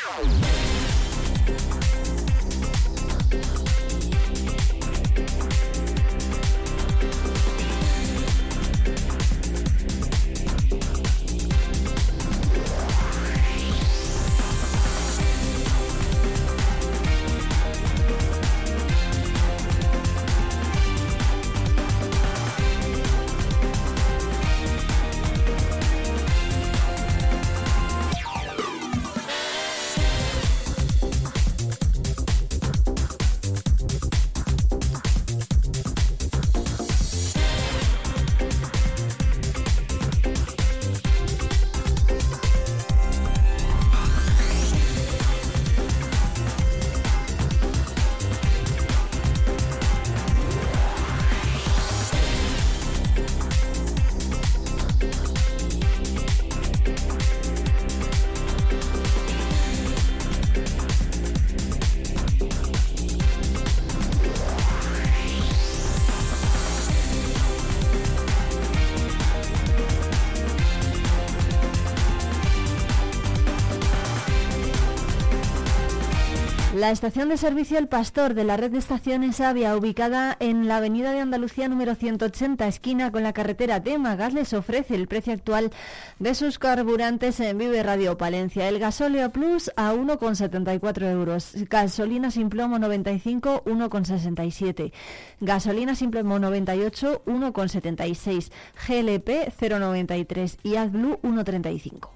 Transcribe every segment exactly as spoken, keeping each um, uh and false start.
La estación de servicio El Pastor de la red de estaciones Avia, ubicada en la avenida de Andalucía número ciento ochenta, esquina con la carretera de Magas, les ofrece el precio actual de sus carburantes en Vive Radio Palencia. El gasóleo Plus a uno con setenta y cuatro euros, gasolina sin plomo noventa y cinco, uno con sesenta y siete, gasolina sin plomo noventa y ocho, uno con setenta y seis, G L P cero coma noventa y tres y AdBlue uno coma treinta y cinco.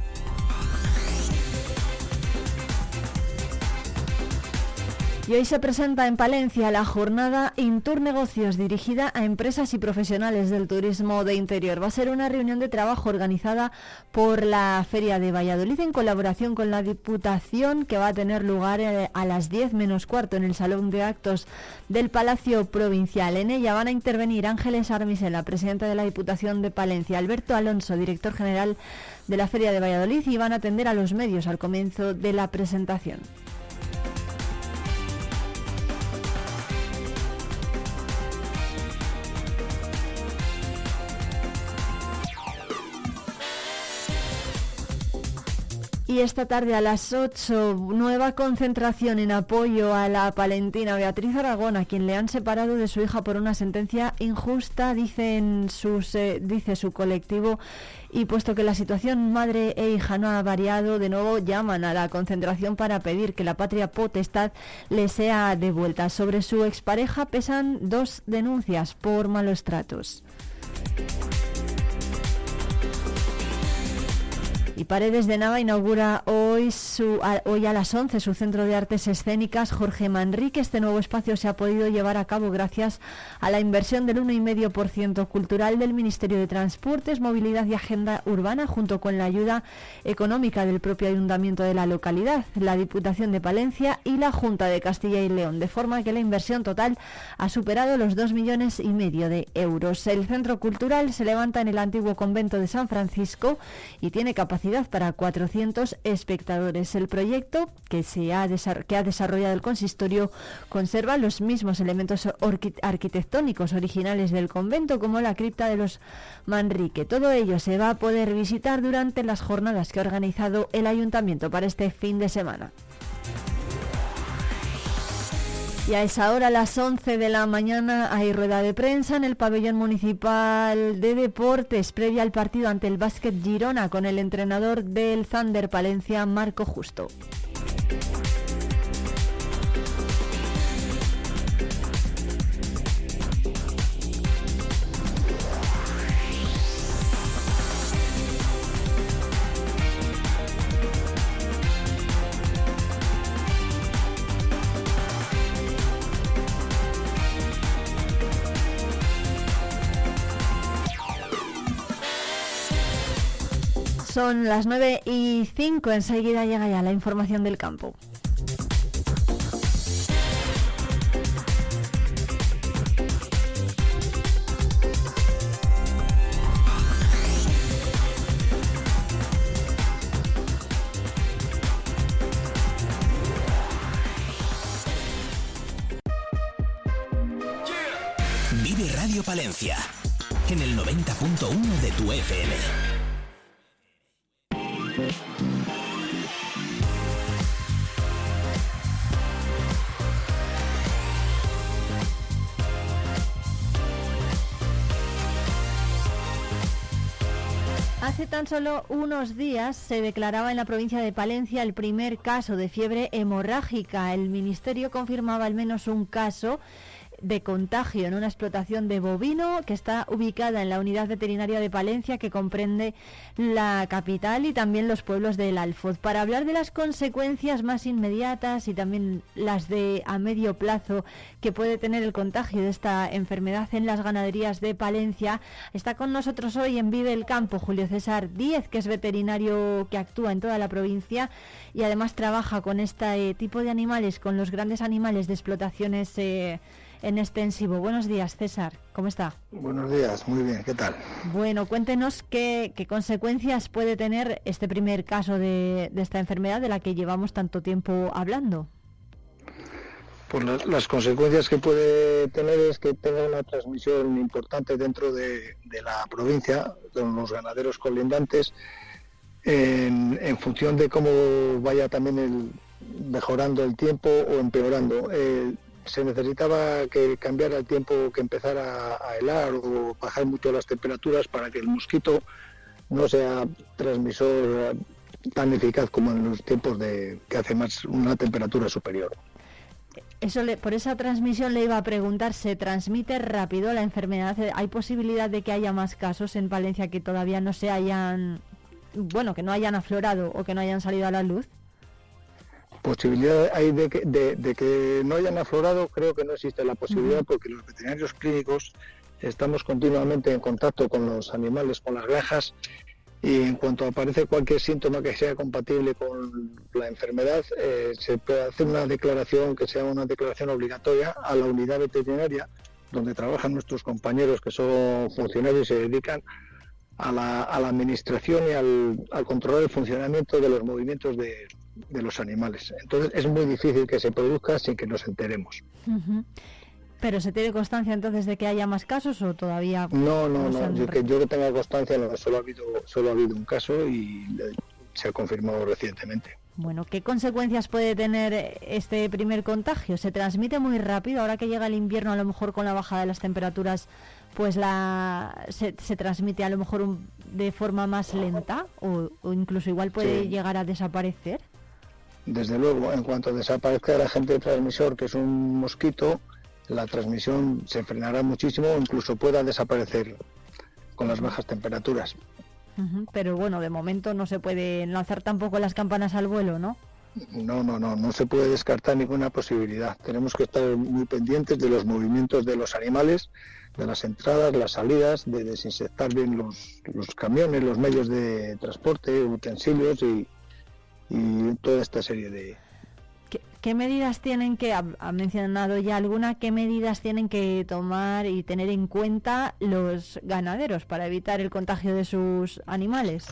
Y hoy se presenta en Palencia la jornada Intur Negocios, dirigida a empresas y profesionales del turismo de interior. Va a ser una reunión de trabajo organizada por la Feria de Valladolid en colaboración con la Diputación, que va a tener lugar a las diez menos cuarto en el Salón de Actos del Palacio Provincial. En ella van a intervenir Ángeles Armisen, la presidenta de la Diputación de Palencia, Alberto Alonso, director general de la Feria de Valladolid, y van a atender a los medios al comienzo de la presentación. Y esta tarde a las ocho, nueva concentración en apoyo a la palentina Beatriz Aragón, a quien le han separado de su hija por una sentencia injusta, dicen sus, eh, dice su colectivo. Y puesto que la situación madre e hija no ha variado, de nuevo llaman a la concentración para pedir que la patria potestad le sea devuelta. Sobre su expareja pesan dos denuncias por malos tratos. Y Paredes de Nava inaugura hoy, su, a, hoy a las once su Centro de Artes Escénicas Jorge Manrique. Este nuevo espacio se ha podido llevar a cabo gracias a la inversión del uno coma cinco por ciento cultural del Ministerio de Transportes, Movilidad y Agenda Urbana, junto con la ayuda económica del propio Ayuntamiento de la localidad, la Diputación de Palencia y la Junta de Castilla y León, de forma que la inversión total ha superado los dos millones y medio de euros. El Centro Cultural se levanta en el antiguo convento de San Francisco y tiene capacidad para cuatrocientos espectadores. El proyecto que se ha, desar- que ha desarrollado el consistorio conserva los mismos elementos orqui- arquitectónicos originales del convento, como la cripta de los Manrique. Todo ello se va a poder visitar durante las jornadas que ha organizado el ayuntamiento para este fin de semana. Y a esa hora, a las once de la mañana, hay rueda de prensa en el pabellón municipal de deportes previa al partido ante el Básquet Girona con el entrenador del Thunder Palencia, Marco Justo. Son las nueve y cinco, enseguida llega ya la información del campo. Vive Radio Palencia, en el noventa punto uno de tu F M. Hace tan solo unos días se declaraba en la provincia de Palencia el primer caso de fiebre hemorrágica. El Ministerio confirmaba al menos un caso de contagio en una explotación de bovino que está ubicada en la unidad veterinaria de Palencia, que comprende la capital y también los pueblos del Alfoz. Para hablar de las consecuencias más inmediatas y también las de a medio plazo que puede tener el contagio de esta enfermedad en las ganaderías de Palencia, está con nosotros hoy en Vive el Campo Julio César Díez, que es veterinario que actúa en toda la provincia y además trabaja con este tipo de animales, con los grandes animales de explotaciones eh, en extensivo. Buenos días, César, ¿cómo está? Buenos días, muy bien, ¿qué tal? Bueno, cuéntenos qué, qué consecuencias puede tener este primer caso de, de esta enfermedad de la que llevamos tanto tiempo hablando. Pues las, las consecuencias que puede tener es que tenga una transmisión importante dentro de, de la provincia, con los ganaderos colindantes, en, en función de cómo vaya también el, mejorando el tiempo o empeorando. Eh, se necesitaba que cambiara el tiempo, que empezara a helar o bajar mucho las temperaturas para que el mosquito no sea transmisor tan eficaz como en los tiempos de que hace más una temperatura superior. Eso le, por esa transmisión le iba a preguntar, ¿se transmite rápido la enfermedad? ¿Hay posibilidad de que haya más casos en Palencia que todavía no se hayan, bueno, que no hayan aflorado o que no hayan salido a la luz? Posibilidad hay de que, de, de que no hayan aflorado, creo que no existe la posibilidad, uh-huh. porque los veterinarios clínicos estamos continuamente en contacto con los animales, con las granjas, y en cuanto aparece cualquier síntoma que sea compatible con la enfermedad, eh, se puede hacer una declaración que sea una declaración obligatoria a la unidad veterinaria, donde trabajan nuestros compañeros que son funcionarios y se dedican a la, a la administración y al, al controlar el funcionamiento de los movimientos de, de los animales. Entonces es muy difícil que se produzca sin que nos enteremos. Uh-huh. ¿Pero se tiene constancia entonces de que haya más casos o todavía...? No, no, no, no yo, que yo que tenga constancia, no, solo ha habido, solo ha habido un caso y se ha confirmado recientemente. Bueno, ¿qué consecuencias puede tener este primer contagio? ¿Se transmite muy rápido? Ahora que llega el invierno, a lo mejor con la bajada de las temperaturas, pues la se, se transmite a lo mejor un, de forma más lenta o, o incluso igual puede sí. llegar a desaparecer. Desde luego, en cuanto desaparezca el agente transmisor, que es un mosquito, la transmisión se frenará muchísimo o incluso pueda desaparecer con las bajas temperaturas. Uh-huh, pero bueno, de momento no se puede lanzar tampoco las campanas al vuelo, ¿no? No, no, no, no se puede descartar ninguna posibilidad. Tenemos que estar muy pendientes de los movimientos de los animales, de las entradas, las salidas, de desinsectar bien los, los camiones, los medios de transporte, utensilios y, y toda esta serie de... ¿Qué, qué medidas tienen que, ha, ha mencionado ya alguna, qué medidas tienen que tomar y tener en cuenta los ganaderos para evitar el contagio de sus animales?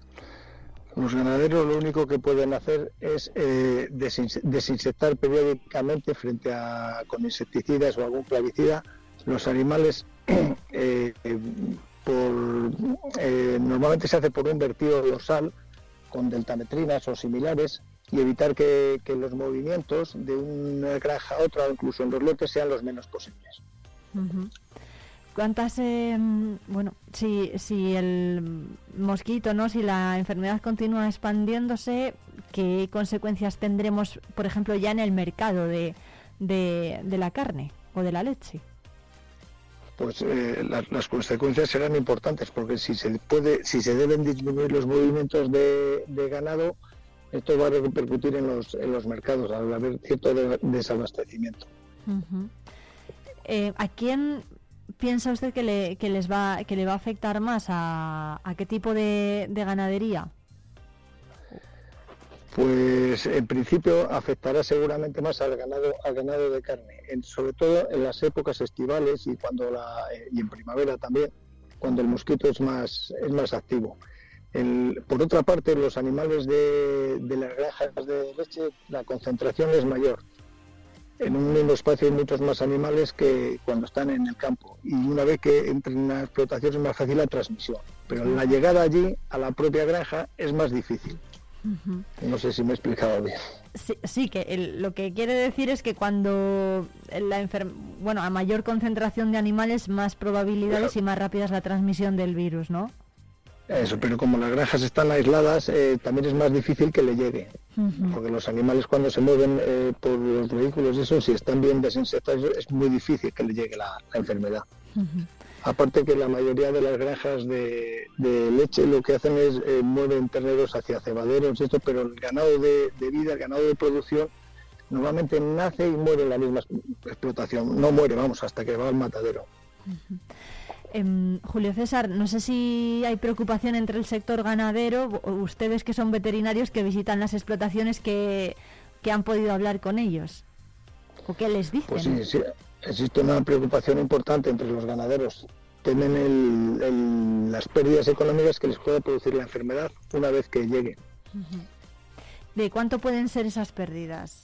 Los ganaderos lo único que pueden hacer es eh, desinsectar periódicamente frente a con insecticidas o algún plaguicida los animales. eh, por, eh, normalmente se hace por un vertido dorsal con deltametrinas o similares y evitar que, que los movimientos de una granja a otra o incluso en los lotes sean los menos posibles. Uh-huh. ¿Cuántas, eh, bueno, si, si el mosquito, ¿no? Si la enfermedad continúa expandiéndose, ¿qué consecuencias tendremos, por ejemplo, ya en el mercado de, de, de la carne o de la leche? Pues eh, las, las consecuencias serán importantes, porque si se puede, si se deben disminuir los movimientos de, de ganado, esto va a repercutir en los, en los mercados, al haber cierto de, desabastecimiento. Uh-huh. Eh, ¿A quién piensa usted que le, que les va, que le va a afectar más? ¿A, a qué tipo de, de ganadería? Pues en principio afectará seguramente más al ganado, al ganado de carne, en, sobre todo en las épocas estivales y cuando la y en primavera también, cuando el mosquito es más es más activo. El, por otra parte, los animales de, de las granjas de leche, la concentración es mayor. En un mismo espacio hay muchos más animales que cuando están en el campo, y una vez que entran en la explotación es más fácil la transmisión, pero la llegada allí a la propia granja es más difícil. Uh-huh. No sé si me he explicado bien. Sí, sí que el, lo que quiere decir es que cuando la enfer- bueno, a mayor concentración de animales, más probabilidades claro. y más rápida es la transmisión del virus, ¿no? Eso, pero como las granjas están aisladas, eh, también es más difícil que le llegue, uh-huh. porque los animales cuando se mueven eh, por los vehículos, eso, si están bien desinsectados, es muy difícil que le llegue la, la enfermedad. Uh-huh. Aparte que la mayoría de las granjas de, de leche lo que hacen es eh, mueven terneros hacia cebaderos, esto, pero el ganado de, de vida, el ganado de producción, normalmente nace y muere en la misma explotación, no muere, vamos, hasta que va al matadero. Uh-huh. Eh, Julio César, no sé si hay preocupación entre el sector ganadero, o ustedes que son veterinarios que visitan las explotaciones, que, que han podido hablar con ellos, o qué les dicen. Pues sí, sí, existe una preocupación importante entre los ganaderos. Temen el, el, las pérdidas económicas que les puede producir la enfermedad una vez que llegue. Uh-huh. ¿De cuánto pueden ser esas pérdidas?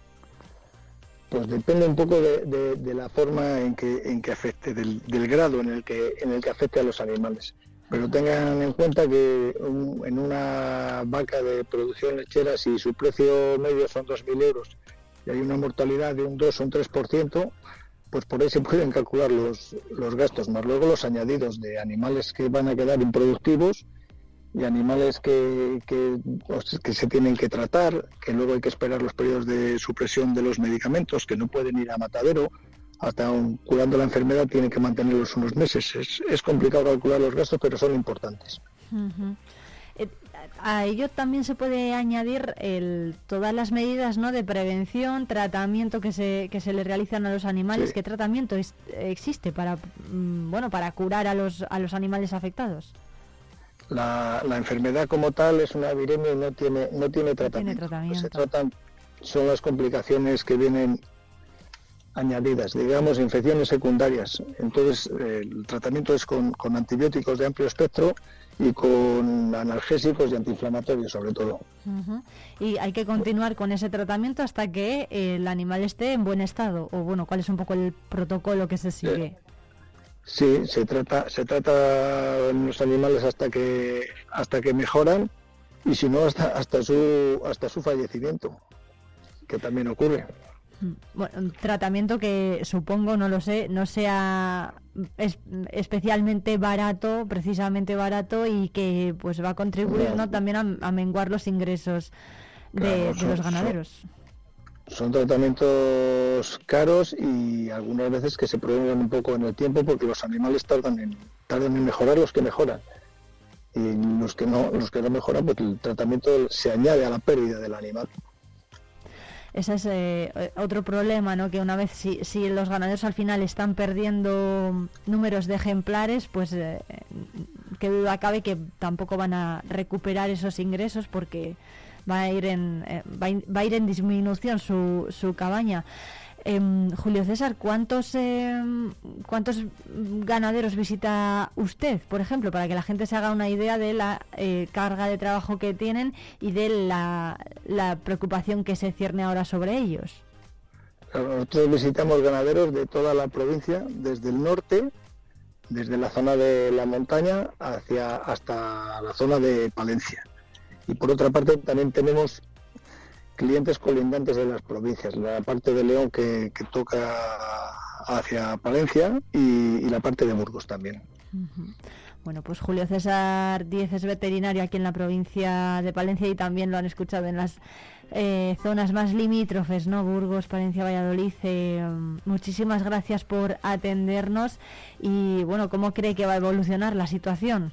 Pues depende un poco de, de, de la forma en que en que afecte, del, del grado en el que en el que afecte a los animales. Pero tengan en cuenta que un, en una vaca de producción lechera, si su precio medio son dos mil euros y hay una mortalidad de un dos o un tres por ciento, pues por ahí se pueden calcular los, los gastos, más luego los añadidos de animales que van a quedar improductivos y animales que, que, que se tienen que tratar, que luego hay que esperar los periodos de supresión de los medicamentos, que no pueden ir a matadero, hasta un, curando la enfermedad tienen que mantenerlos unos meses. Es, es complicado calcular los gastos, pero son importantes. Uh-huh. Eh, a ello también se puede añadir el, todas las medidas, ¿no?, de prevención, tratamiento que se que se le realizan a los animales. Sí. ¿Qué tratamiento es, existe para mm, bueno para curar a los a los animales afectados? La, la enfermedad como tal es una viremia y no tiene no tiene tratamiento. No tiene tratamiento. Se tratan, son las complicaciones que vienen añadidas, digamos, infecciones secundarias. Entonces, eh, el tratamiento es con, con antibióticos de amplio espectro y con analgésicos y antiinflamatorios, sobre todo. Uh-huh. Y hay que continuar con ese tratamiento hasta que eh, el animal esté en buen estado, o bueno, ¿cuál es un poco el protocolo que se sigue? Eh, Sí, se trata se trata en los animales hasta que hasta que mejoran y si no hasta hasta su hasta su fallecimiento, que también ocurre. Bueno, un tratamiento que supongo, no lo sé, no sea es, especialmente barato, precisamente barato, y que pues va a contribuir, no, ¿no?, también a, a menguar los ingresos de, claro, son, de los ganaderos. Son... Son tratamientos caros y algunas veces que se prolongan un poco en el tiempo porque los animales tardan en tardan en mejorar los que mejoran y los que no los que no mejoran, pues el tratamiento se añade a la pérdida del animal. Ese es eh, otro problema, ¿no?, que una vez si, si los ganaderos al final están perdiendo números de ejemplares, pues eh, qué duda cabe que tampoco van a recuperar esos ingresos porque va a ir en eh, va, in, va a ir en disminución su, su cabaña. Eh, Julio César, ¿cuántos eh, cuántos ganaderos visita usted, por ejemplo, para que la gente se haga una idea de la eh, carga de trabajo que tienen y de la, la preocupación que se cierne ahora sobre ellos? Nosotros visitamos ganaderos de toda la provincia, desde el norte, desde la zona de la montaña hacia hasta la zona de Palencia. Y por otra parte también tenemos clientes colindantes de las provincias, la parte de León que, que toca hacia Palencia y, y la parte de Burgos también. Uh-huh. Bueno, pues Julio César Díez es veterinario aquí en la provincia de Palencia y también lo han escuchado en las eh, zonas más limítrofes, ¿no?, Burgos, Palencia, Valladolid. Eh, muchísimas gracias por atendernos y, bueno, ¿cómo cree que va a evolucionar la situación?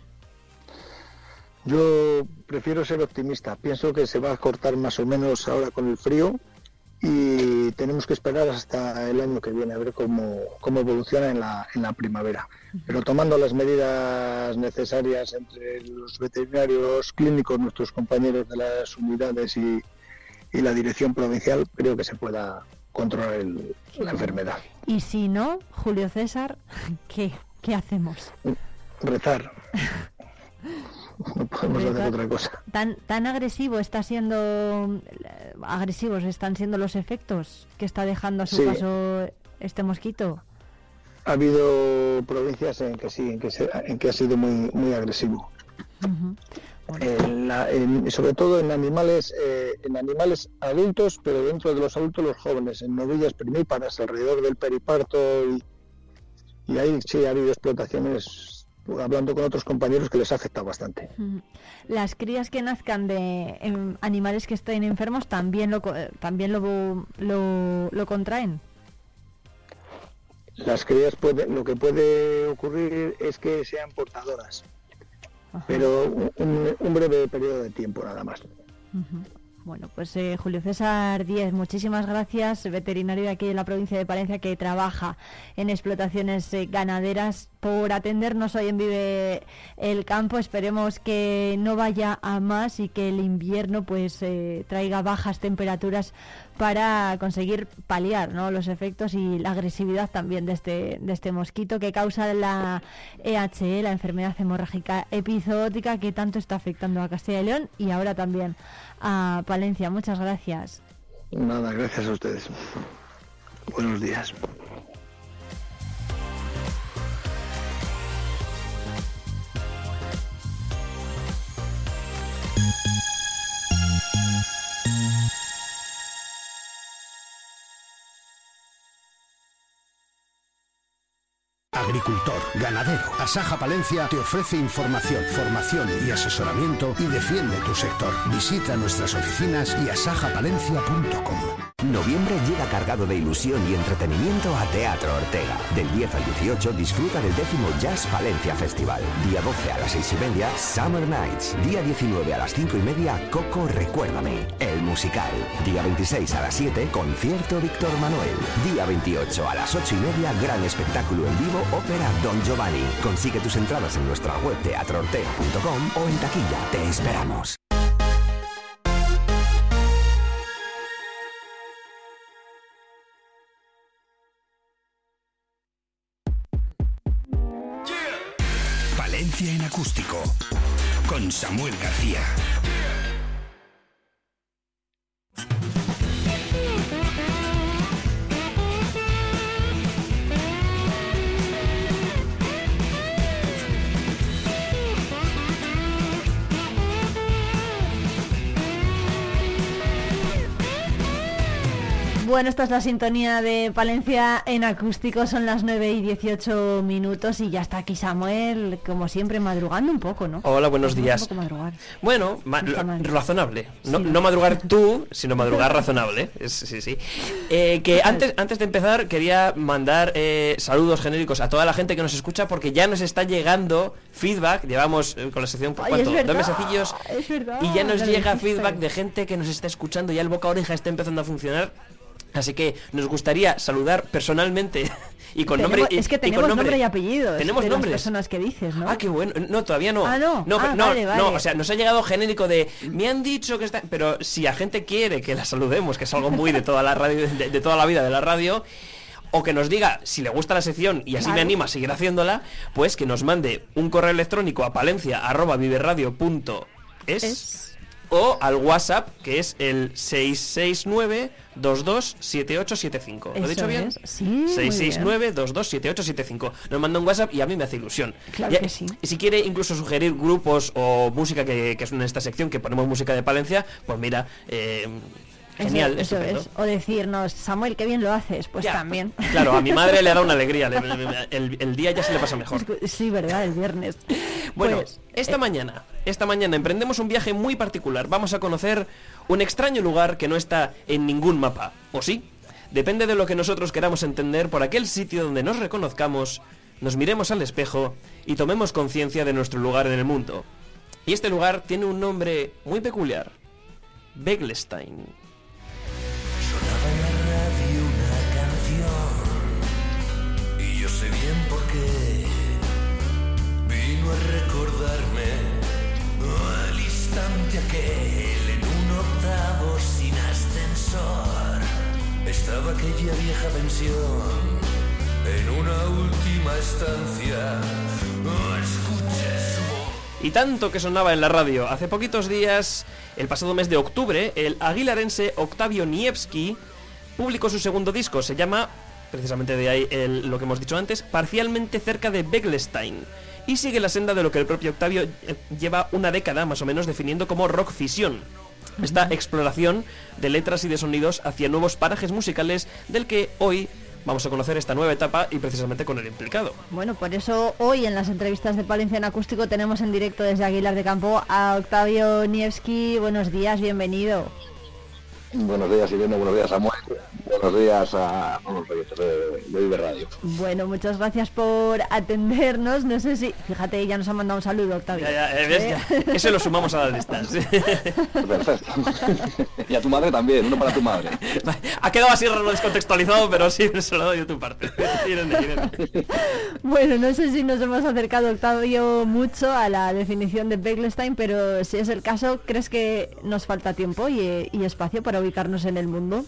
Yo prefiero ser optimista. Pienso que se va a cortar más o menos ahora con el frío y tenemos que esperar hasta el año que viene a ver cómo, cómo evoluciona en la, en la primavera. Pero tomando las medidas necesarias entre los veterinarios clínicos, nuestros compañeros de las unidades y, y la dirección provincial, creo que se pueda controlar el, la enfermedad. Y si no, Julio César, ¿qué, qué hacemos? Rezar. No podemos hacer otra cosa. Tan tan agresivo está siendo agresivos están siendo los efectos que está dejando a su sí. paso este mosquito. Ha habido provincias en que sí, en que se, en que ha sido muy muy agresivo. Uh-huh. Bueno. En la, en, sobre todo en animales eh, en animales adultos, pero dentro de los adultos los jóvenes, en novillas primíparas alrededor del periparto y, y ahí sí ha habido explotaciones hablando con otros compañeros, que les ha afectado bastante. Las crías que nazcan de em, animales que estén enfermos también lo también lo, lo, lo contraen. Las crías puede, lo que puede ocurrir es que sean portadoras. Ajá. Pero un, un breve periodo de tiempo nada más. Uh-huh. Bueno, pues eh, Julio César Díez, muchísimas gracias, veterinario de aquí de la provincia de Palencia que trabaja en explotaciones eh, ganaderas, por atendernos hoy en Vive el Campo. Esperemos que no vaya a más y que el invierno pues eh, traiga bajas temperaturas para conseguir paliar, ¿no?, los efectos y la agresividad también de este de este mosquito que causa la E H E, la enfermedad hemorrágica epizootica, que tanto está afectando a Castilla y León y ahora también a Palencia. Muchas gracias. Nada, gracias a ustedes. Buenos días. Agricultor, ganadero. Asaja Palencia te ofrece información, formación y asesoramiento y defiende tu sector. Visita nuestras oficinas y asaja palencia punto com. Noviembre llega cargado de ilusión y entretenimiento a Teatro Ortega. Del diez al dieciocho disfruta del décimo Jazz Palencia Festival. Día doce a las seis y media, Summer Nights. Día diecinueve a las cinco y media, Coco Recuérdame, el musical. Día veintiséis a las siete, concierto Víctor Manuel. Día veintiocho a las ocho y media, gran espectáculo en vivo, ópera Don Giovanni. Consigue tus entradas en nuestra web teatro ortega punto com o en taquilla. Te esperamos. Palencia en acústico con Samuel García. Bueno, esta es la sintonía de Palencia en acústico, son las nueve y dieciocho minutos y ya está aquí Samuel, como siempre, madrugando un poco, ¿no? Hola, buenos días. Un poco madrugar. Bueno, ma- no razonable. No, sí. no madrugar tú, sino madrugar razonable. Es, sí, sí. Eh, que antes, antes de empezar quería mandar eh, saludos genéricos a toda la gente que nos escucha, porque ya nos está llegando feedback. Llevamos eh, con la sección por Ay, cuánto, es dos mesecillos es verdad, y ya nos lo llega dijiste. feedback de gente que nos está escuchando. Ya el boca a oreja está empezando a funcionar. Así que nos gustaría saludar personalmente y con Tenemos, nombre y, es que y tenemos con nombre. nombre y apellidos. Tenemos de nombres. las personas que dices, ¿no? Ah, qué bueno. No, todavía no. Ah, no. No, Ah, no, vale, vale. no, o sea, nos ha llegado genérico de me han dicho que está, pero si la gente quiere que la saludemos, que es algo muy de toda la radio, de, de toda la vida de la radio, o que nos diga si le gusta la sección y así Claro. me anima a seguir haciéndola, pues que nos mande un correo electrónico a palencia arroba viveradio punto es Es. o al WhatsApp, que es el seis seis nueve, dos dos siete ocho siete cinco. ¿Lo he dicho Eso bien? es. Sí, muy seis seis bien. nueve, dos dos siete ocho siete cinco. Nos manda un WhatsApp y a mí me hace ilusión. Claro Y- que sí. Y si quiere incluso sugerir grupos o música que, que es en esta sección, que ponemos música de Palencia, pues mira, eh, genial, eso, eso estupendo. es. O decirnos, Samuel, qué bien lo haces, pues Ya, también. Claro, a mi madre le ha dado una alegría. le- el, el día ya se le pasa mejor. Sí, verdad, el viernes. Bueno, Pues, esta eh, mañana, esta mañana emprendemos un viaje muy particular. Vamos a conocer un extraño lugar que no está en ningún mapa, ¿o sí? Depende de lo que nosotros queramos entender por aquel sitio donde nos reconozcamos, nos miremos al espejo y tomemos conciencia de nuestro lugar en el mundo. Y este lugar tiene un nombre muy peculiar: Beglstein. Sonaba en la radio una canción y yo sé bien por qué. Vino a recordarme al instante aquel en un octavo sin ascensor. Estaba aquella vieja pensión en una última estancia. Oh, escuché su voz. Y tanto que sonaba en la radio. Hace poquitos días, el pasado mes de octubre, el aguilarense Octavio Niewski publicó su segundo disco. Se llama, precisamente de ahí el, lo que hemos dicho antes, Parcialmente cerca de Beglstein. Y sigue la senda de lo que el propio Octavio eh, lleva una década más o menos definiendo como rock fisión. Esta exploración de letras y de sonidos hacia nuevos parajes musicales del que hoy vamos a conocer esta nueva etapa y precisamente con el implicado. Bueno, por eso hoy en las entrevistas de Palencia en Acústico tenemos en directo desde Aguilar de Campo a Octavio Nievski. Buenos días, bienvenido. Buenos días, Irene, buenos días, Samuel. Buenos días a todos los oyentes de, de Vive Radio. Bueno, muchas gracias por atendernos. No sé si... Fíjate, ya nos ha mandado un saludo, Octavio. Ya, ya, ¿ves? ¿Eh? Ya. Ese lo sumamos a las listas. Perfecto. Y a tu madre también, uno para tu madre. Ha quedado así raro descontextualizado, pero sí, se lo doy de tu parte. Irene, Irene. Bueno, no sé si nos hemos acercado, Octavio, mucho a la definición de Beglstein, pero si es el caso, ¿crees que nos falta tiempo y, y espacio para ubicarnos en el mundo?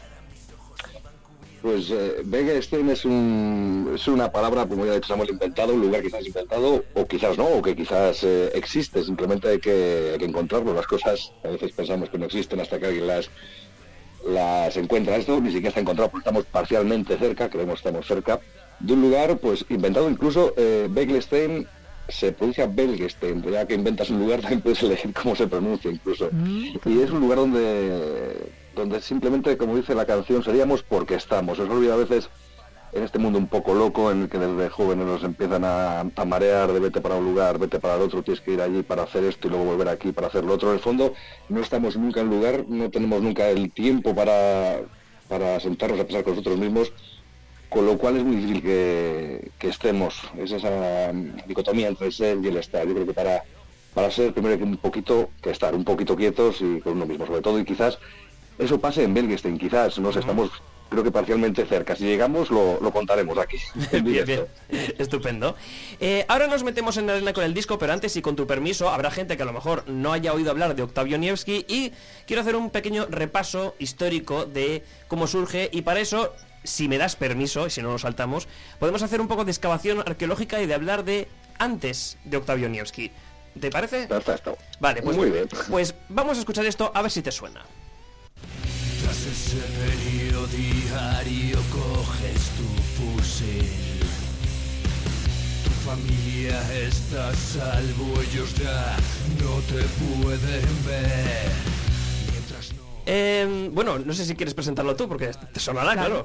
Pues eh, Beglstein es, un, es una palabra, como ya he dicho, Samuel, inventado, un lugar quizás inventado, o quizás no, o que quizás eh, existe, simplemente hay que, hay que encontrarlo. Las cosas a veces pensamos que no existen hasta que alguien las, las encuentra. Esto ni siquiera está encontrado, porque estamos parcialmente cerca, creemos que estamos cerca, de un lugar pues inventado. Incluso eh, Beglstein se pronuncia Belgestein, ya que inventas un lugar también puedes elegir cómo se pronuncia incluso. Mm. Y es un lugar donde donde simplemente, como dice la canción, seríamos porque estamos. Se os olvida a veces en este mundo un poco loco en el que desde jóvenes nos empiezan a, a marear de vete para un lugar, vete para el otro, tienes que ir allí para hacer esto y luego volver aquí para hacer lo otro. En el fondo no estamos nunca en lugar, no tenemos nunca el tiempo para, para sentarnos a pensar con nosotros mismos, con lo cual es muy difícil que, que estemos. Es esa dicotomía entre el ser y el estar. Yo creo que para, para ser primero hay que un poquito que estar, un poquito quietos y con uno mismo sobre todo, y quizás eso pase en Beglstein, quizás nos estamos, creo que parcialmente cerca. Si llegamos lo, lo contaremos aquí. Bien, bien. Estupendo. Eh, ahora nos metemos en la arena con el disco, pero antes, y con tu permiso, habrá gente que a lo mejor no haya oído hablar de Octavio Nievski, y quiero hacer un pequeño repaso histórico de cómo surge, y para eso, si me das permiso, y si no nos saltamos, podemos hacer un poco de excavación arqueológica y de hablar de antes de Octavio Nievski. ¿Te parece? Perfecto. Vale, pues, muy bien. Pues vamos a escuchar esto a ver si te suena. Tras ese periodo diario coges tu fusil. Tu familia está a salvo, ellos ya no te pueden ver. Mientras no... Eh, bueno, no sé si quieres presentarlo tú, porque te sonará, claro.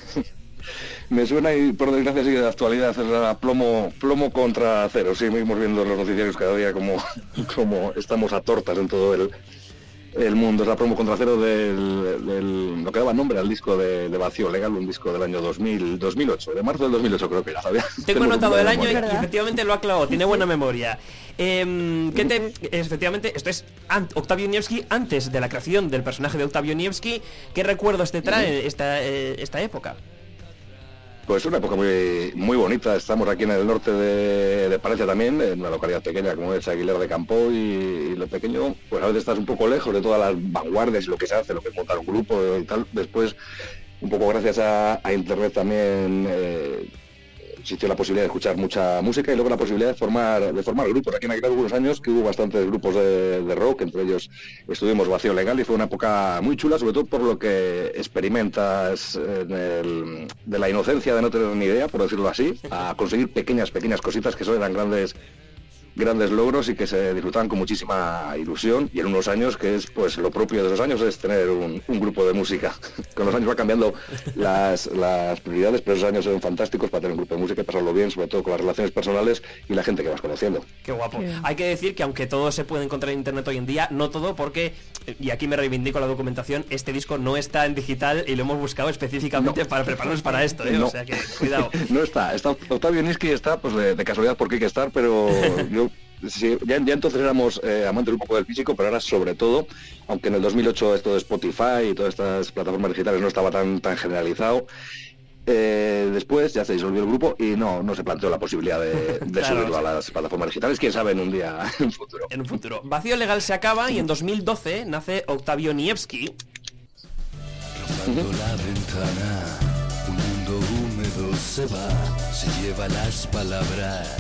Me suena, y por desgracia sigue de actualidad, es la plomo, plomo contra cero. Seguimos viendo los noticiarios cada día como, como estamos a tortas en todo el... el mundo. Es la promo contra cero del, del lo que daba nombre al disco de, de Vacío Legal, un disco del año dos mil, dos mil ocho, de marzo del dos mil ocho creo que ya sabía. Tengo anotado el año y efectivamente lo ha clavado, tiene buena memoria. Eh, ¿qué te, efectivamente, esto es an, Octavio Nievski antes de la creación del personaje de Octavio Nievski. ¿Qué recuerdos te trae esta, eh, esta época? Pues una época muy muy bonita. Estamos aquí en el norte de, de Palencia también, en una localidad pequeña como es Aguilar de Campo, y, y lo pequeño, pues a veces estás un poco lejos de todas las vanguardias y lo que se hace, lo que es montar un grupo y tal. Después, un poco gracias a, a internet también, eh, existió la posibilidad de escuchar mucha música y luego la posibilidad de formar de formar grupos. Aquí en Aguilar hubo unos años que hubo bastantes grupos de, de rock, entre ellos estuvimos Vacío Legal, y fue una época muy chula, sobre todo por lo que experimentas en el, de la inocencia de no tener ni idea, por decirlo así, a conseguir pequeñas, pequeñas cositas que eso eran grandes grandes logros y que se disfrutaban con muchísima ilusión, y en unos años que es pues lo propio de esos años es tener un, un grupo de música. Con los años va cambiando las, las prioridades, pero esos años son fantásticos para tener un grupo de música y pasarlo bien, sobre todo con las relaciones personales y la gente que vas conociendo. Qué guapo. Sí. Hay que decir que aunque todo se puede encontrar en internet hoy en día, no todo, porque, y aquí me reivindico la documentación, este disco no está en digital y lo hemos buscado específicamente no. para prepararnos para esto, ¿eh? No. O sea que cuidado. No está, está Octavio Nievski está pues de, de casualidad porque hay que estar, pero yo sí, ya, ya entonces éramos eh, amantes un poco del físico, pero ahora sobre todo, aunque en el dos mil ocho esto de Spotify y todas estas plataformas digitales no estaba tan tan generalizado, eh, después ya se disolvió el grupo y no no se planteó la posibilidad de, de claro, subirlo a las plataformas digitales. Quién sabe en un día, en un futuro. En un futuro. Vacío Legal se acaba y en dos mil doce nace Octavio Nievski. Rozando la ventana, un mundo húmedo se va, se lleva las palabras.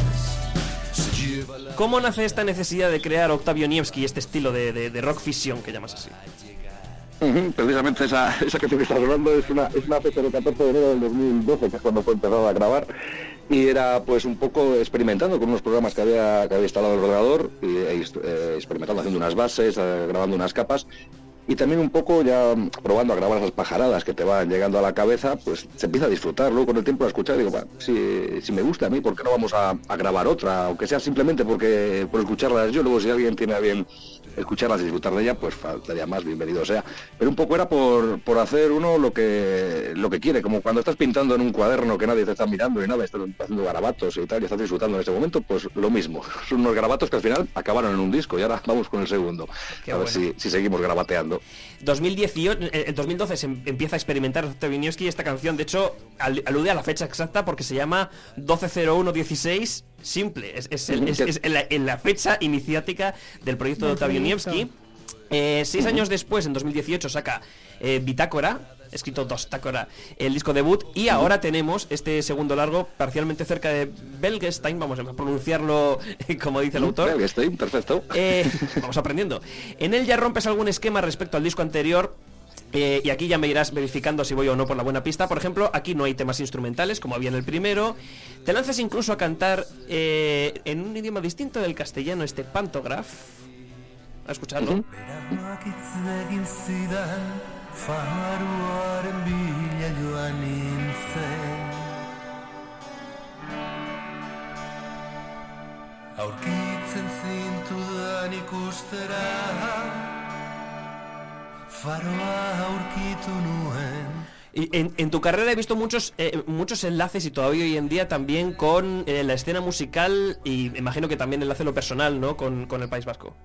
¿Cómo nace esta necesidad de crear Octavio Nievski, este estilo de, de, de rock fusión que llamas así? Uh-huh, precisamente esa, esa canción que estás hablando es una, es una fecha del catorce de enero del dos mil doce, que es cuando fue empezado a grabar, y era pues un poco experimentando con unos programas que había, que había instalado el ordenador, y, e, eh, experimentando, haciendo unas bases, eh, grabando unas capas, y también un poco ya probando a grabar esas pajaradas que te van llegando a la cabeza, pues se empieza a disfrutar. Luego con el tiempo a escuchar digo, bueno, si, si me gusta a mí, ¿por qué no vamos a, a grabar otra? Aunque sea simplemente porque por escucharlas yo, luego si alguien tiene a bien escucharlas y disfrutar de ella, pues faltaría más, bienvenido sea. Pero un poco era por, por hacer uno lo que lo que quiere, como cuando estás pintando en un cuaderno que nadie te está mirando y nada, estás haciendo garabatos y tal, y estás disfrutando en ese momento, pues lo mismo. Son unos garabatos que al final acabaron en un disco y ahora vamos con el segundo. Qué a bueno. ver si, si seguimos garabateando. dos mil dieciocho, en dos mil doce se empieza a experimentar Tabiniewski esta canción, de hecho alude a la fecha exacta porque se llama doce cero uno dieciséis. Simple, es, es, el, es, es en, la, en la fecha iniciática del proyecto de Tabiniewski. Eh, seis años después, en dos mil dieciocho, saca eh, Bitácora, escrito Dostácora, el disco debut, y ahora tenemos este segundo largo, parcialmente cerca de Belgestein, vamos a pronunciarlo como dice el autor. Belgestein, perfecto. Eh, vamos aprendiendo. En él ya rompes algún esquema respecto al disco anterior. Eh, y aquí ya me irás verificando si voy o no por la buena pista. Por ejemplo, aquí no hay temas instrumentales como había en el primero. Te lanzas incluso a cantar eh, en un idioma distinto del castellano, este Pantograph. A escucharlo. Uh-huh. Y en, en tu carrera he visto muchos eh, muchos enlaces y todavía hoy en día también con eh, la escena musical y me imagino que también enlace lo personal, ¿no? Con, con el País Vasco.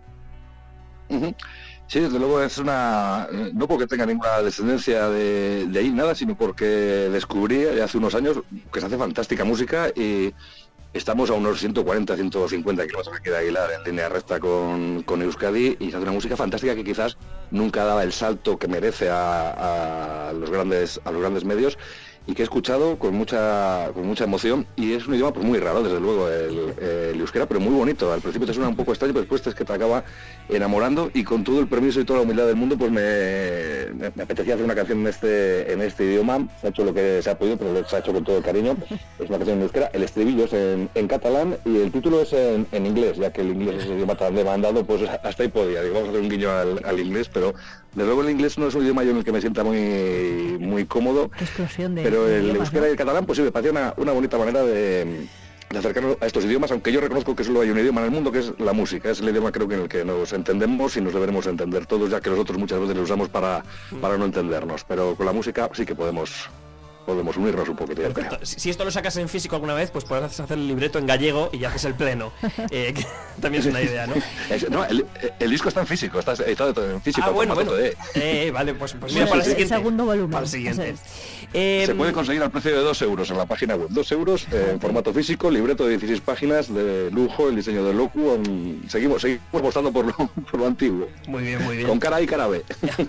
Uh-huh. Sí, desde luego es una... no porque tenga ninguna descendencia de, de ahí, nada, sino porque descubrí hace unos años que se hace fantástica música y estamos a unos ciento cuarenta, ciento cincuenta kilómetros aquí de Aguilar en línea recta con, con Euskadi y se hace una música fantástica que quizás nunca daba el salto que merece a, a los grandes a los grandes medios y que he escuchado con mucha con mucha emoción y es un idioma pues muy raro, desde luego, el, el euskera, pero muy bonito. Al principio te suena un poco extraño, pero después es que te acaba enamorando y con todo el permiso y toda la humildad del mundo pues me, me, me apetecía hacer una canción en este en este idioma. Se ha hecho lo que se ha podido, pero se ha hecho con todo el cariño. Es una canción en euskera, el estribillo es en, en catalán y el título es en, en inglés, ya que el inglés es el idioma tan demandado, pues hasta ahí podía. Digo, vamos a hacer un guiño al, al inglés, pero desde luego el inglés no es un idioma yo en el que me sienta muy muy cómodo. Qué explosión de pero el idiomas, euskera ¿no? y el catalán pues sí me parecía una, una bonita manera de, de acercarnos a estos idiomas, aunque yo reconozco que solo hay un idioma en el mundo, que es la música. Es el idioma creo que en el que nos entendemos y nos deberemos entender todos, ya que los otros muchas veces lo usamos para, para no entendernos, pero con la música sí que podemos podemos unirnos un poquito. Si esto lo sacas en físico alguna vez, pues podrás hacer el libreto en gallego y ya haces el pleno. Eh, que también es una idea, ¿no? Es, no, el, el disco está en físico, está editado en físico. Ah, bueno, bueno. De... Eh, vale, pues, pues mira, sí, para sí, el siguiente. El segundo volumen. Para el siguiente. Eh, Se puede conseguir al precio de dos euros en la página web. Dos euros eh, en formato físico, libreto de dieciséis páginas, de lujo, el diseño de Locu. Um, seguimos, seguimos apostando por lo, por lo antiguo. Muy bien, muy bien. Con cara A y cara B.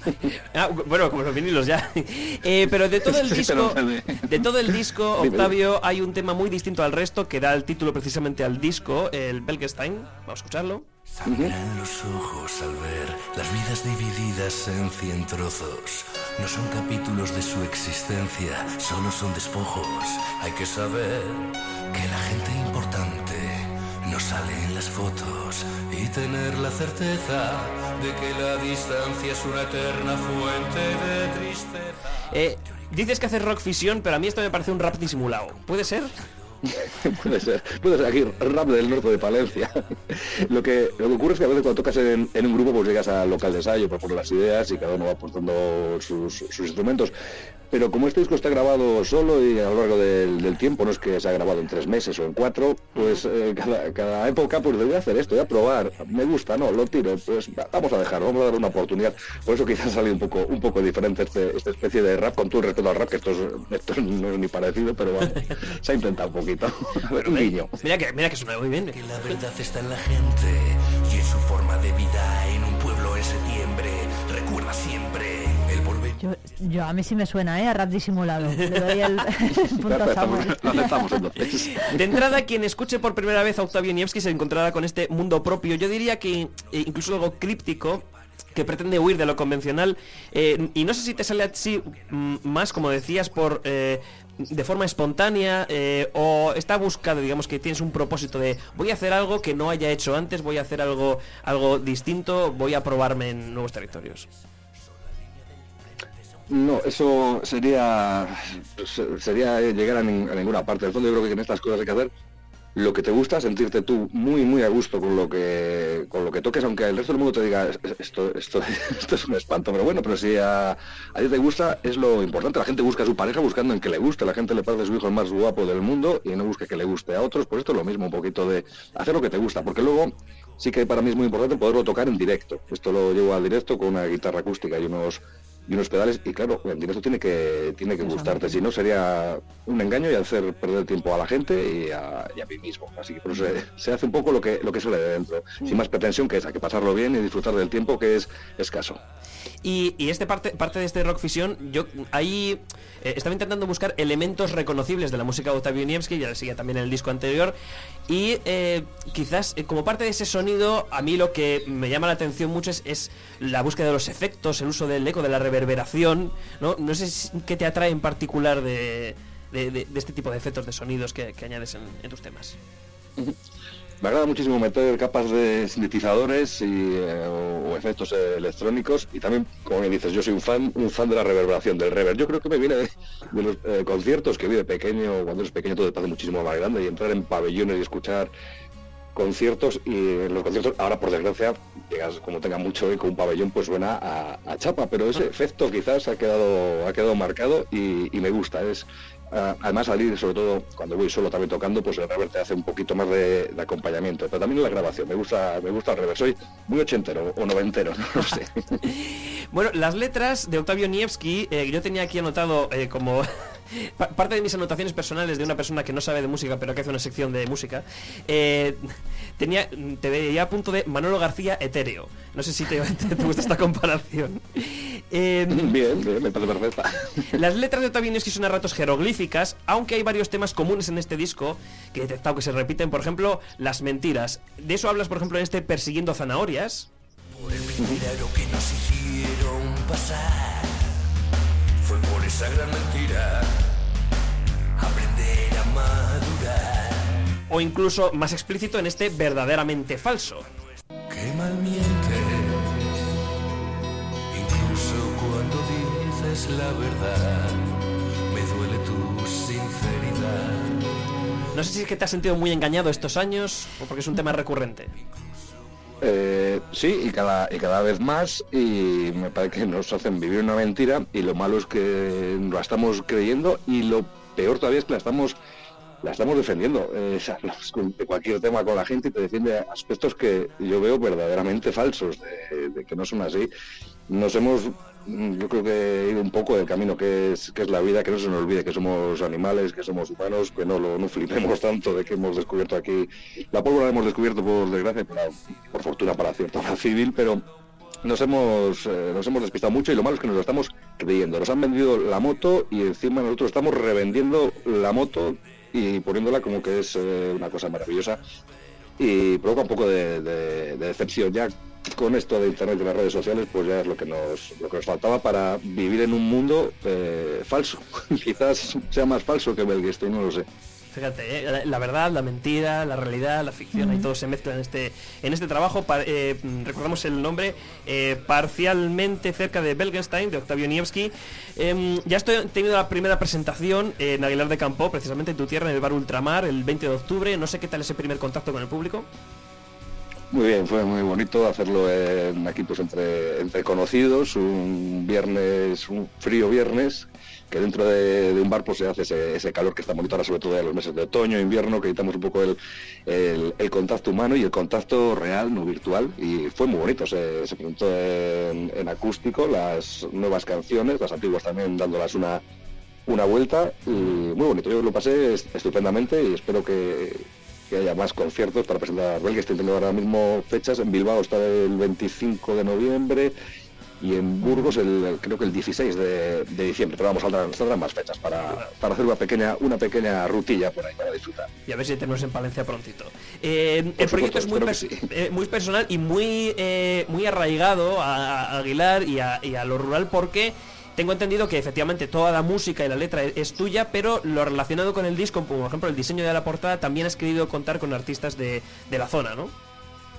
Ah, bueno, como los vinilos ya. Eh, pero de todo el sí, disco, de... de todo el disco, Octavio, hay un tema muy distinto al resto que da el título precisamente al disco, el Belgestein. Vamos a escucharlo. Sangran los ojos al ver las vidas divididas en cien trozos. No son capítulos de su existencia, solo son despojos. Hay que saber que la gente importante no sale en las fotos y tener la certeza de que la distancia es una eterna fuente de tristeza. Eh, dices que haces rock fisión, pero a mí esto me parece un rap disimulado. ¿Puede ser? puede ser, puede ser aquí rap del norte de Palencia. lo que lo que ocurre es que a veces cuando tocas en, en un grupo pues llegas al local de ensayo, propones las ideas y cada uno va aportando sus, sus instrumentos. Pero como este disco está grabado solo y a lo largo del, del tiempo, no es que se ha grabado en tres meses o en cuatro, pues eh, cada, cada época pues voy a hacer esto, voy a probar, me gusta, no, lo tiro, pues vamos a dejarlo, vamos a darle una oportunidad. Por eso quizás salido un poco un poco diferente este, esta especie de rap, con todo el respeto al rap, que esto, es, esto no es ni parecido, pero bueno, se ha intentado un poquito. A ver, un guiño. Mira que, mira que suena muy bien. Que la verdad está en la gente y en su forma de vida en un pueblo en septiembre. Recuerda siempre el volver. Yo, yo a mí sí me suena, ¿eh? A rap disimulado. Le doy el punto a Samuel. Lo aceptamos entonces. De entrada, quien escuche por primera vez a Octavio Niewski se encontrará con este mundo propio. Yo diría que eh, incluso algo críptico, que pretende huir de lo convencional, eh, y no sé si te sale así mm, más, como decías, por eh, de forma espontánea, eh, o está buscado, digamos que tienes un propósito de voy a hacer algo que no haya hecho antes, voy a hacer algo algo distinto, voy a probarme en nuevos territorios. No, eso sería sería llegar a, nin, a ninguna parte. En el fondo yo creo que en estas cosas hay que hacer lo que te gusta, sentirte tú muy muy a gusto con lo que con lo que toques, aunque el resto del mundo te diga esto esto esto es un espanto, pero bueno, pero si a, a ti te gusta es lo importante. La gente busca a su pareja buscando en que le guste, la gente le parece a su hijo el más guapo del mundo y no busca que le guste a otros. Pues esto es lo mismo, un poquito de hacer lo que te gusta, porque luego sí que para mí es muy importante poderlo tocar en directo. Esto lo llevo al directo con una guitarra acústica y unos y unos pedales, y claro, en directo tiene que tiene que gustarte, si no sería un engaño y hacer perder tiempo a la gente y a, y a mí mismo. Así que por eso se, se hace un poco lo que lo que sale de dentro, sin más pretensión que esa, que pasarlo bien y disfrutar del tiempo, que es escaso. Y, y este parte parte de este Rock Fusion, yo ahí eh, estaba intentando buscar elementos reconocibles de la música de Ottavio Niemski, ya le seguía también en el disco anterior, y eh, quizás eh, como parte de ese sonido, a mí lo que me llama la atención mucho es, es la búsqueda de los efectos, el uso del eco, de la reverberación, ¿no? No sé si, qué te atrae en particular de, de, de, de este tipo de efectos, de sonidos que, que añades en, en tus temas. Me agrada muchísimo meter capas de sintetizadores y, eh, o, o efectos eh, electrónicos, y también, como me dices, yo soy un fan un fan de la reverberación, del reverb. Yo creo que me viene de, de los eh, conciertos que vi de pequeño. Cuando eres pequeño todo te parece muchísimo más grande, y entrar en pabellones y escuchar conciertos, y en los conciertos ahora por desgracia llegas, como tenga mucho eco un pabellón, pues suena a, a chapa, pero ese efecto quizás ha quedado ha quedado marcado y, y me gusta. Es Uh, además salir, sobre todo cuando voy solo también tocando, pues el reverb te hace un poquito más de, de acompañamiento, pero también en la grabación me gusta me gusta el reverb. Soy muy ochentero o noventero, no lo sé. Bueno, las letras de Ottavio Niemski, eh, yo tenía aquí anotado eh, como parte de mis anotaciones personales de una persona que no sabe de música pero que hace una sección de música. eh, tenía te veía a punto de Manolo García etéreo. No sé si te, te, te gusta esta comparación. Eh, bien, bien, me parece perfecta. Las letras de Ottavio Niemski son a ratos jeroglíficas, aunque hay varios temas comunes en este disco que he detectado que se repiten. Por ejemplo, las mentiras. De eso hablas, por ejemplo, en este Persiguiendo zanahorias. Por el milagro que nos hicieron pasar, fue por esa gran mentira aprender a madurar. O incluso más explícito en este Verdaderamente falso. Qué mal mientes, incluso cuando dices la verdad, me duele tu sinceridad. No sé si es que te has sentido muy engañado estos años o porque es un tema recurrente. Eh, sí, y cada y cada vez más, y me parece que nos hacen vivir una mentira, y lo malo es que la estamos creyendo, y lo peor todavía es que la estamos la estamos defendiendo. Eh, hablamos de cualquier tema con la gente y te defiende aspectos que yo veo verdaderamente falsos, de, de que no son así. Nos hemos, yo creo que he ido un poco del camino que es que es la vida, que no se nos olvide que somos animales, que somos humanos, que no lo no flipemos tanto de que hemos descubierto aquí la pólvora. La hemos descubierto por desgracia, por, por fortuna para cierta hora civil, pero nos hemos eh, nos hemos despistado mucho, y lo malo es que nos lo estamos creyendo. Nos han vendido la moto y encima nosotros estamos revendiendo la moto y poniéndola como que es eh, una cosa maravillosa, y provoca un poco de, de, de decepción. Ya con esto de internet y las redes sociales, pues ya es lo que nos lo que nos faltaba para vivir en un mundo eh, falso. Quizás sea más falso que Belguestein, no lo sé. Fíjate, eh, la verdad, la mentira, la realidad, la ficción, mm. ahí todo se mezcla en este en este trabajo. Pa, eh, recordamos el nombre, eh, Parcialmente cerca de Belgenstein, de Ottavio Niemski. Eh, ya estoy tenido la primera presentación en Aguilar de Campo, precisamente en tu tierra, en el Bar Ultramar, el veinte de octubre. No sé qué tal ese primer contacto con el público. Muy bien, fue muy bonito hacerlo en, aquí pues entre, entre conocidos, un viernes, un frío viernes, que dentro de, de un bar pues se hace ese, ese calor que está bonito ahora, sobre todo en los meses de otoño, invierno, que quitamos un poco el, el, el contacto humano y el contacto real, no virtual, y fue muy bonito. Se, se presentó en, en acústico las nuevas canciones, las antiguas también dándolas una, una vuelta, y muy bonito. Yo lo pasé estupendamente y espero que... que haya más conciertos para presentar Belguestein. Tengo ahora mismo fechas. En Bilbao está el veinticinco de noviembre y en Burgos el, creo que el dieciséis de, de diciembre, pero vamos, saldrán, saldrán más fechas para, para hacer una pequeña una pequeña rutilla por ahí para disfrutar. Y a ver si tenemos en Palencia prontito. Eh, el proyecto es muy, per sí. eh, muy personal y muy eh, muy arraigado a, a Aguilar y a, y a lo rural, porque tengo entendido que efectivamente toda la música y la letra es tuya, pero lo relacionado con el disco, por ejemplo el diseño de la portada, también has querido contar con artistas de, de la zona, ¿no?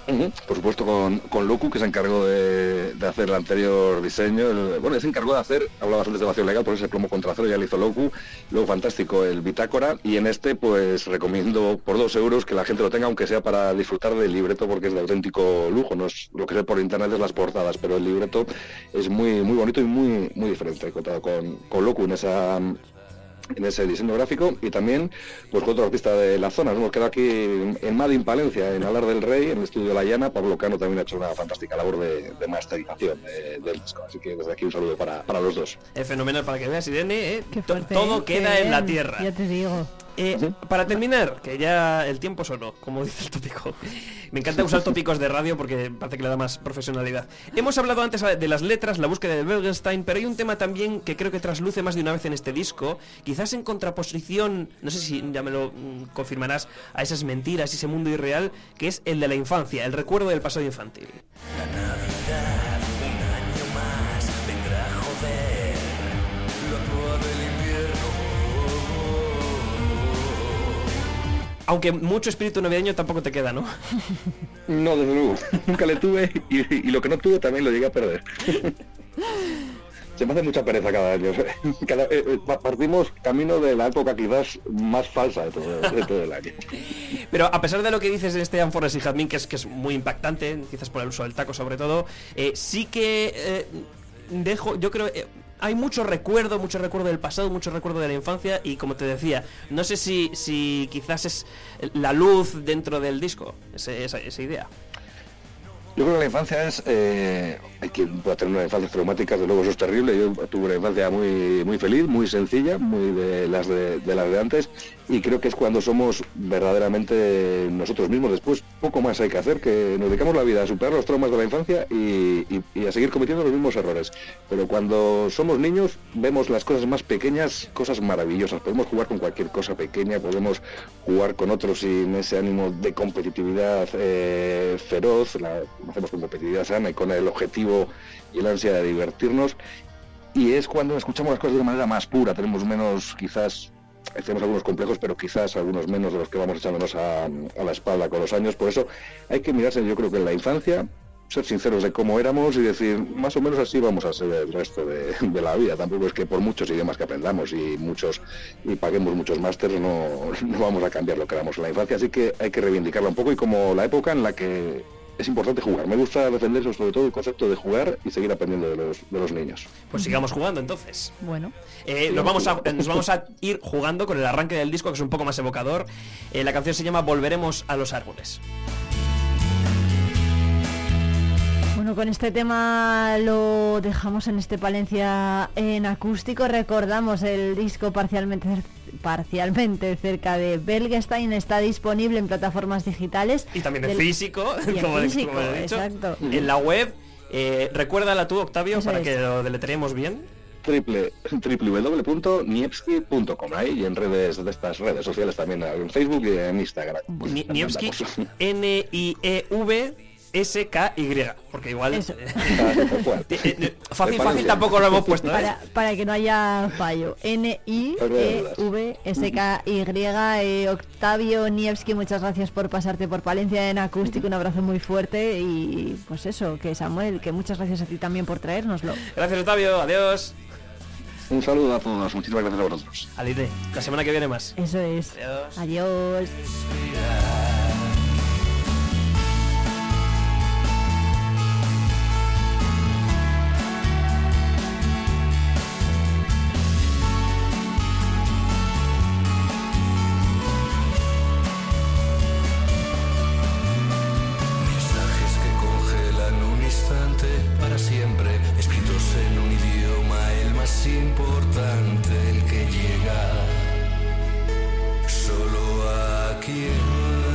Uh-huh. Por supuesto con, con Locu, que se encargó de, de hacer el anterior diseño. El, bueno, se encargó de hacer, hablabas antes de vacío legal, por ese plomo contra acero ya lo hizo Locu. Luego fantástico el Bitácora, y en este pues recomiendo por dos euros que la gente lo tenga, aunque sea para disfrutar del libreto, porque es de auténtico lujo. No es lo que sé por internet es las portadas, pero el libreto es muy muy bonito y muy muy diferente, contado con, con Locu en esa en ese diseño gráfico, y también pues con otro artista de la zona. Nos hemos quedado aquí en Madin, Palencia, en Alar del Rey, en el estudio de La Llana. Pablo Cano también ha hecho una fantástica labor de, de masterización de, del disco, así que desde aquí un saludo para, para los dos. Es fenomenal, para que veas, Irene, ¿eh? Fuerte, todo ¿eh? queda en la tierra. Ya te digo. Eh, ¿Sí? Para terminar, que ya el tiempo sonó, como dice el tópico. Me encanta usar tópicos de radio porque parece que le da más profesionalidad. Hemos hablado antes de las letras, la búsqueda de Wittgenstein, pero hay un tema también que creo que trasluce más de una vez en este disco, quizás en contraposición, no sé si ya me lo mm, confirmarás, a esas mentiras y ese mundo irreal, que es el de la infancia, el recuerdo del pasado infantil. La Navidad, un año más, vendrá a joder lo actual del invierno. Aunque mucho espíritu navideño tampoco te queda, ¿no? No, desde luego. Nunca le tuve, y, y lo que no tuve también lo llegué a perder. Se me hace mucha pereza cada año. Cada, eh, partimos camino de la época quizás más falsa de todo, de todo el año. Pero a pesar de lo que dices en este Unforest y Jazmín, que es, que es muy impactante, quizás por el uso del taco sobre todo, eh, sí que eh, dejo, yo creo... Eh, hay mucho recuerdo, mucho recuerdo del pasado, mucho recuerdo de la infancia, y como te decía, no sé si, si quizás es la luz dentro del disco, ese, esa, esa idea. Yo creo que la infancia es... Eh, hay quien pueda tener una infancia traumática, de luego eso es terrible. Yo tuve una infancia muy muy feliz, muy sencilla, muy de las de, de las de antes, y creo que es cuando somos verdaderamente nosotros mismos. Después poco más hay que hacer, que nos dedicamos la vida a superar los traumas de la infancia y, y, y a seguir cometiendo los mismos errores. Pero cuando somos niños vemos las cosas más pequeñas, cosas maravillosas. Podemos jugar con cualquier cosa pequeña, podemos jugar con otros sin ese ánimo de competitividad eh, feroz. La, lo hacemos con competitividad sana y con el objetivo y la ansia de divertirnos, y es cuando escuchamos las cosas de una manera más pura. Tenemos menos, quizás tenemos algunos complejos, pero quizás algunos menos de los que vamos echándonos a, a la espalda con los años. Por eso hay que mirarse, yo creo que en la infancia, ser sinceros de cómo éramos y decir, más o menos así vamos a ser el resto de, de la vida. Tampoco es que por muchos idiomas que aprendamos y muchos y paguemos muchos másteres no, no vamos a cambiar lo que éramos en la infancia. Así que hay que reivindicarla un poco, y como la época en la que es importante jugar. Me gusta defender sobre todo el concepto de jugar y seguir aprendiendo de los, de los niños. Pues sigamos jugando entonces. Bueno. Eh, nos, vamos a, nos vamos a ir jugando con el arranque del disco, que es un poco más evocador. Eh, la canción se llama Volveremos a los árboles. Bueno, con este tema lo dejamos en este Palencia en acústico. Recordamos, el disco parcialmente parcialmente cerca de Wittgenstein está disponible en plataformas digitales. Y también en del... físico, y en como, físico, como he dicho. Exacto. En la web. Eh, recuérdala tú, Octavio, Eso para es. que lo deletreemos bien. Triple, w w w punto nievski punto com, ahí, y en redes de estas redes sociales también, en Facebook y en Instagram. Ni, Nievski, N I E V S K Y, porque igual Eso. eh, fácil, fácil tampoco lo hemos puesto, ¿eh? Para, para que no haya fallo. N I E V S K Y. eh, Octavio Nievski, muchas gracias por pasarte por Palencia en acústico. Un abrazo muy fuerte, y pues eso, que Samuel, que muchas gracias a ti también por traérnoslo. Gracias, Octavio, adiós. Un saludo a todos, muchísimas gracias a vosotros. Alide, la semana que viene más. Eso es. Adiós. Adiós. Mensajes que congelan un instante para siempre, escritos en un idioma el más importante, el que llega solo a quien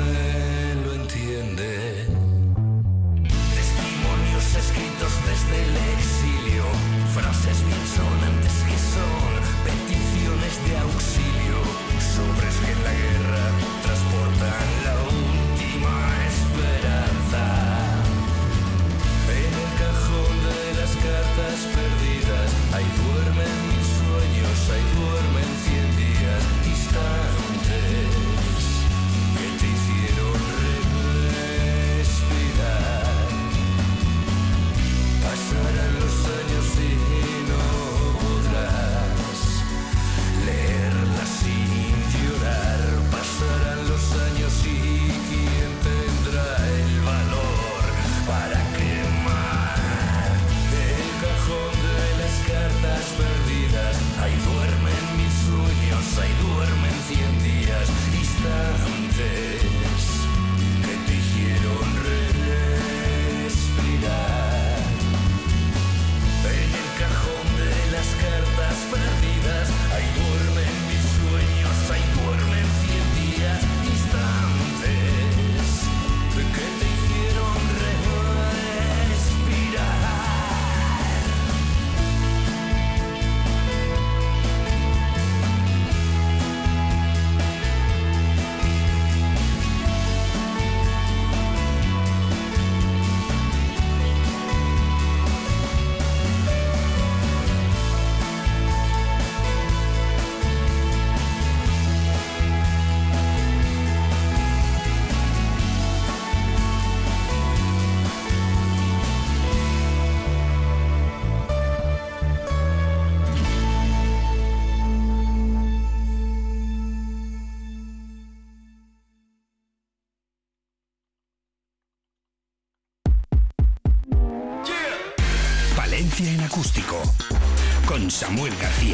en acústico, con Samuel García.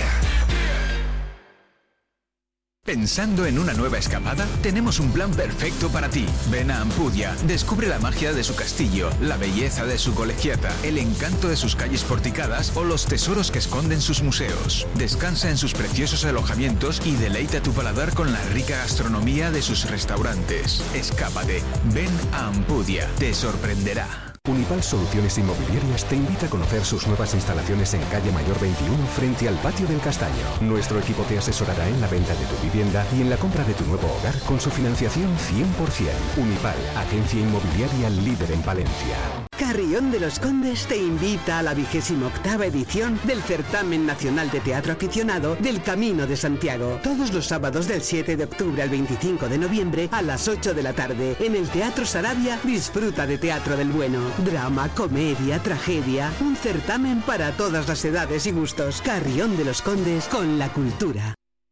¿Pensando en una nueva escapada? Tenemos un plan perfecto para ti. Ven a Ampudia, descubre la magia de su castillo, la belleza de su colegiata, el encanto de sus calles porticadas o los tesoros que esconden sus museos. Descansa en sus preciosos alojamientos y deleita tu paladar con la rica gastronomía de sus restaurantes. Escápate, ven a Ampudia, te sorprenderá. Unipal Soluciones Inmobiliarias te invita a conocer sus nuevas instalaciones en calle Mayor veintiuno frente al Patio del Castaño. Nuestro equipo te asesorará en la venta de tu vivienda y en la compra de tu nuevo hogar con su financiación cien por ciento. Unipal, agencia inmobiliaria líder en Palencia. Carrión de los Condes te invita a la vigésima octava edición del Certamen Nacional de Teatro Aficionado del Camino de Santiago. Todos los sábados del siete de octubre al veinticinco de noviembre a las ocho de la tarde en el Teatro Sarabia. Disfruta de teatro del bueno. Drama, comedia, tragedia. Un certamen para todas las edades y gustos. Carrión de los Condes con la cultura.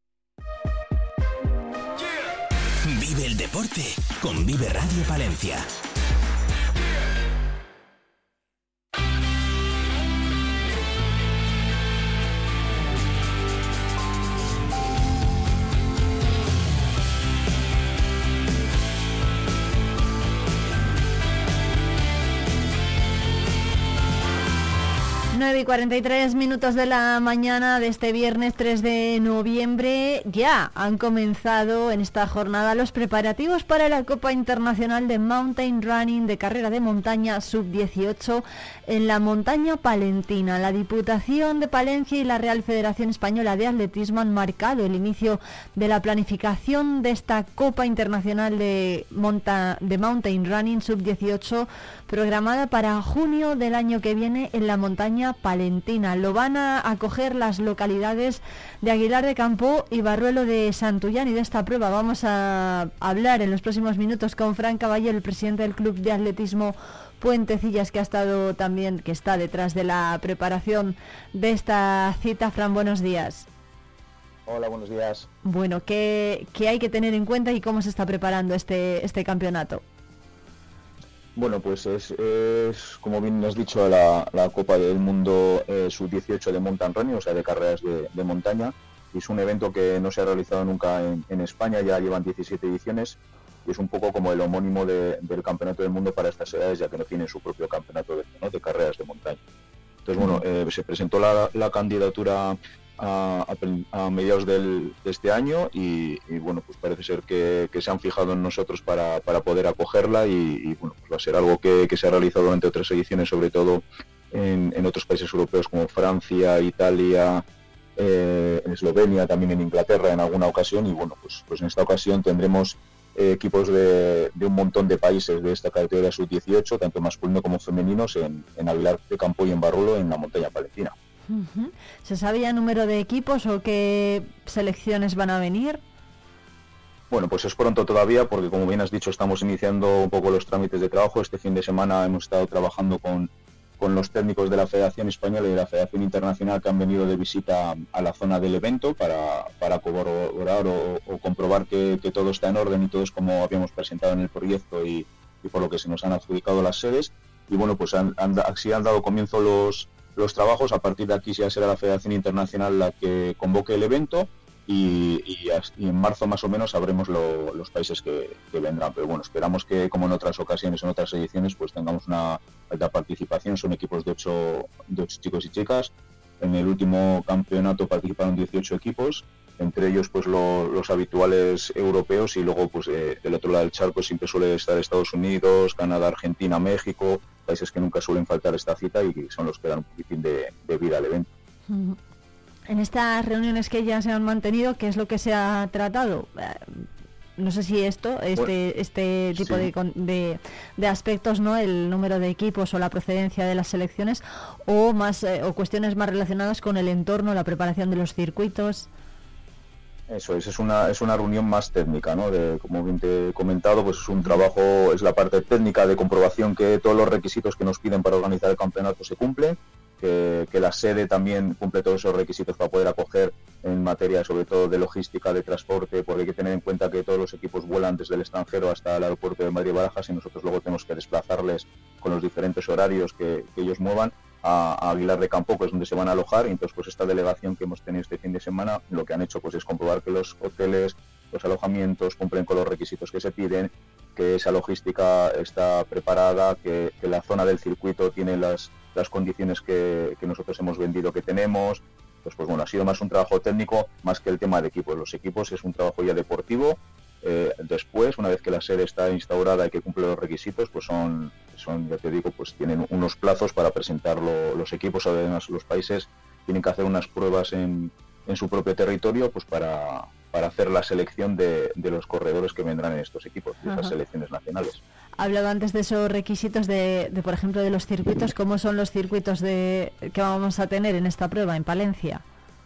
Vive el deporte con Vive Radio Palencia. nueve y cuarenta y tres minutos de la mañana de este viernes tres de noviembre. Ya han comenzado en esta jornada los preparativos para la Copa Internacional de Mountain Running de carrera de montaña sub dieciocho en la montaña palentina. La Diputación de Palencia y la Real Federación Española de Atletismo han marcado el inicio de la planificación de esta Copa Internacional de, monta- de Mountain Running sub dieciocho programada para junio del año que viene en la montaña palentina. Lo van a acoger las localidades de Aguilar de Campo y Barruelo de Santullán, y de esta prueba vamos a hablar en los próximos minutos con Fran Caballero, el presidente del Club de Atletismo Puentecillas, que ha estado también, que está detrás de la preparación de esta cita. Fran, buenos días. Hola, buenos días. Bueno, ¿qué, qué hay que tener en cuenta y cómo se está preparando este, este campeonato? Bueno, pues es, es como bien has dicho, la, la Copa del Mundo eh, sub dieciocho de mountain running, o sea, de carreras de, de montaña. Es un evento que no se ha realizado nunca en, en España, ya llevan diecisiete ediciones, y es un poco como el homónimo de, del Campeonato del Mundo para estas edades, ya que no tienen su propio campeonato de, ¿no? de carreras de montaña. Entonces, bueno, eh, se presentó la, la candidatura a, a, a mediados del, de este año y, y bueno, pues parece ser que, que se han fijado en nosotros para, para poder acogerla y, y bueno, pues va a ser algo que, que se ha realizado durante otras ediciones, sobre todo en, en otros países europeos como Francia, Italia, eh, en Eslovenia, también en Inglaterra en alguna ocasión, y bueno, pues, pues en esta ocasión tendremos eh, equipos de, de un montón de países de esta categoría sub dieciocho, tanto masculino como femeninos, en, en Aguilar de Campo y en Barruelo, en la montaña palentina. Uh-huh. ¿Se sabe ya el número de equipos o qué selecciones van a venir? Bueno, pues es pronto todavía porque, como bien has dicho, estamos iniciando un poco los trámites de trabajo. Este fin de semana hemos estado trabajando con, con los técnicos de la Federación Española y de la Federación Internacional que han venido de visita a la zona del evento para, para corroborar o, o comprobar que, que todo está en orden y todo es como habíamos presentado en el proyecto y, y por lo que se nos han adjudicado las sedes. Y bueno, pues han, han, así han dado comienzo los los trabajos. A partir de aquí ya será la Federación Internacional la que convoque el evento y, y, y en marzo más o menos sabremos lo, los países que, que vendrán, pero bueno, esperamos que como en otras ocasiones, en otras ediciones, pues tengamos una alta participación. Son equipos de ocho, de ocho chicos y chicas. En el último campeonato participaron dieciocho equipos, entre ellos pues lo, los habituales europeos, y luego pues eh, del otro lado del charco siempre suele estar Estados Unidos, Canadá, Argentina, México, países que nunca suelen faltar esta cita y que son los que dan un poquitín de, de vida al evento. En estas reuniones que ya se han mantenido, ¿qué es lo que se ha tratado? No sé si esto, este bueno, este tipo sí. de, de, de aspectos, ¿no? El número de equipos o la procedencia de las selecciones, o más eh, o cuestiones más relacionadas con el entorno, la preparación de los circuitos. Eso es, es una es una reunión más técnica, ¿no? De, como bien te he comentado, pues es un trabajo, es la parte técnica de comprobación que todos los requisitos que nos piden para organizar el campeonato se cumplen, que, que la sede también cumple todos esos requisitos para poder acoger en materia sobre todo de logística, de transporte, porque hay que tener en cuenta que todos los equipos vuelan desde el extranjero hasta el aeropuerto de Madrid-Barajas y nosotros luego tenemos que desplazarles con los diferentes horarios que, que ellos muevan. a, a Aguilar de Campo, que es donde se van a alojar, y entonces pues esta delegación que hemos tenido este fin de semana, lo que han hecho pues es comprobar que los hoteles, los alojamientos cumplen con los requisitos que se piden, que esa logística está preparada, que, que la zona del circuito tiene las, las condiciones que, que nosotros hemos vendido que tenemos. Pues, pues bueno, ha sido más un trabajo técnico más que el tema de equipos. Los equipos es un trabajo ya deportivo. Eh, después, una vez que la sede está instaurada y que cumple los requisitos, pues son, son ya te digo, pues tienen unos plazos para presentarlo los equipos. Además, los países tienen que hacer unas pruebas en, en su propio territorio, pues para, para hacer la selección de, de los corredores que vendrán en estos equipos, de esas selecciones nacionales. Hablaba antes de esos requisitos de, de, por ejemplo, de los circuitos. ¿Cómo son los circuitos de que vamos a tener en esta prueba, en Palencia?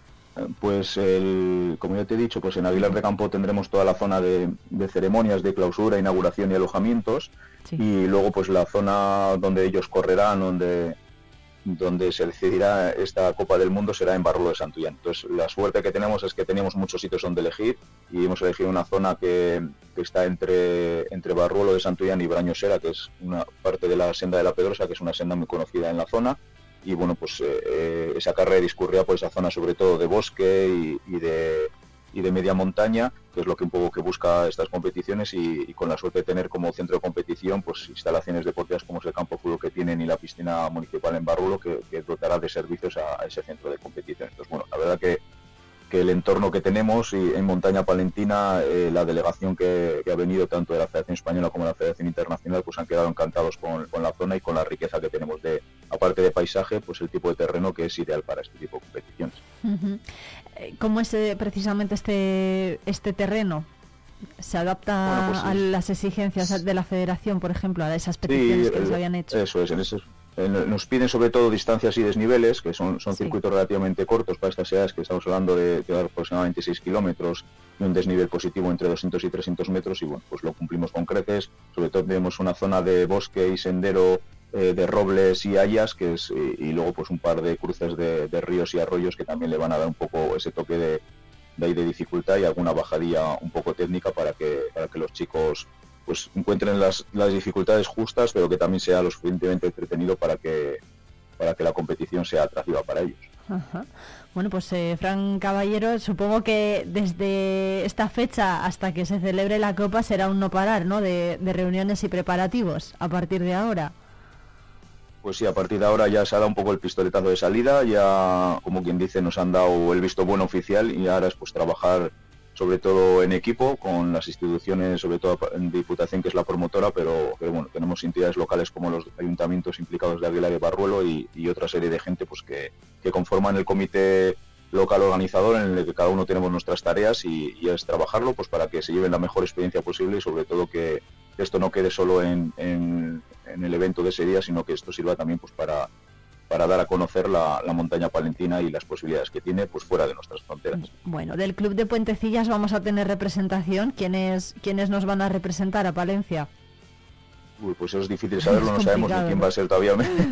Pues, el, como ya te he dicho, pues en Aguilar de Campo tendremos toda la zona de, de ceremonias de clausura, inauguración y alojamientos, sí. Y luego pues la zona donde ellos correrán, donde donde se decidirá esta Copa del Mundo será en Barruelo de Santullán. Entonces la suerte que tenemos es que tenemos muchos sitios donde elegir y hemos elegido una zona que, que está entre, entre Barruelo de Santullán y Brañosera, que es una parte de la senda de la Pedrosa, que es una senda muy conocida en la zona. Y bueno, pues eh, esa carrera discurría por esa zona sobre todo de bosque y, y de y de media montaña, que es lo que un poco que busca estas competiciones, y, y con la suerte de tener como centro de competición pues instalaciones deportivas como es el campo de fútbol que tienen y la piscina municipal en Barruelo, que, que dotará de servicios a, a ese centro de competición. Entonces, bueno, la verdad que que el entorno que tenemos y en Montaña Palentina, eh, la delegación que, que ha venido tanto de la Federación Española como de la Federación Internacional, pues han quedado encantados con, con la zona y con la riqueza que tenemos de, aparte de paisaje, pues el tipo de terreno que es ideal para este tipo de competiciones. Uh-huh. ¿Cómo es eh, precisamente este este terreno? ¿Se adapta bueno, pues, a las exigencias de la Federación, por ejemplo, a esas peticiones sí, que les habían hecho? Eso es, en esos nos piden sobre todo distancias y desniveles, que son, son sí. circuitos relativamente cortos para estas edades, que estamos hablando de, de aproximadamente seis kilómetros y un desnivel positivo entre doscientos y trescientos metros, y bueno, pues lo cumplimos con creces. Sobre todo tenemos una zona de bosque y sendero eh, de robles y hayas, que es y, y luego pues un par de cruces de, de ríos y arroyos que también le van a dar un poco ese toque de, de ahí de dificultad y alguna bajadilla un poco técnica para que, para que los chicos pues encuentren las, las dificultades justas, pero que también sea lo suficientemente entretenido para que para que la competición sea atractiva para ellos. Ajá. Bueno, pues eh, Fran Caballero, supongo que desde esta fecha hasta que se celebre la Copa será un no parar, ¿no?, de, de reuniones y preparativos a partir de ahora. Pues sí, a partir de ahora ya se ha dado un poco el pistoletazo de salida, ya como quien dice nos han dado el visto bueno oficial, y ahora es pues trabajar sobre todo en equipo, con las instituciones, sobre todo en Diputación, que es la promotora, pero, pero bueno, tenemos entidades locales como los ayuntamientos implicados de Aguilar y Barruelo y, y otra serie de gente pues que, que conforman el comité local organizador, en el que cada uno tenemos nuestras tareas, y, y es trabajarlo pues para que se lleven la mejor experiencia posible, y sobre todo que esto no quede solo en, en, en el evento de ese día, sino que esto sirva también pues para para dar a conocer la, la montaña palentina y las posibilidades que tiene pues fuera de nuestras fronteras. Bueno, del Club de Puentecillas vamos a tener representación. ¿Quiénes, quiénes nos van a representar a Palencia? Uy, pues eso es difícil saberlo, no sabemos ni quién va a ser todavía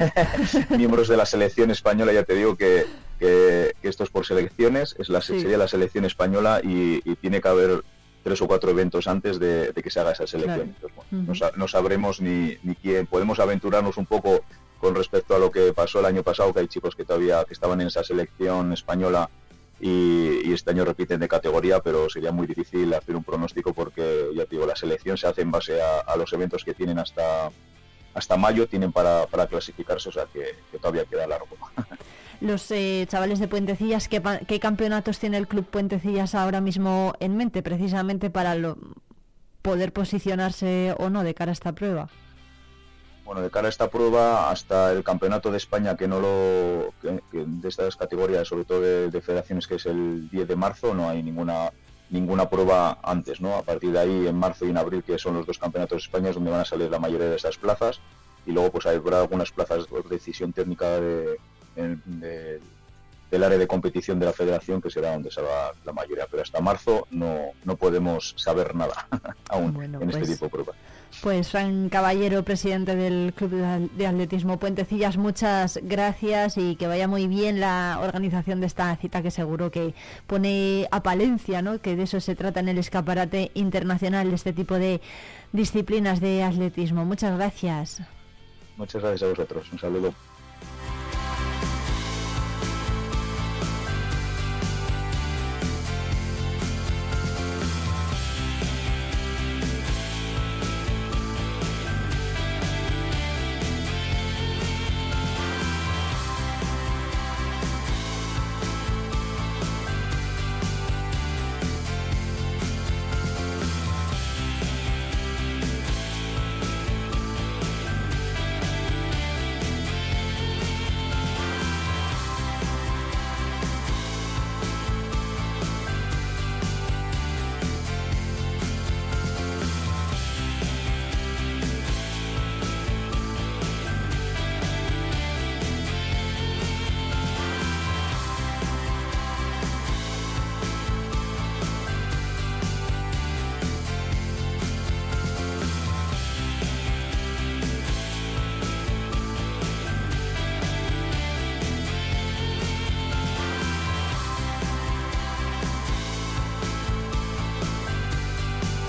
miembros de la selección española. Ya te digo que, que, que esto es por selecciones, es la, sí. sería la selección española, y, y tiene que haber tres o cuatro eventos antes de, de que se haga esa selección. Claro. Entonces, bueno, uh-huh. no, no sabremos ni, ni quién. Podemos aventurarnos un poco con respecto a lo que pasó el año pasado, que hay chicos que todavía que estaban en esa selección española y, y este año repiten de categoría, pero sería muy difícil hacer un pronóstico porque, ya te digo, la selección se hace en base a, a los eventos que tienen hasta hasta mayo, tienen para, para clasificarse, o sea que, que todavía queda largo. Los eh, chavales de Puentecillas, ¿qué, ¿qué campeonatos tiene el Club Puentecillas ahora mismo en mente, precisamente para lo, poder posicionarse o no de cara a esta prueba? Bueno, de cara a esta prueba, hasta el Campeonato de España, que no lo que, que de estas categorías, sobre todo de, de federaciones, que es el diez de marzo, no hay ninguna ninguna prueba antes, ¿no? A partir de ahí, en marzo y en abril, que son los dos Campeonatos de España, es donde van a salir la mayoría de esas plazas, y luego pues habrá algunas plazas de decisión técnica de, de, de, del área de competición de la federación, que será donde salga la mayoría, pero hasta marzo no, no podemos saber nada aún bueno, en pues... este tipo de pruebas. Pues Fran Caballero, presidente del Club de Atletismo Puentecillas, muchas gracias, y que vaya muy bien la organización de esta cita, que seguro que pone a Palencia, ¿no?, que de eso se trata en el escaparate internacional de este tipo de disciplinas de atletismo. Muchas gracias. Muchas gracias a vosotros. Un saludo.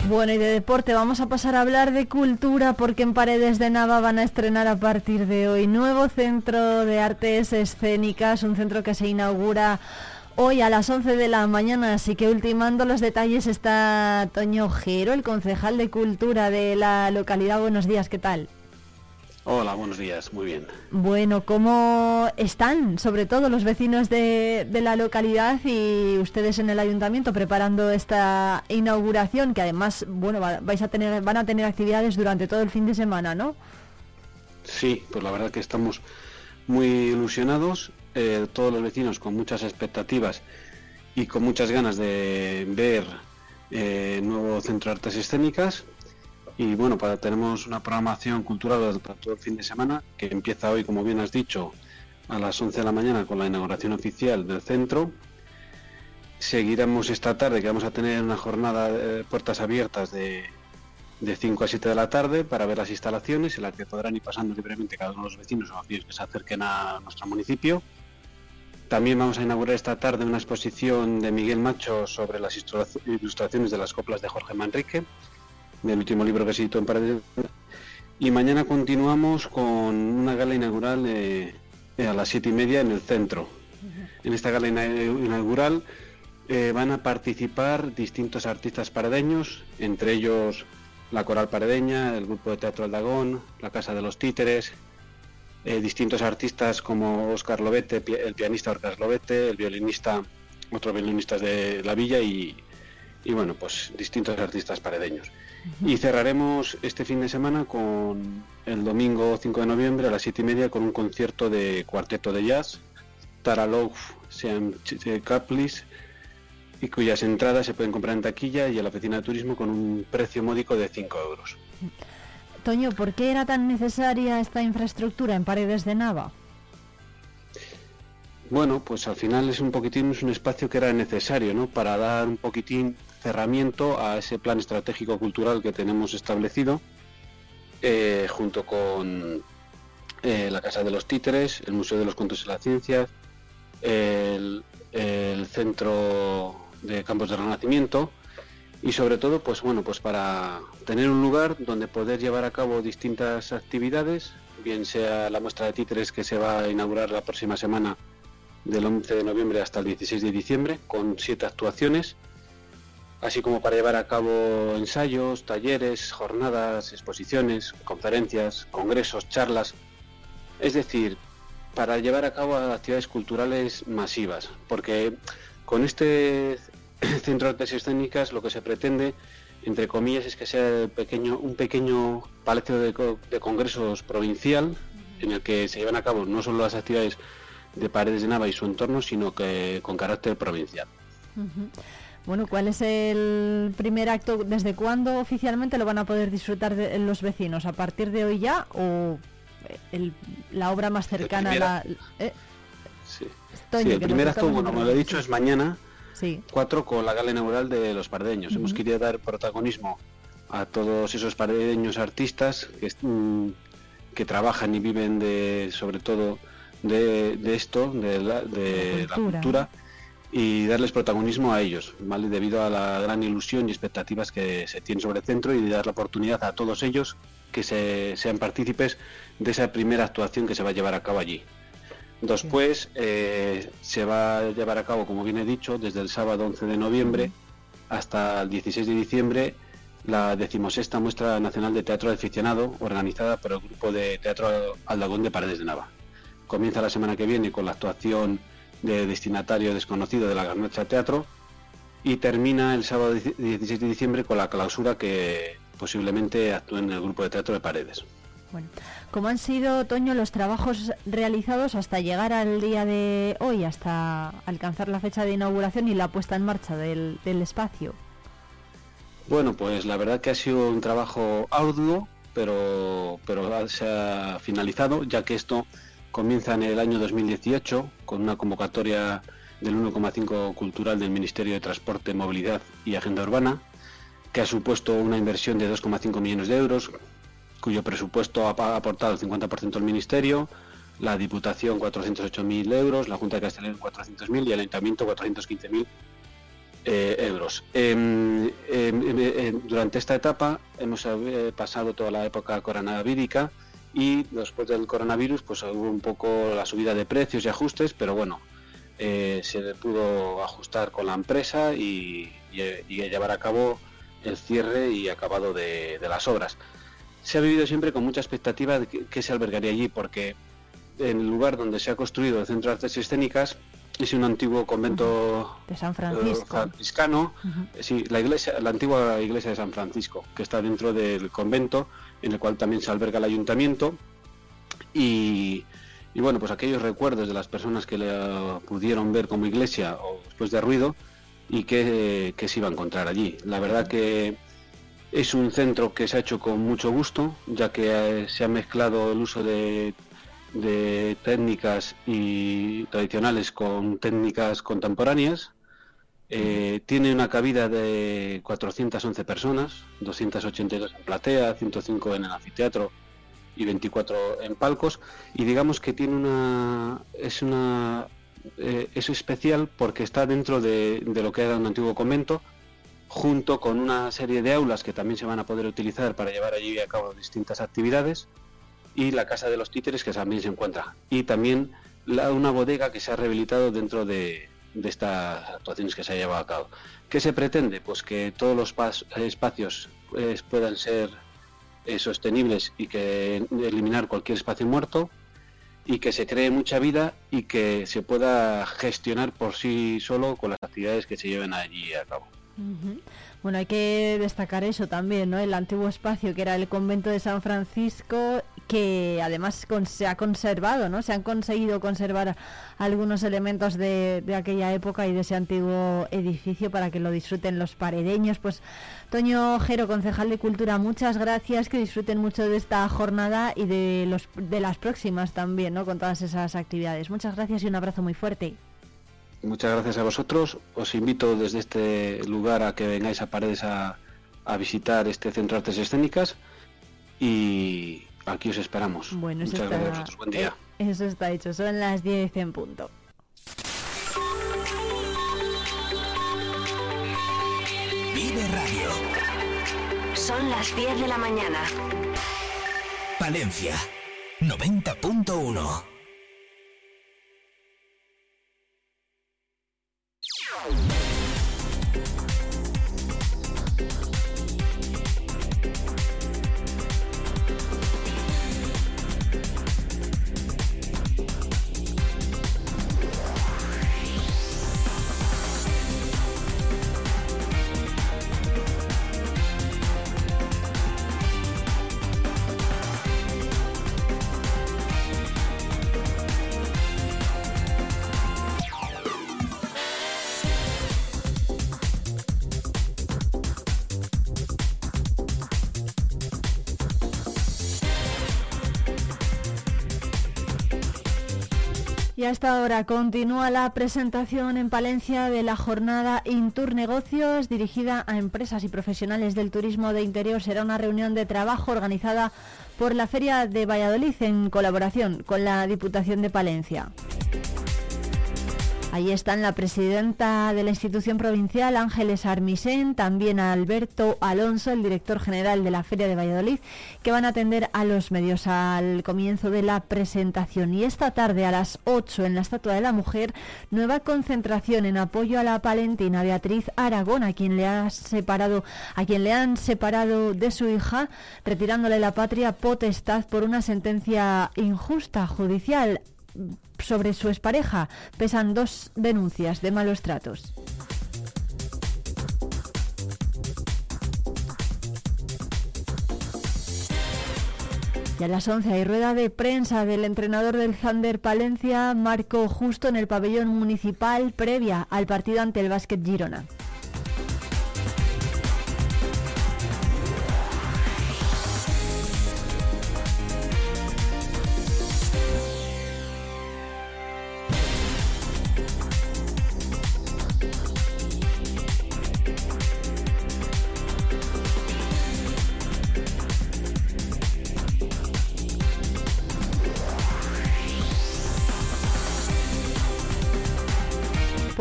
Bueno, y de deporte vamos a pasar a hablar de cultura, porque en Paredes de Nava van a estrenar a partir de hoy nuevo Centro de Artes Escénicas, un centro que se inaugura hoy a las once de la mañana, así que ultimando los detalles está Toño Ojero, el concejal de Cultura de la localidad. Buenos días, ¿qué tal? Hola, buenos días, muy bien. Bueno, ¿cómo están, sobre todo los vecinos de, de la localidad y ustedes en el ayuntamiento preparando esta inauguración, que además, bueno, va, vais a tener, van a tener actividades durante todo el fin de semana, ¿no? Sí, pues la verdad que estamos muy ilusionados, eh, todos los vecinos con muchas expectativas y con muchas ganas de ver eh, nuevo Centro de Artes Escénicas. Y bueno, para, tenemos una programación cultural para todo el fin de semana, que empieza hoy, como bien has dicho, a las once de la mañana con la inauguración oficial del centro. Seguiremos esta tarde, que vamos a tener una jornada de puertas abiertas de, de cinco a siete de la tarde para ver las instalaciones, en las que podrán ir pasando libremente cada uno de los vecinos o aquellos que se acerquen a nuestro municipio. También vamos a inaugurar esta tarde una exposición de Miguel Macho sobre las ilustraciones de las coplas de Jorge Manrique, del último libro que se editó en Paredes. Y mañana continuamos con una gala inaugural eh, a las siete y media en el centro. Uh-huh. En esta gala inaugural eh, van a participar distintos artistas paredeños, entre ellos la Coral Paredeña, el Grupo de Teatro Aldagón, la Casa de los Títeres, eh, distintos artistas como Óscar Lobete, el pianista Óscar Lobete, el violinista, otros violinistas de la villa y, y bueno, pues distintos artistas paredeños. Y cerraremos este fin de semana con el domingo cinco de noviembre a las siete y media con un concierto de cuarteto de jazz, Taralov Sean Kaplis, y cuyas entradas se pueden comprar en taquilla y en la oficina de turismo con un precio módico de cinco euros. Toño, ¿por qué era tan necesaria esta infraestructura en Paredes de Nava? Bueno, pues al final es un poquitín, es un espacio que era necesario, ¿no? Para dar un poquitín cerramiento a ese plan estratégico cultural que tenemos establecido, eh, junto con eh, la Casa de los Títeres, el Museo de los Cuentos y las Ciencias, el, el Centro de Campos de Renacimiento y sobre todo, pues bueno, pues para tener un lugar donde poder llevar a cabo distintas actividades, bien sea la muestra de títeres que se va a inaugurar la próxima semana del once de noviembre hasta el dieciséis de diciembre con siete actuaciones, así como para llevar a cabo ensayos, talleres, jornadas, exposiciones, conferencias, congresos, charlas, es decir, para llevar a cabo actividades culturales masivas, porque con este Centro de Artes Escénicas lo que se pretende, entre comillas, es que sea pequeño, un pequeño palacio de, de congresos provincial en el que se llevan a cabo no solo las actividades de Paredes de Nava y su entorno, sino que con carácter provincial. Uh-huh. Bueno, ¿cuál es el primer acto? ¿Desde cuándo oficialmente lo van a poder disfrutar de los vecinos? ¿A partir de hoy ya o el, la obra más cercana a la...? ¿Eh? Sí, Toño, sí, el primer acto, bueno, como lo he dicho, es mañana, sí. cuatro, con la gala inaugural de los paredeños. Uh-huh. Hemos querido dar protagonismo a todos esos paredeños artistas que, que trabajan y viven de, sobre todo, de, de esto, de la, de la cultura. la cultura, y darles protagonismo a ellos, ¿vale? Debido a la gran ilusión y expectativas que se tienen sobre el centro, y de dar la oportunidad a todos ellos que se, sean partícipes de esa primera actuación que se va a llevar a cabo allí. Después eh, se va a llevar a cabo, como bien he dicho, desde el sábado once de noviembre hasta el dieciséis de diciembre, la decimosexta Muestra Nacional de Teatro de Aficionado, organizada por el Grupo de Teatro Aldagón de Paredes de Nava. Comienza la semana que viene con la actuación de Destinatario Desconocido de la Garnacha Teatro y termina el sábado dieciséis de diciembre con la clausura, que posiblemente actúe en el Grupo de Teatro de Paredes. Bueno, ¿cómo han sido, Toño, los trabajos realizados hasta llegar al día de hoy, hasta alcanzar la fecha de inauguración y la puesta en marcha del, del espacio? Bueno, pues la verdad que ha sido un trabajo arduo, pero, pero se ha finalizado, ya que esto comienza en el año dos mil dieciocho con una convocatoria del uno coma cinco cultural del Ministerio de Transporte, Movilidad y Agenda Urbana, que ha supuesto una inversión de dos coma cinco millones de euros, cuyo presupuesto ha aportado el cincuenta por ciento el Ministerio, la Diputación cuatrocientos ocho mil euros, la Junta de Castilla y León cuatrocientos mil y el Ayuntamiento cuatrocientos quince mil eh, euros. Eh, eh, eh, durante esta etapa hemos eh, pasado toda la época coronavírica y después del coronavirus pues hubo un poco la subida de precios y ajustes, pero bueno, eh, se pudo ajustar con la empresa y, y, y llevar a cabo el cierre y acabado de, de las obras. Se ha vivido siempre con mucha expectativa de que, que se albergaría allí, porque en el lugar donde se ha construido el Centro de Artes Escénicas es un antiguo convento de San Francisco. Uh, franciscano, uh-huh. sí, la iglesia, la antigua iglesia de San Francisco, que está dentro del convento, en el cual también se alberga el ayuntamiento, y, y bueno, pues aquellos recuerdos de las personas que le pudieron ver como iglesia o después de ruido y que, que se iba a encontrar allí. La verdad que es un centro que se ha hecho con mucho gusto, ya que se ha mezclado el uso de, de técnicas y tradicionales con técnicas contemporáneas. Eh, tiene una cabida de cuatrocientas once personas, doscientas ochenta y dos en platea, ciento cinco en el anfiteatro y veinticuatro en palcos, y digamos que tiene una es una eh, es especial porque está dentro de, de lo que era un antiguo convento, junto con una serie de aulas que también se van a poder utilizar para llevar allí a cabo distintas actividades, y la Casa de los Títeres, que también se encuentra, y también la, una bodega que se ha rehabilitado dentro de, de estas actuaciones que se ha llevado a cabo. ¿Qué se pretende? Pues que todos los pas, espacios pues, puedan ser eh, sostenibles y que eliminar cualquier espacio muerto, y que se cree mucha vida y que se pueda gestionar por sí solo con las actividades que se lleven allí a cabo. Uh-huh. Bueno, hay que destacar eso también, ¿no? El antiguo espacio que era el convento de San Francisco, que además con, se ha conservado, ¿no? Se han conseguido conservar algunos elementos de, de aquella época y de ese antiguo edificio para que lo disfruten los paredeños. Pues Toño Ojero, concejal de Cultura, muchas gracias, que disfruten mucho de esta jornada y de los de las próximas también, ¿no? Con todas esas actividades. Muchas gracias y un abrazo muy fuerte. Muchas gracias a vosotros. Os invito desde este lugar a que vengáis a Paredes a, a visitar este Centro de Artes Escénicas, y aquí os esperamos. Bueno, muchas está, gracias a vosotros. Buen día. Eh, eso está hecho. Son las diez en punto. Vive Radio. Son las diez de la mañana. Palencia, noventa punto uno. Y hasta ahora continúa la presentación en Palencia de la jornada Intur Negocios, dirigida a empresas y profesionales del turismo de interior. Será una reunión de trabajo organizada por la Feria de Valladolid en colaboración con la Diputación de Palencia. Ahí están la presidenta de la institución provincial, Ángeles Armisen, también a Alberto Alonso, el director general de la Feria de Valladolid, que van a atender a los medios al comienzo de la presentación. Y esta tarde a las ocho en la Estatua de la Mujer, nueva concentración en apoyo a la palentina Beatriz Aragón, a quien le ha separado, a quien le han separado de su hija, retirándole la patria potestad por una sentencia injusta judicial sobre su expareja. Pesan dos denuncias de malos tratos. Y a las once hay rueda de prensa del entrenador del Thunder Palencia, Marco Justo, en el pabellón municipal previa al partido ante el Básquet Girona.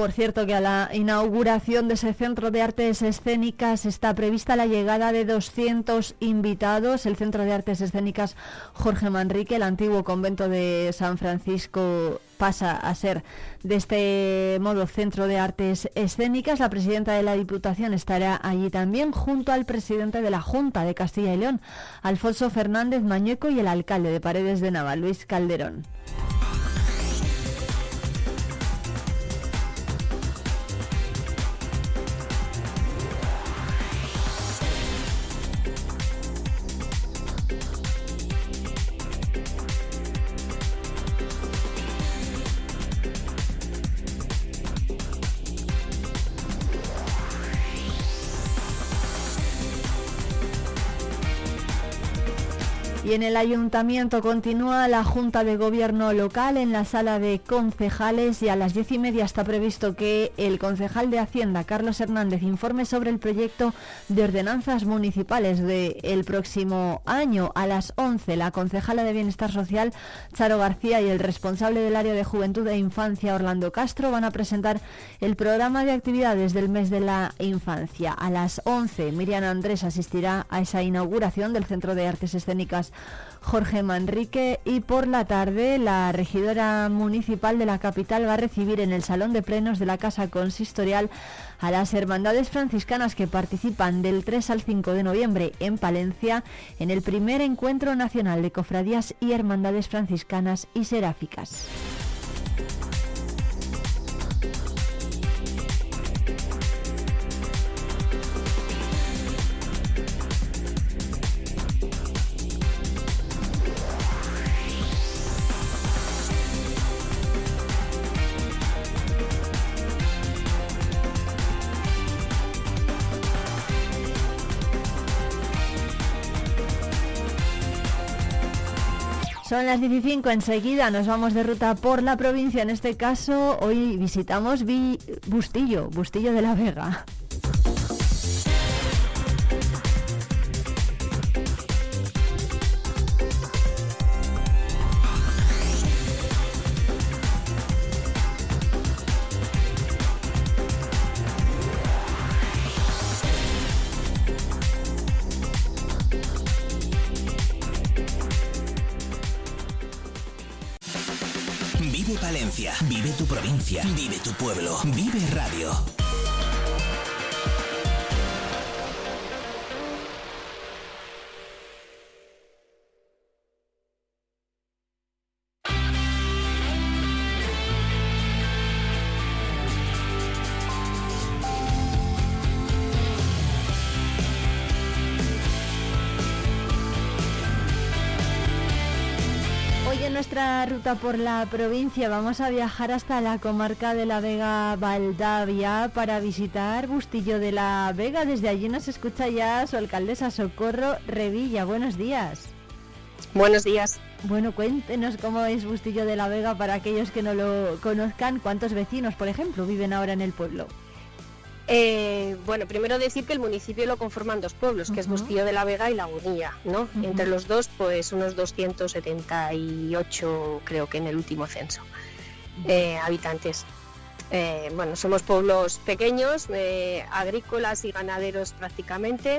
Por cierto, que a la inauguración de ese Centro de Artes Escénicas está prevista la llegada de doscientos invitados. El Centro de Artes Escénicas Jorge Manrique, el antiguo convento de San Francisco, pasa a ser de este modo Centro de Artes Escénicas. La presidenta de la Diputación estará allí también, junto al presidente de la Junta de Castilla y León, Alfonso Fernández Mañueco, y el alcalde de Paredes de Nava, Luis Calderón. Y en el Ayuntamiento continúa la Junta de Gobierno local en la sala de concejales, y a las diez y media está previsto que el concejal de Hacienda, Carlos Hernández, informe sobre el proyecto de ordenanzas municipales del próximo año. A las once, la concejala de Bienestar Social, Charo García, y el responsable del área de Juventud e Infancia, Orlando Castro, van a presentar el programa de actividades del mes de la infancia. A las once, Miriam Andrés asistirá a esa inauguración del Centro de Artes Escénicas Jorge Manrique, y por la tarde la regidora municipal de la capital va a recibir en el Salón de Plenos de la Casa Consistorial a las hermandades franciscanas que participan del tres al cinco de noviembre en Palencia en el primer encuentro nacional de cofradías y hermandades franciscanas y seráficas. Son las diez y cinco, enseguida nos vamos de ruta por la provincia. En este caso, hoy visitamos Vi- Bustillo, Bustillo de la Vega. Vive Palencia, vive tu provincia, vive tu pueblo, Vive Radio. Nuestra ruta por la provincia vamos a viajar hasta la comarca de la Vega Valdavia para visitar Bustillo de la Vega. Desde allí nos escucha ya su alcaldesa Socorro Revilla. Buenos días. Buenos días. Bueno, cuéntenos cómo es Bustillo de la Vega para aquellos que no lo conozcan. ¿Cuántos vecinos, por ejemplo, viven ahora en el pueblo? Eh, bueno, primero decir que el municipio lo conforman dos pueblos, uh-huh. que es Bustillo de la Vega y Lagunilla, ¿no? Uh-huh. Entre los dos, pues unos doscientos setenta y ocho, creo que en el último censo, eh, habitantes. Eh, bueno, somos pueblos pequeños, eh, agrícolas y ganaderos prácticamente,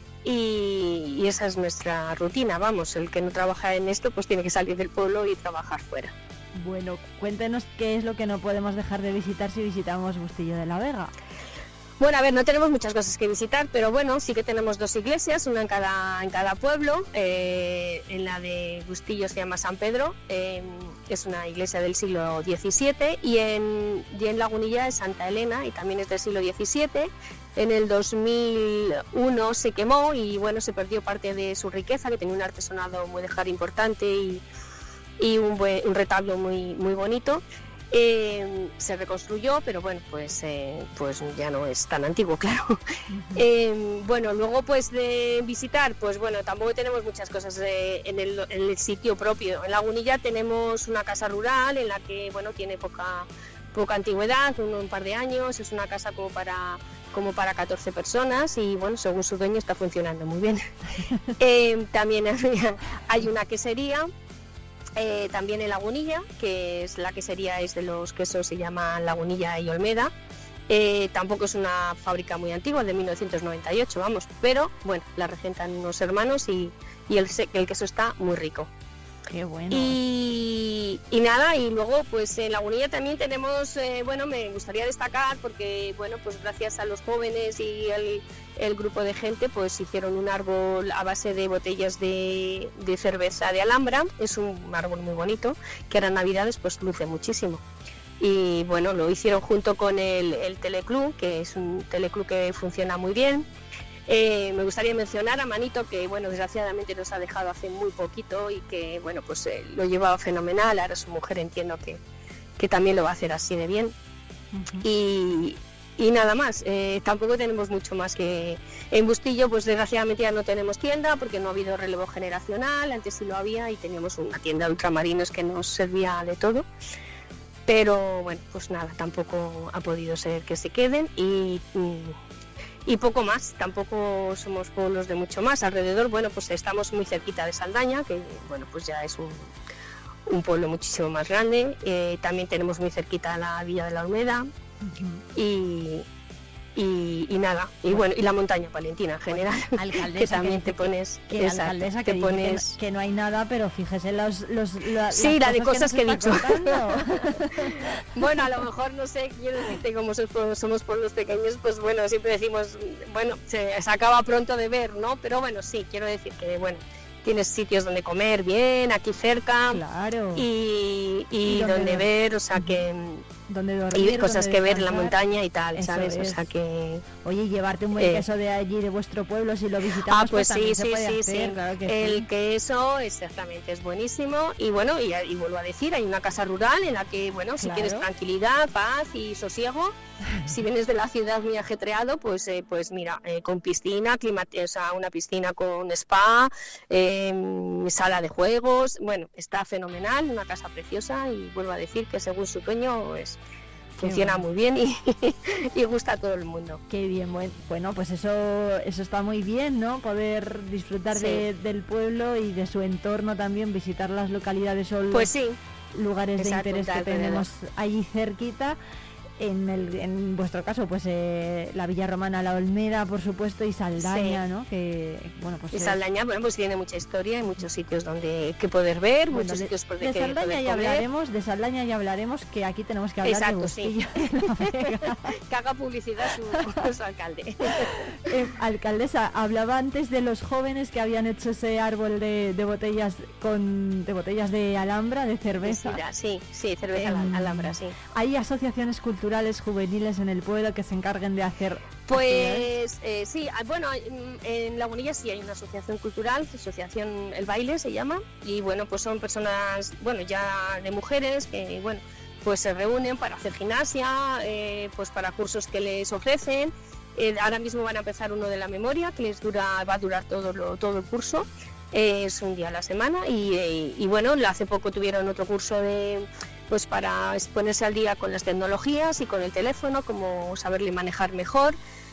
y, y esa es nuestra rutina, vamos, el que no trabaja en esto pues tiene que salir del pueblo y trabajar fuera. Bueno, cuéntenos qué es lo que no podemos dejar de visitar si visitamos Bustillo de la Vega. Bueno, a ver, no tenemos muchas cosas que visitar, pero bueno, sí que tenemos dos iglesias, una en cada, en cada pueblo. Eh, en la de Bustillo se llama San Pedro, eh, es una iglesia del siglo diecisiete, y en, y en Lagunilla es Santa Elena, y también es del siglo diecisiete. En el dos mil uno se quemó y bueno, se perdió parte de su riqueza, que tenía un artesonado muy dejar importante y, y un, buen, un retablo muy, muy bonito. Eh, se reconstruyó, pero bueno, pues eh, pues ya no es tan antiguo, claro. Uh-huh. Eh, bueno, luego pues de visitar, pues bueno, tampoco tenemos muchas cosas de, en, el, en el sitio propio. En Lagunilla tenemos una casa rural en la que, bueno, tiene poca poca antigüedad, un, un par de años, es una casa como para como para catorce personas y bueno, según su dueño está funcionando muy bien. eh, también hay una quesería. Eh, también en Lagunilla, que es la quesería es de los quesos, se llama Lagunilla y Olmeda. Eh, tampoco es una fábrica muy antigua, de mil novecientos noventa y ocho, vamos, pero bueno, la regentan unos hermanos y, y el, el queso está muy rico. Qué bueno. Y, y nada, y luego pues en Lagunilla también tenemos, eh, bueno, me gustaría destacar porque, bueno, pues gracias a los jóvenes y el, el grupo de gente, pues hicieron un árbol a base de botellas de, de cerveza de Alhambra. Es un árbol muy bonito, que ahora en Navidades pues luce muchísimo. Y bueno, lo hicieron junto con el, el Teleclub, que es un teleclub que funciona muy bien. Eh, me gustaría mencionar a Manito, que bueno, desgraciadamente nos ha dejado hace muy poquito y que bueno, pues eh, lo llevaba fenomenal. Ahora su mujer entiendo que, que también lo va a hacer así de bien. Uh-huh. y, y nada más, eh, tampoco tenemos mucho más que... En Bustillo pues desgraciadamente ya no tenemos tienda porque no ha habido relevo generacional. Antes sí lo había y teníamos una tienda de ultramarinos que nos servía de todo. Pero bueno, pues nada, tampoco ha podido ser que se queden y... y Y poco más, tampoco somos pueblos de mucho más. Alrededor, bueno, pues estamos muy cerquita de Saldaña, que bueno, pues ya es un, un pueblo muchísimo más grande. Eh, también tenemos muy cerquita la Villa de la Olmeda. Uh-huh. y, y, y nada, y bueno, y la montaña palentina en general, bueno, alcaldesa, que también que te pones... Que, exacto, alcaldesa que, te pones... que, no, que no hay nada, pero fíjese los, los, la, sí, las la de cosas que, que he dicho. Bueno, a lo mejor, no sé, quiero decirte, como somos pueblos pequeños, pues bueno, siempre decimos, bueno, se, se acaba pronto de ver, ¿no? Pero bueno, sí, quiero decir que, bueno, tienes sitios donde comer bien, aquí cerca. Claro. Y, y, y donde ver, o sea que... Donde dormir, y cosas que ver en la montaña y tal, eso ¿sabes? Es. O sea que... Oye, llevarte un buen eh, queso de allí, de vuestro pueblo, si lo visitamos, ah, pues, pues sí, también sí, se puede sí, hacer, sí. Claro que el sí. queso, exactamente, es buenísimo. Y bueno, y, y vuelvo a decir, hay una casa rural en la que, bueno, si claro. quieres tranquilidad, paz y sosiego, si vienes de la ciudad muy ajetreado, pues eh, pues mira, eh, con piscina, climate, o sea, una piscina con spa, eh, sala de juegos, bueno, está fenomenal, una casa preciosa y vuelvo a decir que según su dueño, pues... funciona bueno. muy bien y, y gusta a todo el mundo. Qué bien, bueno, pues eso eso está muy bien, ¿no? Poder disfrutar sí. de, del pueblo y de su entorno también, visitar las localidades o los pues sí. lugares Exacto, de interés que tenemos allí cerquita. En, el, en vuestro caso, pues eh, la Villa Romana, la Olmeda, por supuesto, y Saldaña, sí. ¿no? Que, bueno, pues y Saldaña, bueno, pues tiene mucha historia, hay muchos sitios donde que poder ver, bueno, muchos de, sitios por de que Saldaña poder ya comer. hablaremos, de Saldaña ya hablaremos, que aquí tenemos que hablar Exacto, de Bustillo. Sí. Que haga publicidad su, su alcalde. Eh, alcaldesa, hablaba antes de los jóvenes que habían hecho ese árbol de, de botellas con de botellas de Alhambra, de cerveza. Sí, sí, cerveza eh, Alhambra, sí. Hay asociaciones culturales juveniles en el pueblo que se encarguen de hacer pues eh, sí, bueno, en Lagunilla sí hay una asociación cultural, asociación El Baile se llama, y bueno, pues son personas, bueno, ya de mujeres que, bueno, pues se reúnen para hacer gimnasia, eh, pues para cursos que les ofrecen. Eh, ahora mismo van a empezar uno de la memoria que les dura, va a durar todo lo, todo el curso. Eh, es un día a la semana y, eh, y bueno, hace poco tuvieron otro curso de pues para ponerse al día con las tecnologías y con el teléfono, como saberle manejar mejor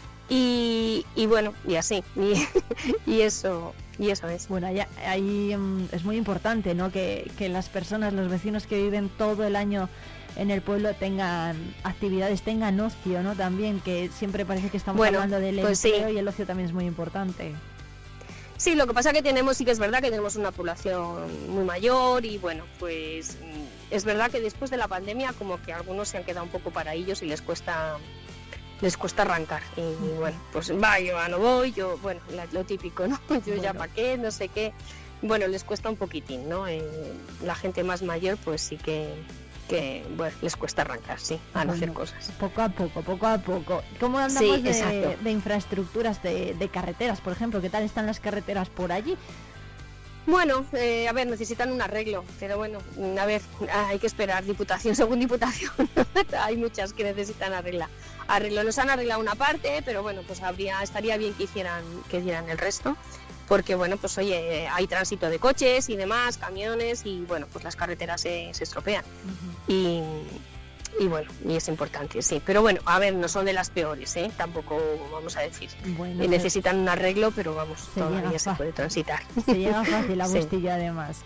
y, y bueno, y así y, y eso y eso es. Bueno, ya, ahí um, es muy importante, ¿no? Que, que las personas, los vecinos que viven todo el año en el pueblo tengan actividades, tengan ocio, ¿no? También, que siempre parece que estamos bueno, hablando del pues empleo sí. Y el ocio también es muy importante. Sí, lo que pasa que tenemos, sí que es verdad que tenemos una población muy mayor y bueno, pues es verdad que después de la pandemia como que algunos se han quedado un poco para ellos y les cuesta les cuesta arrancar y, y bueno, pues va, yo no voy, yo, bueno, lo típico, ¿no? Yo bueno. Ya para qué, no sé qué, bueno, les cuesta un poquitín, ¿no? Eh, la gente más mayor pues sí que que bueno, les cuesta arrancar, sí, a bueno, hacer cosas. Poco a poco, poco a poco. ¿Cómo andamos sí, de, de infraestructuras, de, de carreteras, por ejemplo? ¿Qué tal están las carreteras por allí? Bueno, eh, a ver, necesitan un arreglo, pero bueno, a ver, hay que esperar, diputación según diputación. Hay muchas que necesitan arreglar. Arreglo, nos han arreglado una parte, pero bueno, pues habría, estaría bien que hicieran, que dieran el resto. Porque bueno, pues oye, hay tránsito de coches y demás, camiones y bueno, pues las carreteras se, se estropean. Uh-huh. y, y bueno, y es importante, sí. Pero bueno, a ver, no son de las peores, ¿eh? Tampoco vamos a decir. Bueno, necesitan un arreglo, pero vamos, todavía se puede transitar. Se llega fácil a Bustillo, sí. Además.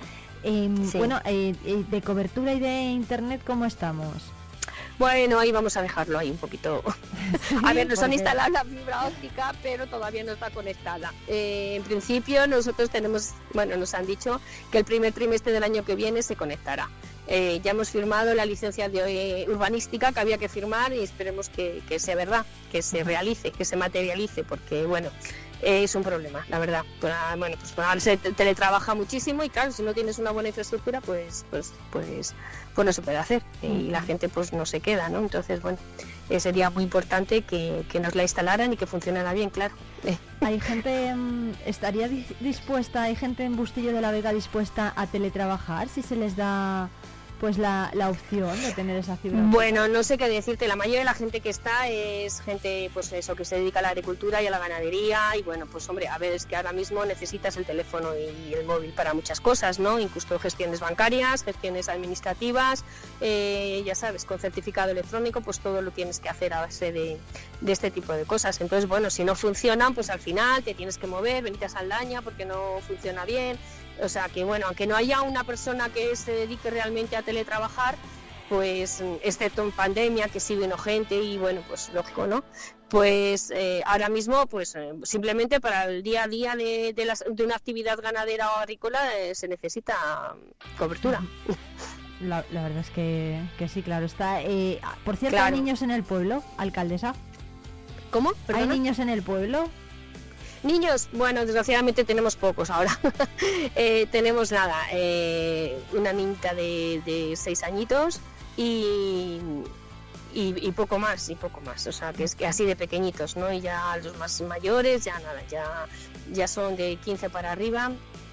Eh, Sí. Bueno, eh, eh, de cobertura y de internet, ¿cómo estamos? Bueno, ahí vamos a dejarlo ahí un poquito. A ver, nos han porque- instalado la fibra óptica, pero todavía no está conectada. Eh, en principio nosotros tenemos, bueno, nos han dicho que el primer trimestre del año que viene se conectará. Eh, ya hemos firmado la licencia de eh, urbanística que había que firmar y esperemos que, que sea verdad, que se realice, que se materialice, porque bueno, eh, es un problema, la verdad. Pues, ah, bueno, pues ahora se te- teletrabaja muchísimo y claro, si no tienes una buena infraestructura, pues, pues, pues, pues no se puede hacer y la gente pues no se queda, ¿no? Entonces, bueno, eh, sería muy importante que, que nos la instalaran y que funcionara bien, claro. Eh, ¿Hay gente, mm, estaría di- dispuesta, hay gente en Bustillo de la Vega dispuesta a teletrabajar si se les da pues la, la opción de tener esa fibra óptica? Bueno, no sé qué decirte, la mayoría de la gente que está es gente pues eso que se dedica a la agricultura y a la ganadería y bueno, pues hombre, a ver, es que ahora mismo necesitas el teléfono y el móvil para muchas cosas, ¿no? Incluso gestiones bancarias, gestiones administrativas, eh, ya sabes, con certificado electrónico, pues todo lo tienes que hacer a base de, de este tipo de cosas. Entonces, bueno, si no funcionan, pues al final te tienes que mover, venirte a Saldaña porque no funciona bien. O sea que bueno, aunque no haya una persona que se dedique realmente a teletrabajar, pues excepto en pandemia que sí vino gente y bueno, pues lógico, ¿no? Pues eh, ahora mismo, pues eh, simplemente para el día a día de, de, las, de una actividad ganadera o agrícola eh, se necesita cobertura. La, la verdad es que, que sí, claro, está. Eh, por cierto, Claro. ¿hay niños en el pueblo, alcaldesa? ¿Cómo? ¿Hay ¿Perdona? niños en el pueblo? Niños, bueno, desgraciadamente tenemos pocos ahora. eh, tenemos nada, eh, una niñita de, de seis añitos y, y, y poco más, y poco más. O sea, que es que así de pequeñitos, ¿no? Y ya los más mayores, ya nada, ya, ya son de quince para arriba.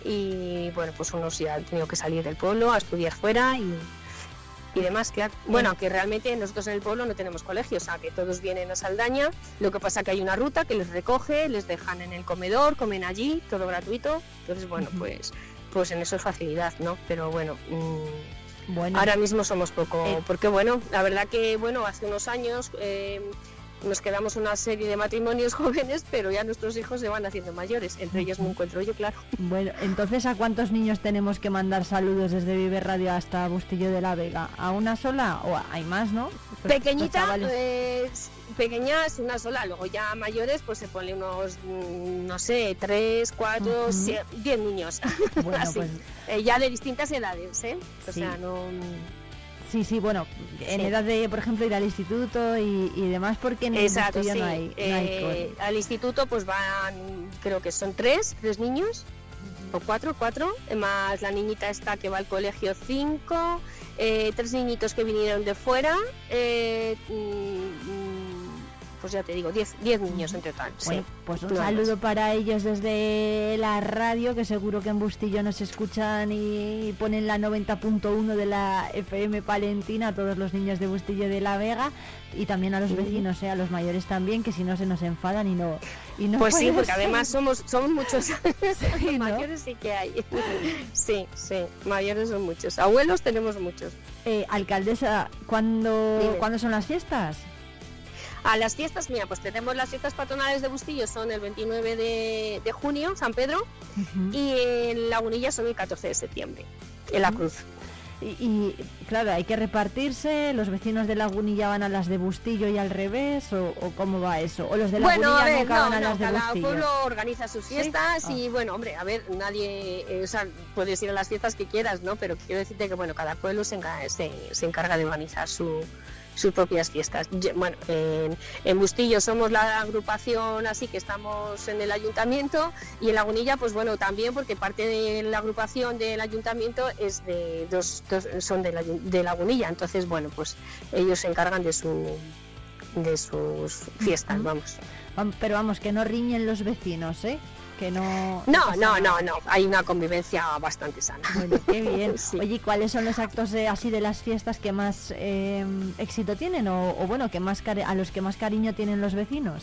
Y bueno, pues unos ya han tenido que salir del pueblo a estudiar fuera y, y demás, claro. Bueno, aunque realmente nosotros en el pueblo no tenemos colegio, o sea, que todos vienen a Saldaña, lo que pasa que hay una ruta que les recoge, les dejan en el comedor, comen allí, todo gratuito, entonces bueno, pues pues en eso es facilidad, ¿no? Pero bueno, mmm, Bueno. ahora mismo somos poco, Eh. porque bueno, la verdad que bueno, hace unos años eh, nos quedamos una serie de matrimonios jóvenes, pero ya nuestros hijos se van haciendo mayores, entre ellos me encuentro yo, claro. Bueno, entonces, ¿a cuántos niños tenemos que mandar saludos desde Vive Radio hasta Bustillo de la Vega? ¿A una sola o hay más, no? Los- Pequeñita, los chavales. pues, pequeñas, una sola, luego ya mayores, pues se pone unos, mm, no sé, tres, cuatro, Ujú. sie- diez niños. Bueno, Así. pues- Eh, ya de distintas edades, ¿eh? O Sí. sea, no... Sí, sí, bueno, en Sí. edad de, por ejemplo, ir al instituto y, y demás, porque en el Exacto, Bustillo sí. no hay, no hay Eh, cole. al instituto pues van, creo que son tres, tres niños, o cuatro, cuatro, más la niñita esta que va al colegio, cinco, eh, tres niñitos que vinieron de fuera, eh, mm, pues ya te digo, diez, diez niños en total. Bueno, sí. pues un No hay saludo más. para ellos desde la radio, que seguro que en Bustillo nos escuchan y ponen la noventa punto uno de la F M palentina, a todos los niños de Bustillo de la Vega y también a los Sí. vecinos, eh, a los mayores también, que si no se nos enfadan y no... Y no Pues sí, puede porque ser. además somos somos muchos. ¿no? Mayores sí que hay. Sí, sí, mayores son muchos. Abuelos tenemos muchos. Eh, alcaldesa, ¿cuándo, Dime. ¿cuándo son las fiestas? A las fiestas, mira, pues tenemos las fiestas patronales de Bustillo, son el veintinueve de, de junio, San Pedro, y en Lagunilla son el catorce de septiembre, en la Cruz. Y, y, claro, hay que repartirse, los vecinos de Lagunilla van a las de Bustillo y al revés, o, o cómo va eso, o los de Lagunilla Bueno, a ver, nunca no, van a no, las de cada Bustillo. pueblo organiza sus fiestas ¿Sí? y Ah. bueno, hombre, a ver, nadie, eh, o sea, puedes ir a las fiestas que quieras, ¿no? Pero quiero decirte que bueno, cada pueblo se encarga, se, se encarga de organizar su sus propias fiestas. Ye- Bueno, en, en Bustillo somos la agrupación así que estamos en el ayuntamiento y en Lagunilla, pues bueno, también porque parte de la agrupación del ayuntamiento es de dos, dos son de, la, de Lagunilla, entonces bueno, pues ellos se encargan de su de sus fiestas, vamos. Vam- Pero vamos, que no riñen los vecinos, ¿eh? Que no... No, pasa no, nada. no, no, hay una convivencia bastante sana. Bueno, qué bien. Sí. Oye, ¿y ¿cuáles son los actos de, así de las fiestas que más eh, éxito tienen o, o bueno, que más cari- a los que más cariño tienen los vecinos?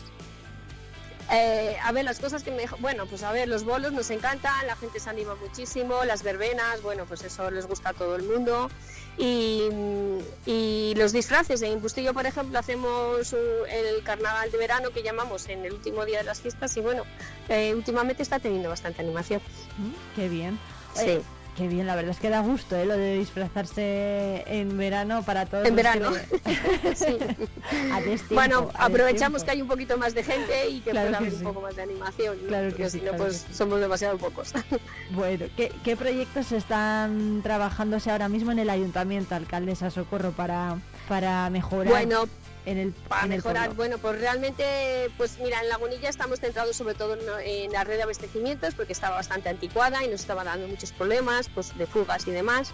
Eh, a ver, las cosas que me... Bueno, pues a ver, los bolos nos encantan, la gente se anima muchísimo, las verbenas, bueno, pues eso les gusta a todo el mundo. Y, y los disfraces, en Bustillo, por ejemplo, hacemos uh, el carnaval de verano que llamamos en el último día de las fiestas y bueno, eh, últimamente está teniendo bastante animación. Mm, qué bien. Sí. Eh, Qué bien, la verdad es que da gusto, ¿eh? Lo de disfrazarse en verano para todos. En verano. Que... sí. tiempo, bueno, aprovechamos que hay un poquito más de gente y que claro pueda que haber sí. un poco más de animación, ¿no? Claro Porque que sí, si no, claro pues que sí. somos demasiado pocos. Bueno, ¿qué, ¿qué proyectos están trabajándose ahora mismo en el Ayuntamiento, alcaldesa Socorro, para, para mejorar? Bueno, En el, para en el mejorar, pueblo. bueno, pues realmente, pues mira, en Lagunilla estamos centrados sobre todo en, en la red de abastecimientos porque estaba bastante anticuada y nos estaba dando muchos problemas, pues de fugas y demás.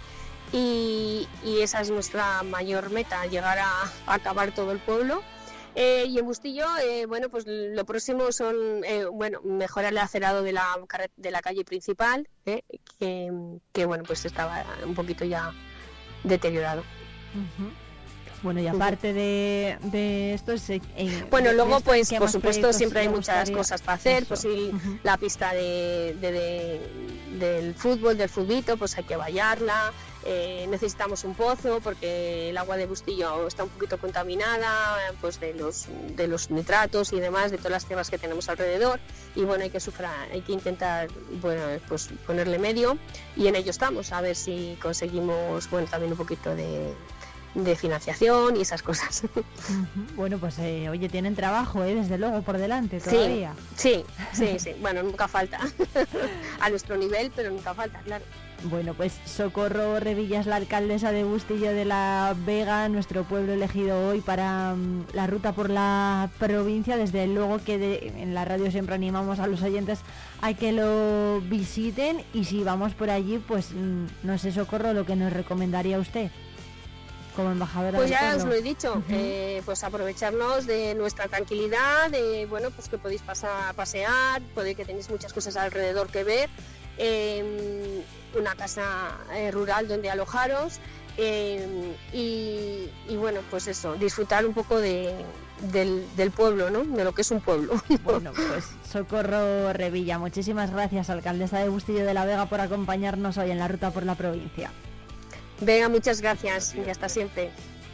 Y, y esa es nuestra mayor meta, llegar a, a acabar todo el pueblo. Eh, y en Bustillo, eh, bueno, pues lo próximo son, eh, bueno, mejorar el acerado de la, de la calle principal, eh, que, que, bueno, pues estaba un poquito ya deteriorado. Uh-huh. Bueno, y aparte de, de esto... Es, eh, bueno, de luego, esto, pues, por supuesto, siempre hay muchas gustaría? cosas para hacer. Eso. Pues sí, Uh-huh. la pista de, de, de, del fútbol, del futbito, pues hay que vallarla. Eh, necesitamos un pozo porque el agua de Bustillo está un poquito contaminada, pues de los, de los nitratos y demás, de todas las tierras que tenemos alrededor. Y bueno, hay que sufrar, hay que intentar, bueno, pues ponerle medio. Y en ello estamos, a ver si conseguimos, bueno, también un poquito de... de financiación y esas cosas. Uh-huh. Bueno, pues eh, oye, tienen trabajo, ¿eh? Desde luego, por delante todavía. Sí, sí, sí, sí. Bueno, nunca falta. A nuestro nivel, pero nunca falta, claro. Bueno, pues Socorro Revillas, la alcaldesa de Bustillo de la Vega, nuestro pueblo elegido hoy para um, la ruta por la provincia. Desde luego que de, en la radio siempre animamos a los oyentes a que lo visiten, y si vamos por allí, pues mm, no sé, Socorro, lo que nos recomendaría usted como embajadora pues del ya pueblo. os lo he dicho, Uh-huh. eh, pues aprovecharnos de nuestra tranquilidad, de bueno, pues que podéis pasar a pasear, podéis que tenéis muchas cosas alrededor que ver, eh, una casa eh, rural donde alojaros, eh, y, y bueno, pues eso, disfrutar un poco de, del, del pueblo, ¿no? De lo que es un pueblo. Bueno, pues Socorro Revilla, muchísimas gracias, alcaldesa de Bustillo de la Vega, por acompañarnos hoy en la ruta por la provincia. Venga, muchas gracias y hasta siempre.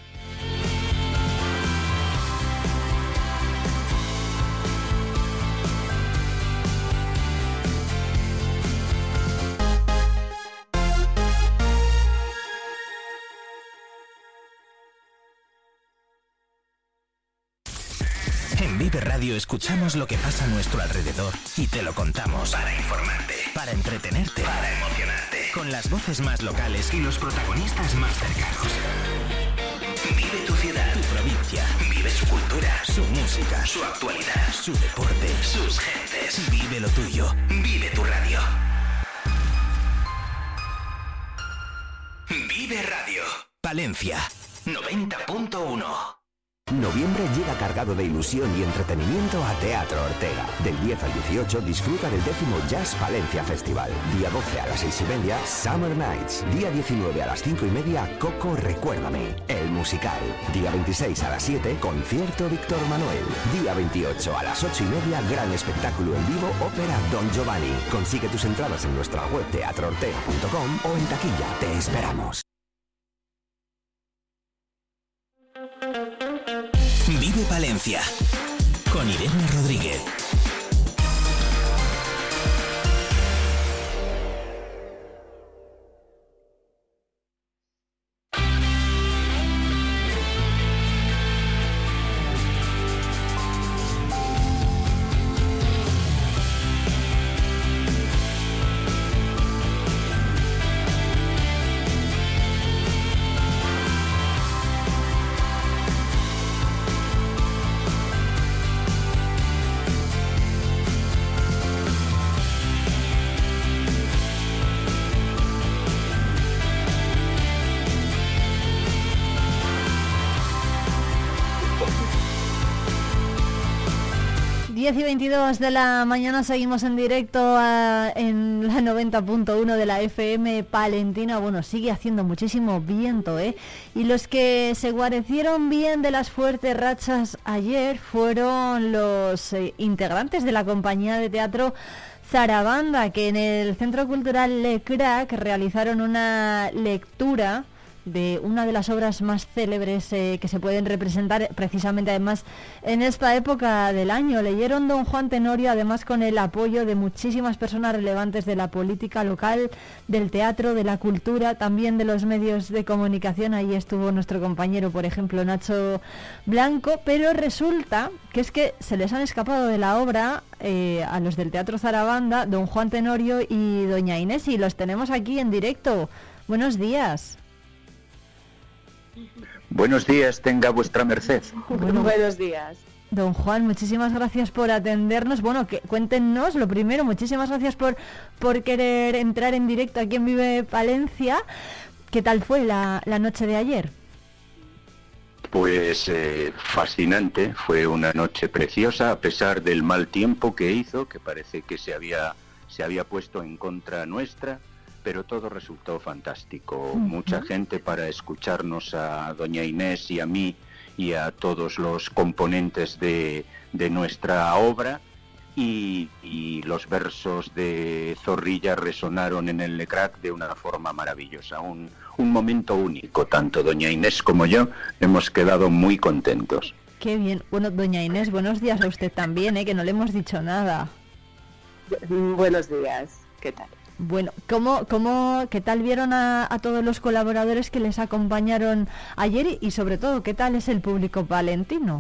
En Vive Radio escuchamos lo que pasa a nuestro alrededor y te lo contamos. Para informarte, para entretenerte, para emocionarte. Con las voces más locales y los protagonistas más cercanos. Vive tu ciudad, tu provincia. Vive su cultura, su música, su actualidad, su deporte, sus gentes. Vive lo tuyo. Vive tu radio. Vive Radio. Palencia, noventa punto uno. Noviembre llega cargado de ilusión y entretenimiento a Teatro Ortega. Del diez al dieciocho disfruta del décimo Jazz Palencia Festival. Día doce a las seis y media, Summer Nights. Día diecinueve a las cinco y media, Coco Recuérdame, el musical. Día veintiséis a las siete, concierto Víctor Manuel. Día veintiocho a las ocho y media, gran espectáculo en vivo, ópera Don Giovanni. Consigue tus entradas en nuestra web teatro ortega punto com o en taquilla. Te esperamos. Vive Palencia con Irene Rodríguez. diez y veintidós de la mañana seguimos en directo a, en la noventa punto uno de la F M palentina. Bueno, sigue haciendo muchísimo viento, ¿eh? Y los que se guarecieron bien de las fuertes rachas ayer fueron los eh, integrantes de la compañía de teatro Zarabanda, que en el Centro Cultural Le Crac realizaron una lectura de una de las obras más célebres eh, que se pueden representar precisamente además en esta época del año. Leyeron Don Juan Tenorio, además con el apoyo de muchísimas personas relevantes de la política local, del teatro, de la cultura, también de los medios de comunicación. Ahí estuvo nuestro compañero, por ejemplo, Nacho Blanco, pero resulta que es que se les han escapado de la obra eh, a los del Teatro Zarabanda, Don Juan Tenorio y Doña Inés, y los tenemos aquí en directo. Buenos días. Buenos días, tenga vuestra merced. Bueno, buenos días. Don Juan, muchísimas gracias por atendernos. Bueno, que cuéntenos lo primero, muchísimas gracias por, por querer entrar en directo aquí en Vive Palencia. ¿Qué tal fue la, la noche de ayer? Pues eh, fascinante, fue una noche preciosa, a pesar del mal tiempo que hizo, que parece que se había, se había puesto en contra nuestra, pero todo resultó fantástico. Uh-huh. Mucha gente para escucharnos a Doña Inés y a mí y a todos los componentes de, de nuestra obra, y, y los versos de Zorrilla resonaron en el Lecrac de una forma maravillosa, un, un momento único. Tanto Doña Inés como yo hemos quedado muy contentos. Qué bien. Bueno, Doña Inés, buenos días a usted también, ¿eh? Que no le hemos dicho nada. Buenos días, ¿qué tal? Bueno, ¿cómo, cómo, ¿qué tal vieron a, a todos los colaboradores que les acompañaron ayer y sobre todo, qué tal es el público palentino?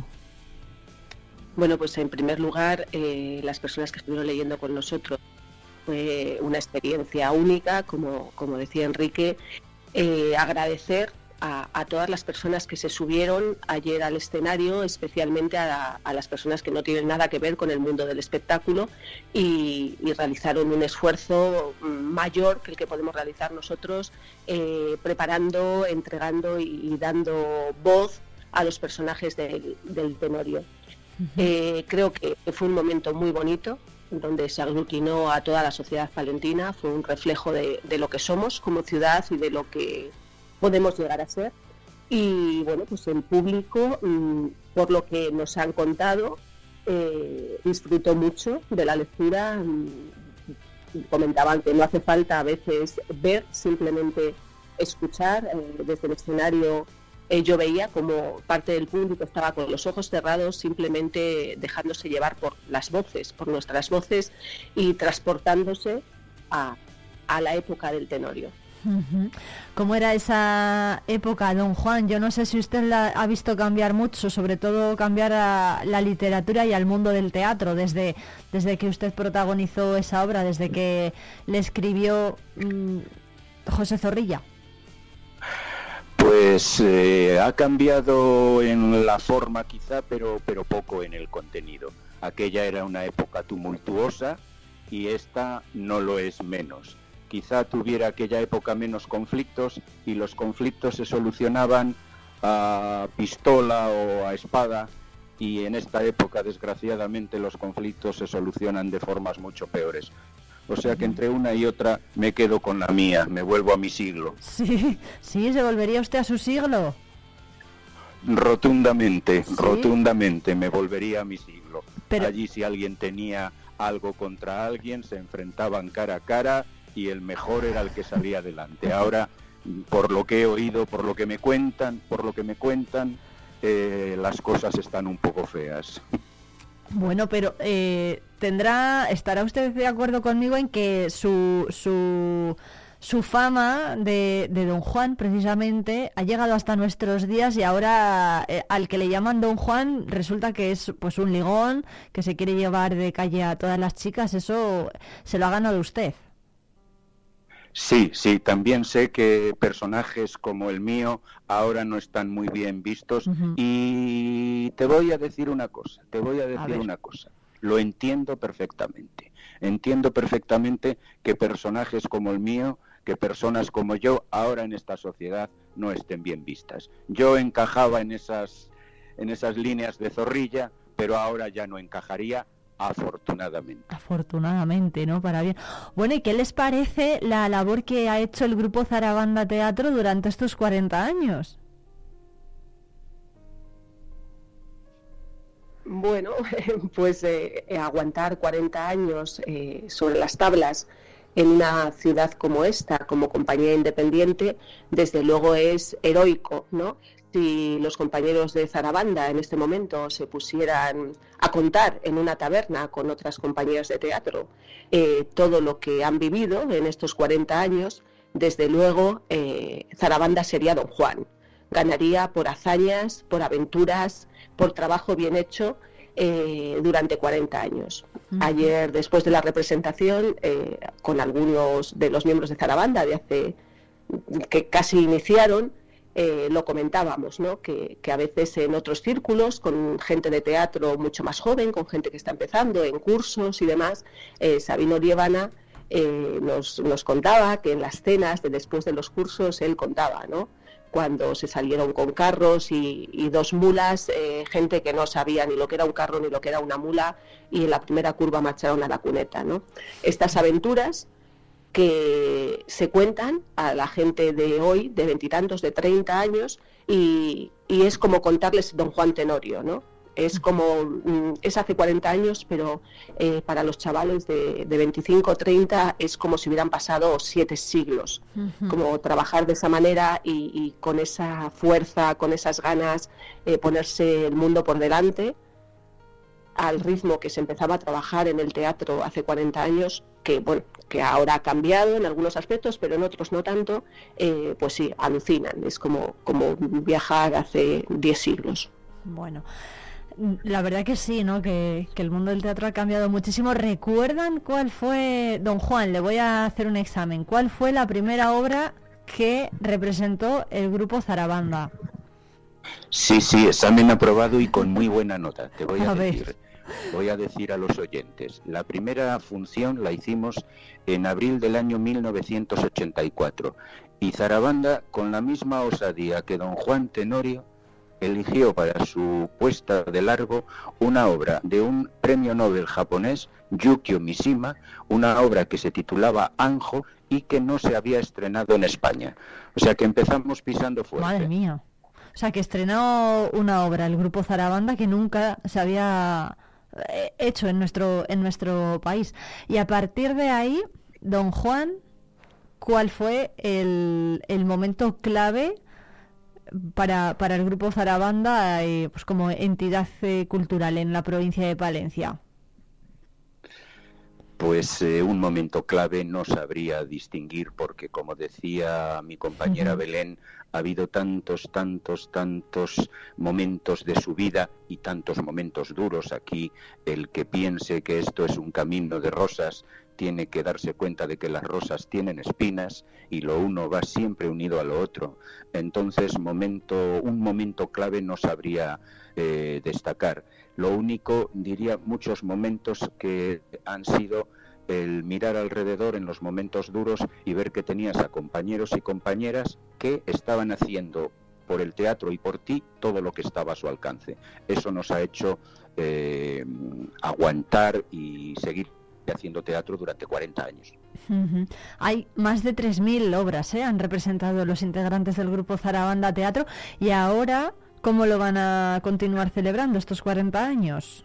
Bueno, pues en primer lugar, eh, las personas que estuvieron leyendo con nosotros fue una experiencia única, como, como decía Enrique, eh, agradecer a, a todas las personas que se subieron ayer al escenario, especialmente a, a las personas que no tienen nada que ver con el mundo del espectáculo y, y realizaron un esfuerzo mayor que el que podemos realizar nosotros, eh, preparando, entregando y, y dando voz a los personajes del, del Tenorio. Uh-huh. Eh, creo que fue un momento muy bonito, donde se aglutinó a toda la sociedad palentina, fue un reflejo de, de lo que somos como ciudad y de lo que podemos llegar a ser. Y bueno, pues el público, mmm, por lo que nos han contado, eh, disfrutó mucho de la lectura. Mmm, comentaban que no hace falta a veces ver, simplemente escuchar. Eh, desde el escenario eh, yo veía como parte del público estaba con los ojos cerrados, simplemente dejándose llevar por las voces, por nuestras voces, y transportándose a, a la época del Tenorio. Uh-huh. ¿Cómo era esa época, don Juan? Yo no sé si usted la ha visto cambiar mucho, sobre todo cambiar a la literatura y al mundo del teatro, desde, desde que usted protagonizó esa obra, desde que le escribió mmm, José Zorrilla. Pues eh, ha cambiado en la forma quizá, pero, pero poco en el contenido. Aquella era una época tumultuosa y esta no lo es menos. Quizá tuviera aquella época menos conflictos y los conflictos se solucionaban a pistola o a espada, y en esta época desgraciadamente los conflictos se solucionan de formas mucho peores. O sea que entre una y otra me quedo con la mía, me vuelvo a mi siglo. Sí, sí, ¿se volvería usted a su siglo? Rotundamente, ¿sí? Rotundamente me volvería a mi siglo. Pero... Allí si alguien tenía algo contra alguien, se enfrentaban cara a cara y el mejor era el que salía adelante. Ahora, por lo que he oído, por lo que me cuentan, por lo que me cuentan, eh, las cosas están un poco feas. Bueno, pero eh, tendrá, estará usted de acuerdo conmigo en que su su, su fama de, de Don Juan, precisamente, ha llegado hasta nuestros días y ahora eh, al que le llaman Don Juan resulta que es pues un ligón que se quiere llevar de calle a todas las chicas. Eso se lo ha ganado usted. Sí, sí, también sé que personajes como el mío ahora no están muy bien vistos. Uh-huh. Y te voy a decir una cosa, te voy a decir a una cosa. Lo entiendo perfectamente. Entiendo perfectamente que personajes como el mío, que personas como yo, ahora en esta sociedad no estén bien vistas. Yo encajaba en esas, en esas líneas de Zorrilla, pero ahora ya no encajaría. Afortunadamente. Afortunadamente, ¿no? Para bien. Bueno, ¿y qué les parece la labor que ha hecho el Grupo Zarabanda Teatro durante estos cuarenta años? Bueno, pues eh, aguantar cuarenta años eh, sobre las tablas en una ciudad como esta, como compañía independiente, desde luego es heroico, ¿no? Si los compañeros de Zarabanda en este momento se pusieran a contar en una taberna con otras compañías de teatro eh, todo lo que han vivido en estos cuarenta años, desde luego eh, Zarabanda sería Don Juan. Ganaría por hazañas, por aventuras, por trabajo bien hecho eh, durante cuarenta años. Uh-huh. Ayer, después de la representación, eh, con algunos de los miembros de Zarabanda de hace que casi iniciaron, eh, lo comentábamos, ¿no? Que, que a veces en otros círculos, con gente de teatro mucho más joven, con gente que está empezando en cursos y demás, eh, Sabino Liébana eh, nos, nos contaba que en las cenas de después de los cursos él contaba, ¿no? Cuando se salieron con carros y, y dos mulas, eh, gente que no sabía ni lo que era un carro ni lo que era una mula, y en la primera curva marcharon a la cuneta, ¿no? Estas aventuras que se cuentan a la gente de hoy, de veintitantos, de treinta años, y, y es como contarles Don Juan Tenorio, ¿no? Es como, es hace cuarenta años, pero eh, para los chavales de, de veinticinco o treinta es como si hubieran pasado siete siglos. Uh-huh. Como trabajar de esa manera y, y con esa fuerza, con esas ganas, eh, ponerse el mundo por delante, al ritmo que se empezaba a trabajar en el teatro hace cuarenta años, que bueno, que ahora ha cambiado en algunos aspectos, pero en otros no tanto, eh, pues sí, alucinan. Es como, como viajar hace diez siglos. Bueno, la verdad que sí, ¿no? Que, que el mundo del teatro ha cambiado muchísimo. ¿Recuerdan cuál fue, don Juan, le voy a hacer un examen, cuál fue la primera obra que representó el grupo Zarabanda? Sí, sí, examen aprobado y con muy buena nota, te voy a, a decir. Ver. Voy a decir a los oyentes, la primera función la hicimos en abril del año mil novecientos ochenta y cuatro y Zarabanda, con la misma osadía que don Juan Tenorio, eligió para su puesta de largo una obra de un premio Nobel japonés, Yukio Mishima, una obra que se titulaba Anjo y que no se había estrenado en España. O sea que empezamos pisando fuerte. Madre mía. O sea que estrenó una obra el grupo Zarabanda que nunca se había hecho en nuestro en nuestro país. Y a partir de ahí, don Juan, ¿cuál fue el, el momento clave para, para el grupo Zarabanda eh, pues como entidad eh, cultural en la provincia de Palencia? Pues eh, un momento clave no sabría distinguir porque, como decía mi compañera uh-huh. Belén, ha habido tantos, tantos, tantos momentos de su vida y tantos momentos duros. Aquí el que piense que esto es un camino de rosas tiene que darse cuenta de que las rosas tienen espinas y lo uno va siempre unido a lo otro. Entonces, momento, un momento clave no sabría eh, destacar. Lo único, diría, muchos momentos que han sido el mirar alrededor en los momentos duros y ver que tenías a compañeros y compañeras que estaban haciendo por el teatro y por ti todo lo que estaba a su alcance. Eso nos ha hecho eh, aguantar y seguir haciendo teatro durante cuarenta años. Uh-huh. Hay más de tres mil obras, ¿eh? Han representado los integrantes del grupo Zarabanda Teatro, y ahora, ¿cómo lo van a continuar celebrando estos cuarenta años?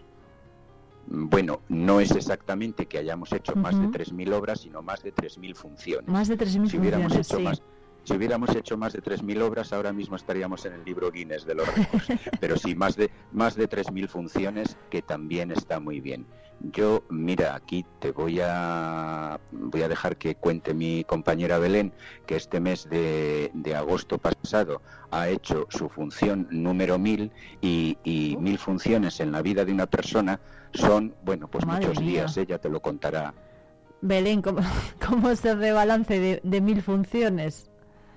Bueno, no es exactamente que hayamos hecho uh-huh. más de tres mil obras, sino más de tres mil funciones. Más de tres mil si hubiéramos funciones, hecho sí. más, si hubiéramos hecho más de tres mil obras, ahora mismo estaríamos en el libro Guinness de los récords. Pero sí, más de más de tres mil funciones, que también está muy bien. Yo, mira, aquí te voy a voy a dejar que cuente mi compañera Belén, que este mes de, de agosto pasado ha hecho su función número mil, y, y mil funciones en la vida de una persona son, bueno, pues Madre muchos mía. días, ella te lo contará. Belén, ¿cómo, cómo se hace balance de, de mil funciones?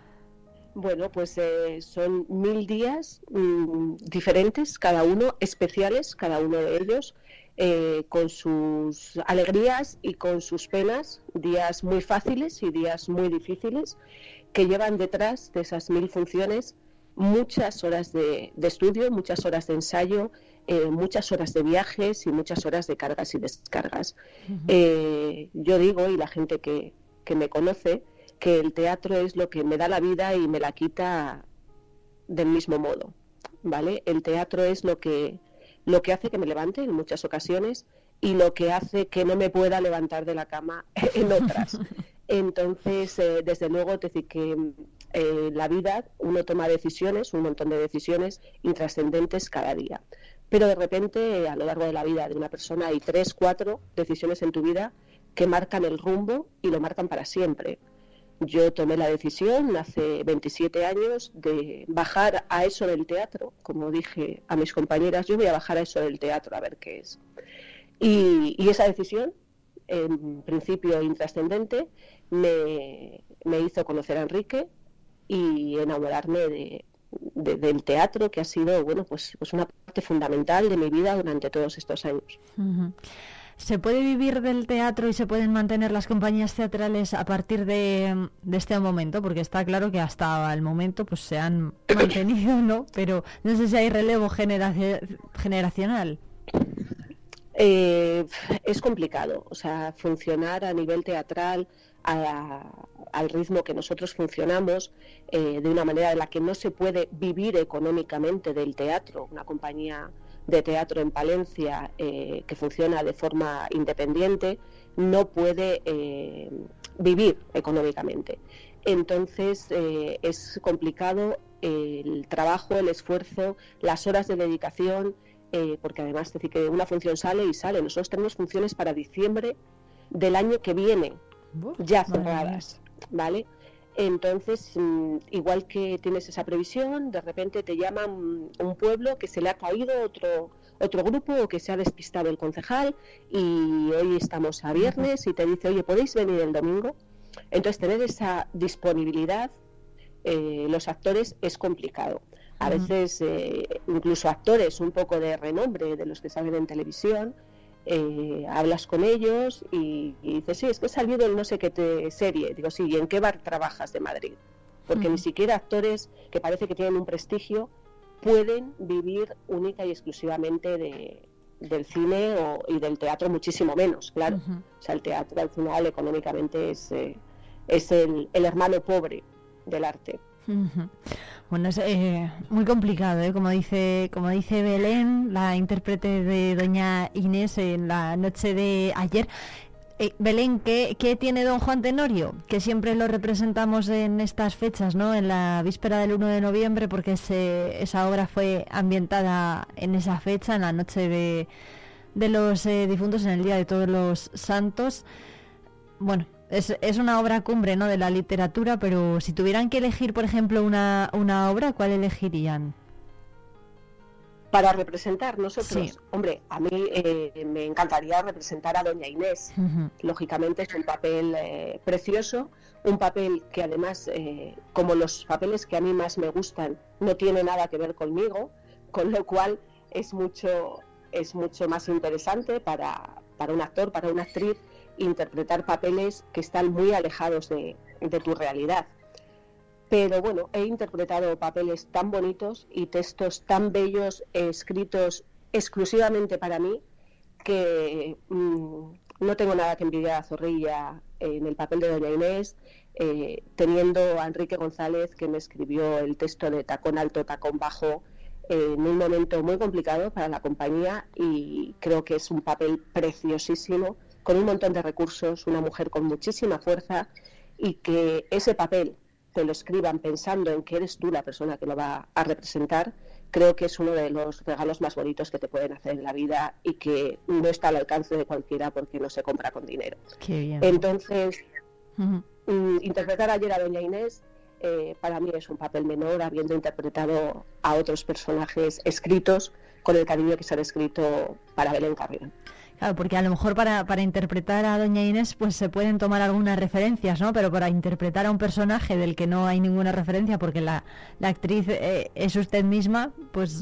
Bueno, pues eh, son mil días mmm, diferentes, cada uno, especiales, cada uno de ellos, eh, con sus alegrías y con sus penas, días muy fáciles y días muy difíciles, que llevan detrás de esas mil funciones muchas horas de, de estudio, muchas horas de ensayo, eh, muchas horas de viajes y muchas horas de cargas y descargas. Uh-huh. Eh, yo digo, y la gente que, que me conoce, que el teatro es lo que me da la vida y me la quita del mismo modo, ¿vale? El teatro es lo que lo que hace que me levante en muchas ocasiones y lo que hace que no me pueda levantar de la cama en otras. Entonces, eh, desde luego, te decir que eh, en la vida uno toma decisiones, un montón de decisiones intrascendentes cada día. Pero de repente, a lo largo de la vida de una persona, hay tres, cuatro decisiones en tu vida que marcan el rumbo y lo marcan para siempre. Yo tomé la decisión hace veintisiete años de bajar a eso del teatro. Como dije a mis compañeras, yo voy a bajar a eso del teatro a ver qué es. Y, y esa decisión, en principio intrascendente, me, me hizo conocer a Enrique y enamorarme de, de, del teatro, que ha sido, bueno, pues, pues una parte fundamental de mi vida durante todos estos años. Uh-huh. ¿Se puede vivir del teatro y se pueden mantener las compañías teatrales a partir de, de este momento? Porque está claro que hasta el momento pues se han mantenido, ¿no? Pero no sé si hay relevo genera- generacional. Eh, es complicado, o sea, funcionar a nivel teatral a, al ritmo que nosotros funcionamos, eh, de una manera en la que no se puede vivir económicamente del teatro. Una compañía de teatro en Palencia eh, que funciona de forma independiente no puede eh, vivir económicamente. Entonces eh, es complicado eh, el trabajo, el esfuerzo, las horas de dedicación, eh, porque además es decir que una función sale y sale. Nosotros tenemos funciones para diciembre del año que viene ya cerradas, ¿vale? Entonces, igual que tienes esa previsión, de repente te llaman un pueblo que se le ha caído otro otro grupo o que se ha despistado el concejal y hoy estamos a viernes y te dice, oye, ¿podéis venir el domingo? Entonces, tener esa disponibilidad, eh, los actores, es complicado. A veces, eh, incluso actores un poco de renombre, de los que salen en televisión, Eh, hablas con ellos y, y dices, sí, es que he salido en no sé qué te serie. Digo, sí, ¿y en qué bar trabajas de Madrid? Porque uh-huh. ni siquiera actores que parece que tienen un prestigio pueden vivir única y exclusivamente de, del cine o, y del teatro, muchísimo menos, claro. Uh-huh. O sea, el teatro al final económicamente es, eh, es el, el hermano pobre del arte. Uh-huh. Bueno, es eh, muy complicado, ¿eh? Como dice, como dice Belén, la intérprete de Doña Inés en la noche de ayer. Eh, Belén, ¿qué, ¿qué tiene don Juan Tenorio? Que siempre lo representamos en estas fechas, ¿no? En la víspera del uno de noviembre, porque ese, esa obra fue ambientada en esa fecha, en la noche de, de los eh, difuntos, en el Día de Todos los Santos. Bueno, es, es una obra cumbre, ¿no?, de la literatura, pero si tuvieran que elegir, por ejemplo, una, una obra, ¿cuál elegirían? Para representar nosotros, sí. Hombre, a mí eh, me encantaría representar a Doña Inés. Uh-huh. Lógicamente es un papel eh, precioso, un papel que además, eh, como los papeles que a mí más me gustan, no tiene nada que ver conmigo, con lo cual es mucho, es mucho más interesante para, para un actor, para una actriz, interpretar papeles que están muy alejados de, de tu realidad. Pero bueno, he interpretado papeles tan bonitos y textos tan bellos, eh, escritos exclusivamente para mí, que mmm, no tengo nada que envidiar a Zorrilla en el papel de Doña Inés, eh, teniendo a Enrique González, que me escribió el texto de Tacón Alto, Tacón Bajo, eh, en un momento muy complicado para la compañía, y creo que es un papel preciosísimo, con un montón de recursos, una mujer con muchísima fuerza, y que ese papel te lo escriban pensando en que eres tú la persona que lo va a representar, creo que es uno de los regalos más bonitos que te pueden hacer en la vida y que no está al alcance de cualquiera porque no se compra con dinero. Qué bien. Entonces, uh-huh. mm, interpretar ayer a Doña Inés eh, para mí es un papel menor, habiendo interpretado a otros personajes escritos con el cariño que se han escrito para Belén Carrión. Claro, porque a lo mejor para, para interpretar a Doña Inés pues se pueden tomar algunas referencias, ¿no? Pero para interpretar a un personaje del que no hay ninguna referencia, porque la, la actriz eh, es usted misma, pues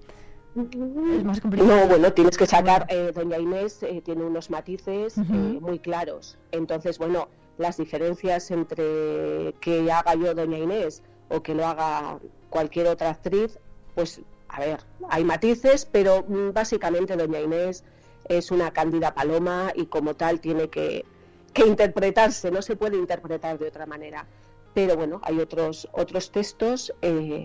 es más complicado. No, bueno, tienes que sacar, eh, Doña Inés eh, tiene unos matices uh-huh. eh, muy claros. Entonces, bueno, las diferencias entre que haga yo Doña Inés o que lo haga cualquier otra actriz, pues, a ver, hay matices, pero mm, básicamente Doña Inés es una Cándida Paloma y como tal tiene que, que interpretarse, no se puede interpretar de otra manera. Pero bueno, hay otros otros textos eh,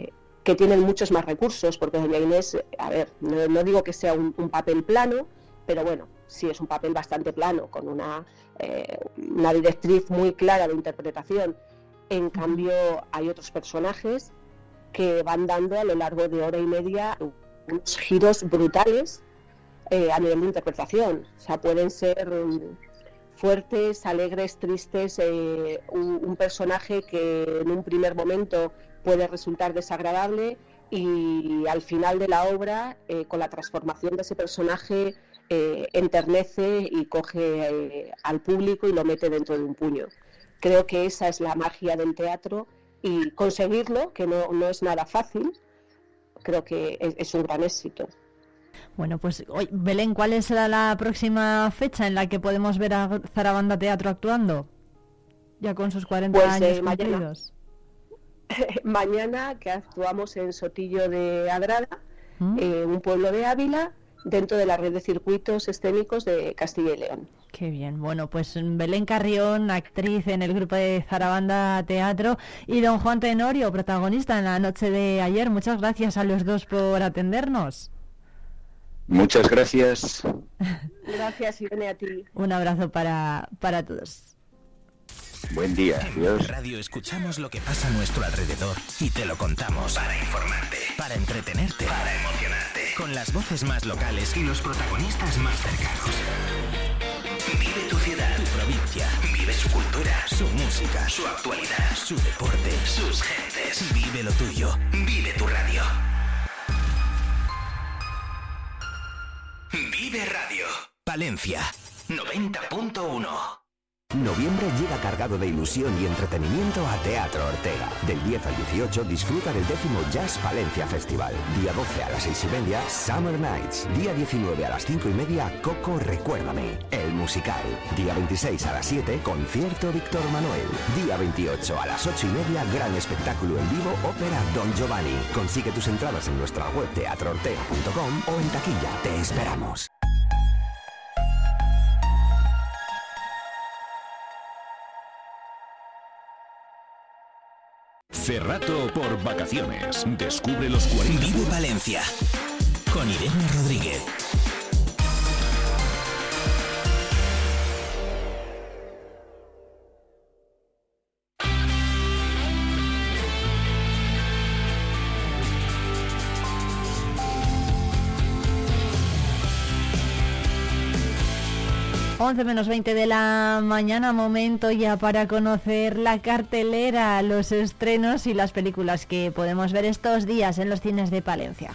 que tienen muchos más recursos, porque doña Inés, a ver, no, no digo que sea un, un papel plano, pero bueno, sí es un papel bastante plano, con una, eh, una directriz muy clara de interpretación. En cambio, hay otros personajes que van dando a lo largo de hora y media unos giros brutales eh, a nivel de interpretación. O sea, pueden ser um, fuertes, alegres, tristes, eh, un, un personaje que en un primer momento puede resultar desagradable y al final de la obra, eh, con la transformación de ese personaje, eh, enternece y coge eh, al público y lo mete dentro de un puño. Creo que esa es la magia del teatro y conseguirlo, que no, no es nada fácil, creo que es, es un gran éxito. Bueno, pues hoy, Belén, ¿cuál será la próxima fecha en la que podemos ver a Zarabanda Teatro actuando? Ya con sus cuarenta pues, años eh, cumplidos. Mañana, mañana que actuamos en Sotillo de Adrada, ¿Mm? eh, un pueblo de Ávila, dentro de la red de circuitos escénicos de Castilla y León. Qué bien. Bueno, pues Belén Carrión, actriz en el grupo de Zarabanda Teatro, y don Juan Tenorio, protagonista en la noche de ayer. Muchas gracias a los dos por atendernos. Muchas gracias. Gracias, Irene, a ti. Un abrazo para, para todos. Buen día. Adiós. En Radio escuchamos lo que pasa a nuestro alrededor y te lo contamos para informarte, para entretenerte, para emocionarte, con las voces más locales y los protagonistas más cercanos. Vive tu ciudad, tu provincia, vive su cultura, su música, su actualidad, su deporte, sus gentes. Vive lo tuyo, vive tu radio. Vive Radio. Palencia, noventa punto uno. Noviembre llega cargado de ilusión y entretenimiento a Teatro Ortega. Del diez al dieciocho disfruta del décimo Jazz Palencia Festival. Día doce a las seis y media, Summer Nights. Día diecinueve a las cinco y media, Coco Recuérdame, el musical. Día veintiséis a las siete, concierto Víctor Manuel. Día veintiocho a las ocho y media, gran espectáculo en vivo, ópera Don Giovanni. Consigue tus entradas en nuestra web teatro ortega punto com o en taquilla. Te esperamos. Cerrato por vacaciones. Descubre los cuarenta. Vive Valencia con Irene Rodríguez. once menos veinte de la mañana, momento ya para conocer la cartelera, los estrenos y las películas que podemos ver estos días en los cines de Palencia.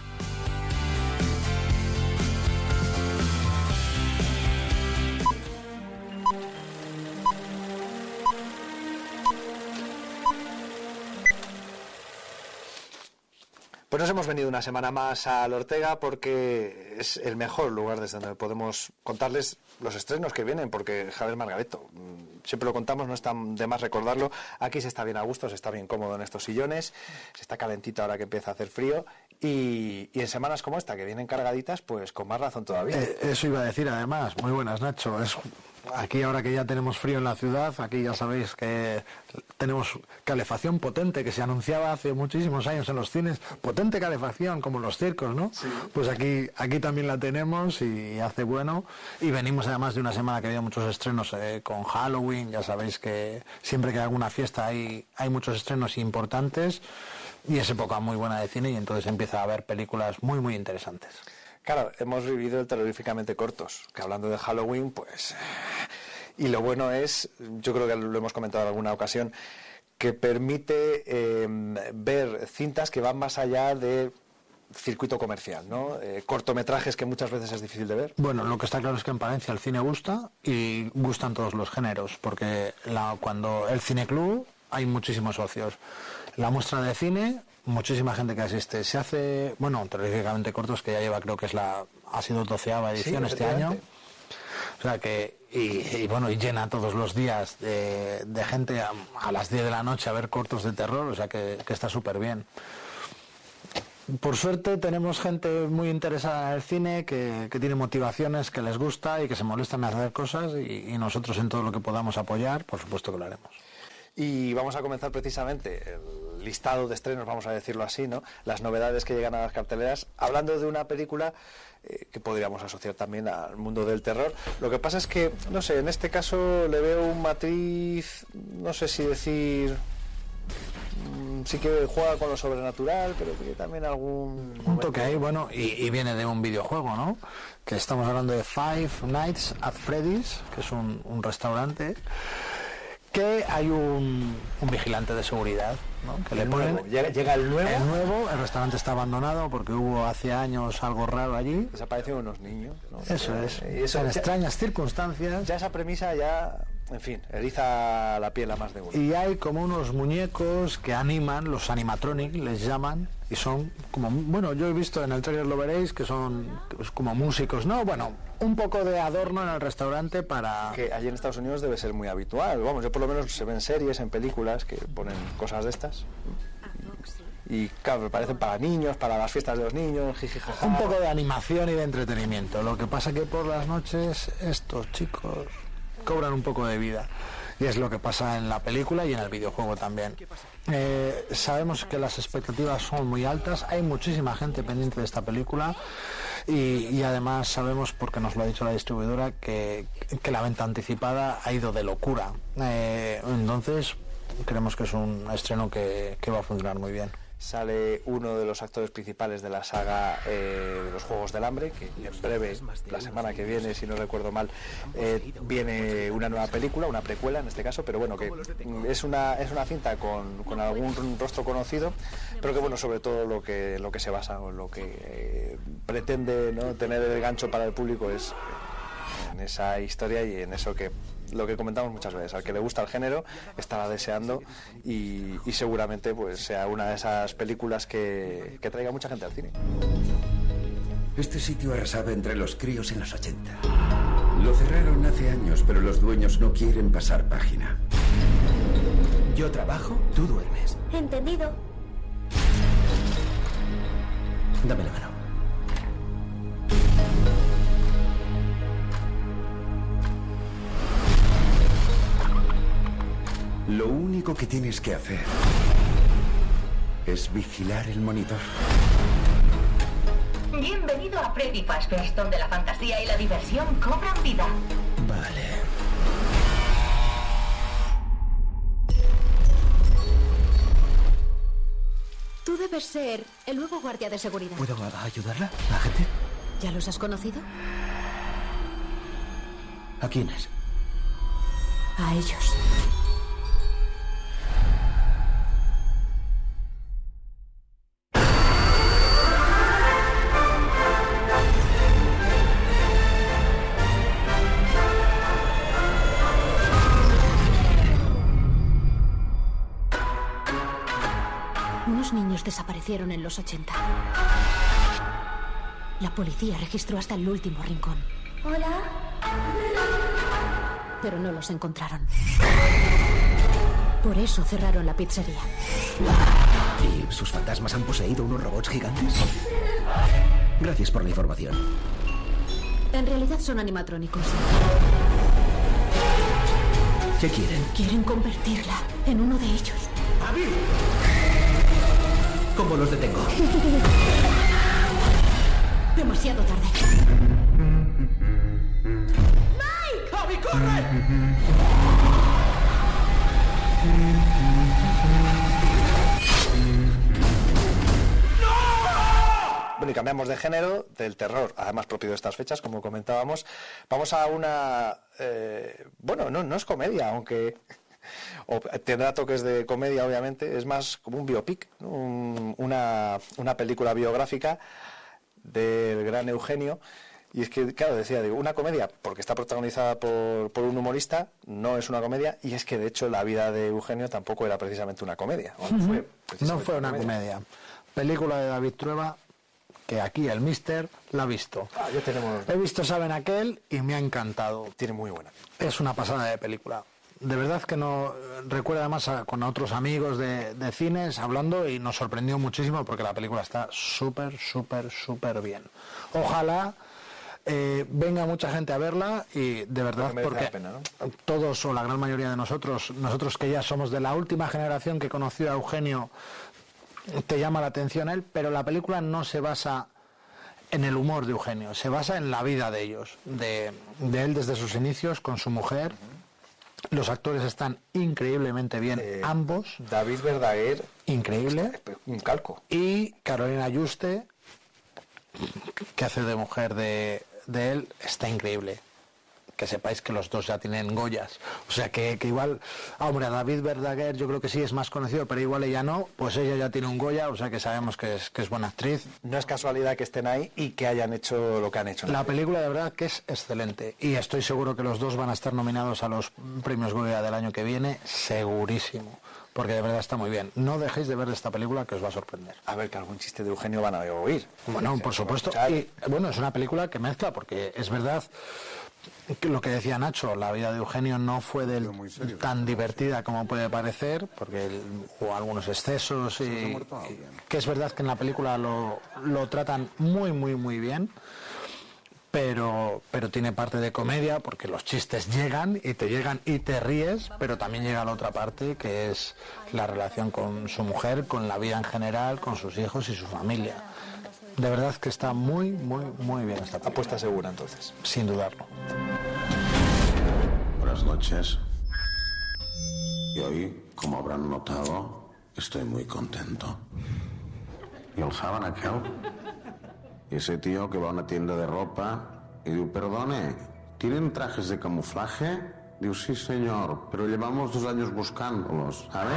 Pues nos hemos venido una semana más al Ortega porque es el mejor lugar desde donde podemos contarles los estrenos que vienen, porque Javier Margareto, siempre lo contamos, no está de más recordarlo, aquí se está bien a gusto, se está bien cómodo en estos sillones, se está calentito ahora que empieza a hacer frío y, y en semanas como esta, que vienen cargaditas, pues con más razón todavía. Eh, eso iba a decir además, muy buenas Nacho, es... Aquí ahora que ya tenemos frío en la ciudad, aquí ya sabéis que tenemos calefacción potente que se anunciaba hace muchísimos años en los cines, potente calefacción como en los circos, ¿no? Sí. Pues aquí aquí también la tenemos y hace bueno, y venimos además de una semana que había muchos estrenos eh, con Halloween, ya sabéis que siempre que hay alguna fiesta hay, hay muchos estrenos importantes y es época muy buena de cine y entonces empieza a haber películas muy muy interesantes. Claro, hemos vivido el terroríficamente cortos, que hablando de Halloween, pues... Y lo bueno es, yo creo que lo hemos comentado en alguna ocasión, que permite eh, ver cintas que van más allá de circuito comercial, ¿no? Eh, cortometrajes que muchas veces es difícil de ver. Bueno, lo que está claro es que en Palencia el cine gusta y gustan todos los géneros, porque la, cuando el cineclub hay muchísimos socios. La muestra de cine... muchísima gente que asiste. Se hace, bueno, terroríficamente cortos, que ya lleva, creo que es la, ha sido doceava edición sí, este año. O sea que, y, y bueno, y llena todos los días de, de gente a, a las diez de la noche a ver cortos de terror, o sea que, que está súper bien. Por suerte tenemos gente muy interesada en el cine, que, que tiene motivaciones, que les gusta y que se molestan en hacer cosas y, y nosotros en todo lo que podamos apoyar, por supuesto que lo haremos. Y vamos a comenzar precisamente el listado de estrenos, vamos a decirlo así, ¿no? Las novedades que llegan a las carteleras, hablando de una película eh, que podríamos asociar también al mundo del terror. Lo que pasa es que, no sé, en este caso le veo un matiz, no sé si decir... Sí que juega con lo sobrenatural, pero tiene también algún... Un toque ahí, bueno, y, y viene de un videojuego, ¿no? Que estamos hablando de Five Nights at Freddy's, que es un, un restaurante, que hay un, un vigilante de seguridad, ¿no? Que el le ponen... Nuevo. Llega, llega el nuevo. El nuevo, el restaurante está abandonado porque hubo hace años algo raro allí. Desaparecieron unos niños, ¿no? Eso es, y eso, en ya, extrañas circunstancias. Ya esa premisa ya... En fin, eriza la piel a más de uno. Y hay como unos muñecos que animan, los animatronic les llaman, y son como, bueno, yo he visto en el trailer, lo veréis, que son pues, como músicos, ¿no? Bueno, un poco de adorno en el restaurante para... Que allí en Estados Unidos debe ser muy habitual, vamos, yo por lo menos se ven series, en películas que ponen cosas de estas. Y claro, me parecen para niños, para las fiestas de los niños, jijijaja. Un poco de animación y de entretenimiento. Lo que pasa que por las noches estos chicos cobran un poco de vida, y es lo que pasa en la película y en el videojuego también. Eh, sabemos que las expectativas son muy altas, hay muchísima gente pendiente de esta película y, y además sabemos, porque nos lo ha dicho la distribuidora, que, que la venta anticipada ha ido de locura. Eh, entonces creemos que es un estreno que, que va a funcionar muy bien. Sale uno de los actores principales de la saga eh, de los Juegos del Hambre, que en breve, la semana que viene, si no recuerdo mal, eh, viene una nueva película, una precuela en este caso, pero bueno, que es una es una cinta con, con algún rostro conocido, pero que bueno, sobre todo lo que lo que se basa o lo que eh, pretende, ¿no?, tener el gancho para el público es en esa historia y en eso que lo que comentamos muchas veces, al que le gusta el género estará deseando y, y seguramente pues sea una de esas películas que, que traiga mucha gente al cine. Este sitio arrasaba entre los críos en los ochenta. Lo cerraron hace años, pero los dueños no quieren pasar página. Yo trabajo, tú duermes. Entendido. Dame la mano. Lo único que tienes que hacer es vigilar el monitor. Bienvenido a Freddy Fazbear's, donde la fantasía y la diversión cobran vida. Vale. Tú debes ser el nuevo guardia de seguridad. ¿Puedo ayudarla, agente? ¿Ya los has conocido? ¿A quiénes? A ellos. Unos niños desaparecieron en los ochenta. La policía registró hasta el último rincón. Hola. Pero no los encontraron. Por eso cerraron la pizzería. ¿Y sus fantasmas han poseído unos robots gigantes? Gracias por la información. En realidad son animatrónicos. ¿Qué quieren? Quieren convertirla en uno de ellos. ¡Abby! ¿Cómo los detengo? Demasiado tarde. ¡Mike! ¡Abby, corre! Bueno, y cambiamos de género, del terror, además propio de estas fechas, como comentábamos. Vamos a una... Eh, bueno, no, no es comedia, aunque... O tendrá toques de comedia, obviamente. Es más como un biopic, ¿no? un, una, una película biográfica del gran Eugenio. Y es que, claro, decía, digo, una comedia, porque está protagonizada por, por un humorista, no es una comedia, y es que, de hecho, la vida de Eugenio tampoco era precisamente una comedia. No fue, no fue una comedia. comedia. Película de David Trueba, que aquí el Mister la ha visto. Ah, ya tenemos... He visto Saben Aquel y me ha encantado. Tiene muy buena. Es una pasada de película. De verdad que no recuerda además a, con otros amigos de, de cines hablando y nos sorprendió muchísimo porque la película está súper, súper, súper bien. Ojalá eh, venga mucha gente a verla y de verdad Porque merece porque la pena, ¿no? todos o la gran mayoría de nosotros, nosotros que ya somos de la última generación que conoció a Eugenio, te llama la atención él, pero la película no se basa en el humor de Eugenio, se basa en la vida de ellos, de, de él desde sus inicios con su mujer. Los actores están increíblemente bien, Eh, ambos. David Verdaguer, increíble. Un calco. Y Carolina Yuste, que hace de mujer de, de él, está increíble. Que sepáis que los dos ya tienen Goyas. O sea que, que igual, ah, hombre, a David Verdaguer yo creo que sí es más conocido, pero igual ella no, pues ella ya tiene un Goya, o sea que sabemos que es, que es buena actriz. No es casualidad que estén ahí y que hayan hecho lo que han hecho. La película de verdad que es excelente y estoy seguro que los dos van a estar nominados a los premios Goya del año que viene, segurísimo, porque de verdad está muy bien. No dejéis de ver esta película que os va a sorprender. A ver, que algún chiste de Eugenio van a oír. Bueno, por supuesto. Y bueno, es una película que mezcla, porque es verdad que lo que decía Nacho, la vida de Eugenio no fue del, tan divertida como puede parecer, porque él, hubo algunos excesos y, y que es verdad que en la película lo, lo tratan muy, muy, muy bien. Pero, pero tiene parte de comedia porque los chistes llegan y te llegan y te ríes, pero también llega la otra parte que es la relación con su mujer, con la vida en general, con sus hijos y su familia. De verdad que está muy, muy, muy bien esta película. Apuesta segura entonces. Sin dudarlo. Buenas noches. Y hoy, como habrán notado, estoy muy contento. ¿Y el saben aquel? Ese tío que va a una tienda de ropa y dice, perdone, ¿tienen trajes de camuflaje? Digo, sí señor, pero llevamos dos años buscándolos, ¿sabe?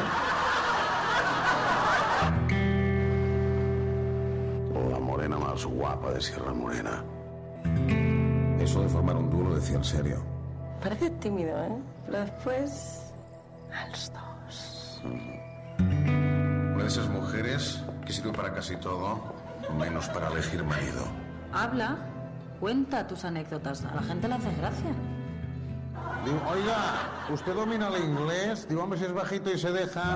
La morena más guapa de Sierra Morena. Eso de formar un dúo lo decía en serio. Parece tímido, ¿eh? Pero después... a los dos. Una de esas mujeres que sirve para casi todo, menos para elegir marido. Habla, cuenta tus anécdotas, a la gente le hace gracia. Digo, oiga, ¿usted domina el inglés? Digo, hombre, si es bajito y se deja.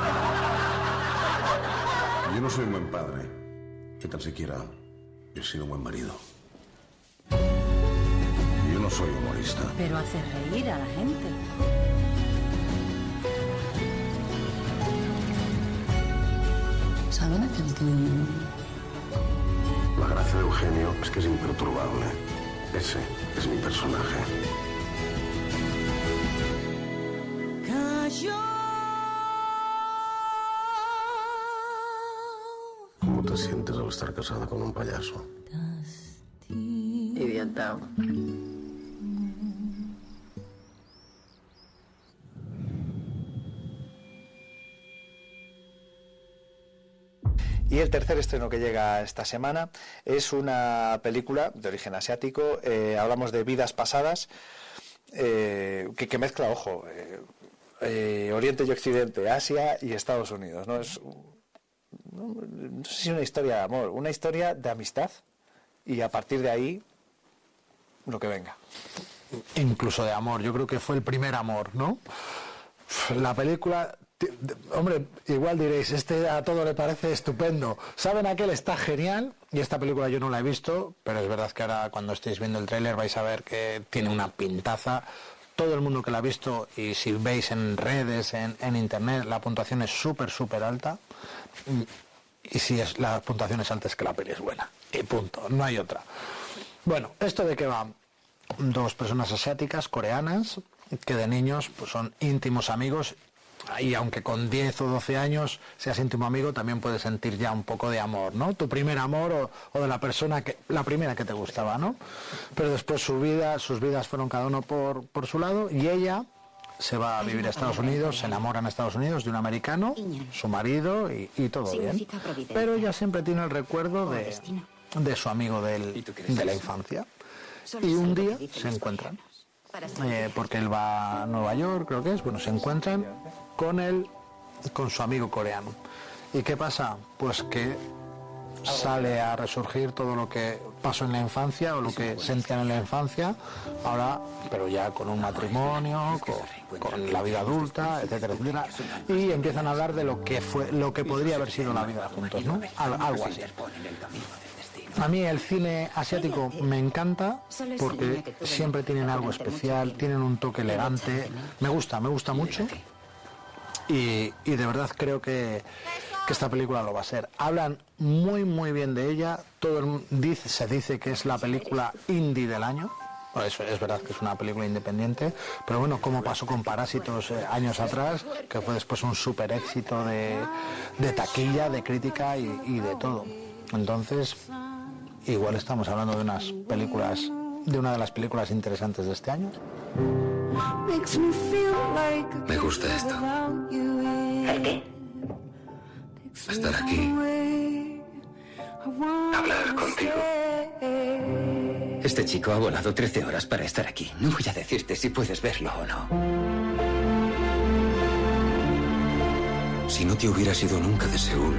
Yo no soy un buen padre. Que tan siquiera he sido un buen marido. Yo no soy humorista. Pero hace reír a la gente. ¿Saben aquel que...? La gracia de Eugenio es que es imperturbable. Ese es mi personaje. ¿Cómo te sientes al estar casada con un payaso? Idiota. Y el tercer estreno que llega esta semana es una película de origen asiático. Eh, hablamos de Vidas Pasadas, eh, que, que mezcla, ojo, eh, eh, Oriente y Occidente, Asia y Estados Unidos, ¿no? Es, no, no sé si una historia de amor, una historia de amistad, y a partir de ahí, lo que venga. Incluso de amor, yo creo que fue el primer amor, ¿no? La película... Hombre, igual diréis, este a todo le parece estupendo. Saben, aquel está genial y esta película yo no la he visto, pero es verdad que ahora cuando estéis viendo el tráiler vais a ver que tiene una pintaza. Todo el mundo que la ha visto, y si veis en redes, en, en internet, la puntuación es súper, súper alta. Y si es, la puntuación es alta, es que la peli es buena. Y punto, no hay otra. Bueno, ¿esto de qué va? Dos personas asiáticas, coreanas, que de niños pues, son íntimos amigos. Y aunque con diez o doce años seas íntimo amigo, también puedes sentir ya un poco de amor, ¿no? Tu primer amor o, o de la persona que, la primera que te gustaba, ¿no? Pero después su vida, sus vidas fueron cada uno por, por su lado, y ella se va a vivir a Estados Unidos, se enamora en Estados Unidos de un americano, su marido, y, y todo bien. Pero ella siempre tiene el recuerdo de, de su amigo del, de la infancia. Y un día se encuentran. Eh, porque él va a Nueva York, creo que es, bueno, se encuentran con él, con su amigo coreano. ¿Y qué pasa? Pues que sale a resurgir todo lo que pasó en la infancia o lo que sentían en la infancia, ahora, pero ya con un matrimonio, con, con la vida adulta, etcétera, etcétera, y empiezan a hablar de lo que fue, lo que podría haber sido la vida juntos, ¿no? Al, algo así. A mí el cine asiático me encanta porque siempre tienen algo especial, tienen un toque elegante. Me gusta, me gusta mucho. Y, y de verdad creo que, que esta película lo va a ser. Hablan muy muy bien de ella. Todo el, dice, se dice que es la película indie del año. Bueno, eso es verdad que es una película independiente, pero bueno, como pasó con Parásitos eh, años atrás, que fue después un súper éxito de, de taquilla, de crítica y, y de todo. Entonces, igual estamos hablando de unas películas, de una de las películas interesantes de este año. Me gusta esto. ¿El qué? Estar aquí. Hablar contigo. Este chico ha volado trece horas para estar aquí. No voy a decirte si puedes verlo o no. Si no te hubieras ido nunca de Seúl,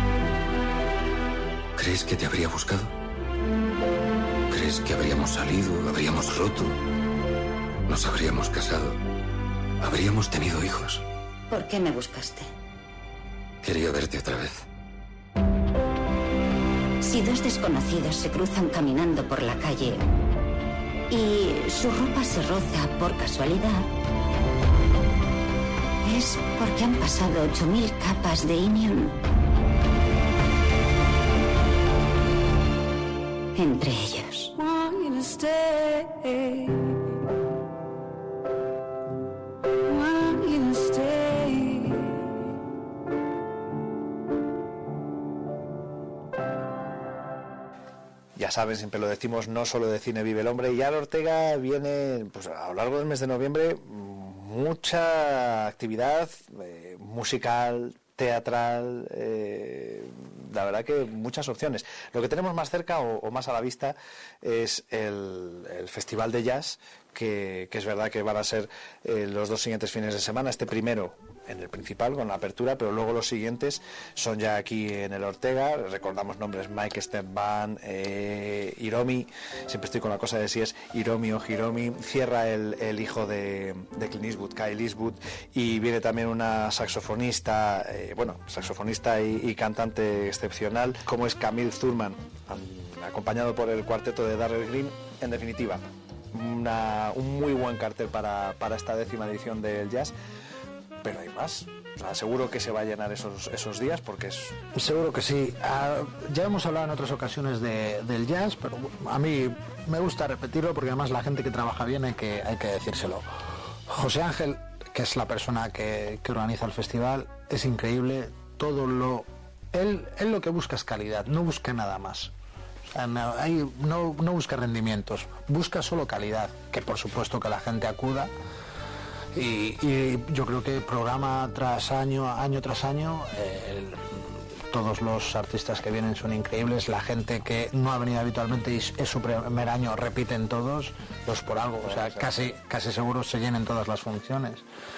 ¿crees que te habría buscado? ¿Crees que habríamos salido, habríamos roto, nos habríamos casado, habríamos tenido hijos? ¿Por qué me buscaste? Quería verte otra vez. Si dos desconocidos se cruzan caminando por la calle y su ropa se roza por casualidad, es porque han pasado ocho mil capas de Inium entre ellos. Ya saben, siempre lo decimos, no solo de cine vive el hombre. Y Ana Ortega viene, pues a lo largo del mes de noviembre, mucha actividad eh, musical, teatral, eh, la verdad que muchas opciones. Lo que tenemos más cerca o, o más a la vista es el, el Festival de Jazz, que, que es verdad que van a ser eh, los dos siguientes fines de semana. Este primero en el principal con la apertura, pero luego los siguientes son ya aquí en el Ortega. Recordamos nombres: Mike Stepvan, eh, Hiromi, siempre estoy con la cosa de si es Hiromi o Hiromi. Cierra el, el hijo de, de Clint Eastwood, Kyle Eastwood, y viene también una saxofonista, eh, bueno, saxofonista y, y cantante excepcional como es Camille Thurman, acompañado por el cuarteto de Darrell Green. En definitiva, una, un muy buen cartel para, para esta décima edición del Jazz. Pero hay más. O sea, seguro que se va a llenar esos, esos días porque es... Seguro que sí. Uh, ya hemos hablado en otras ocasiones de, del jazz, pero a mí me gusta repetirlo porque además la gente que trabaja bien hay que, hay que decírselo. José Ángel, que es la persona que, que organiza el festival, es increíble. Todo lo... Él, él lo que busca es calidad, no busca nada más. O sea, no, hay, no, no busca rendimientos, busca solo calidad, que por supuesto que la gente acuda. Y, y yo creo que programa tras año, año tras año, eh, el, todos los artistas que vienen son increíbles. La gente que no ha venido habitualmente y es su primer año repiten todos, los por algo, o sea, casi, casi seguro se llenen todas las funciones.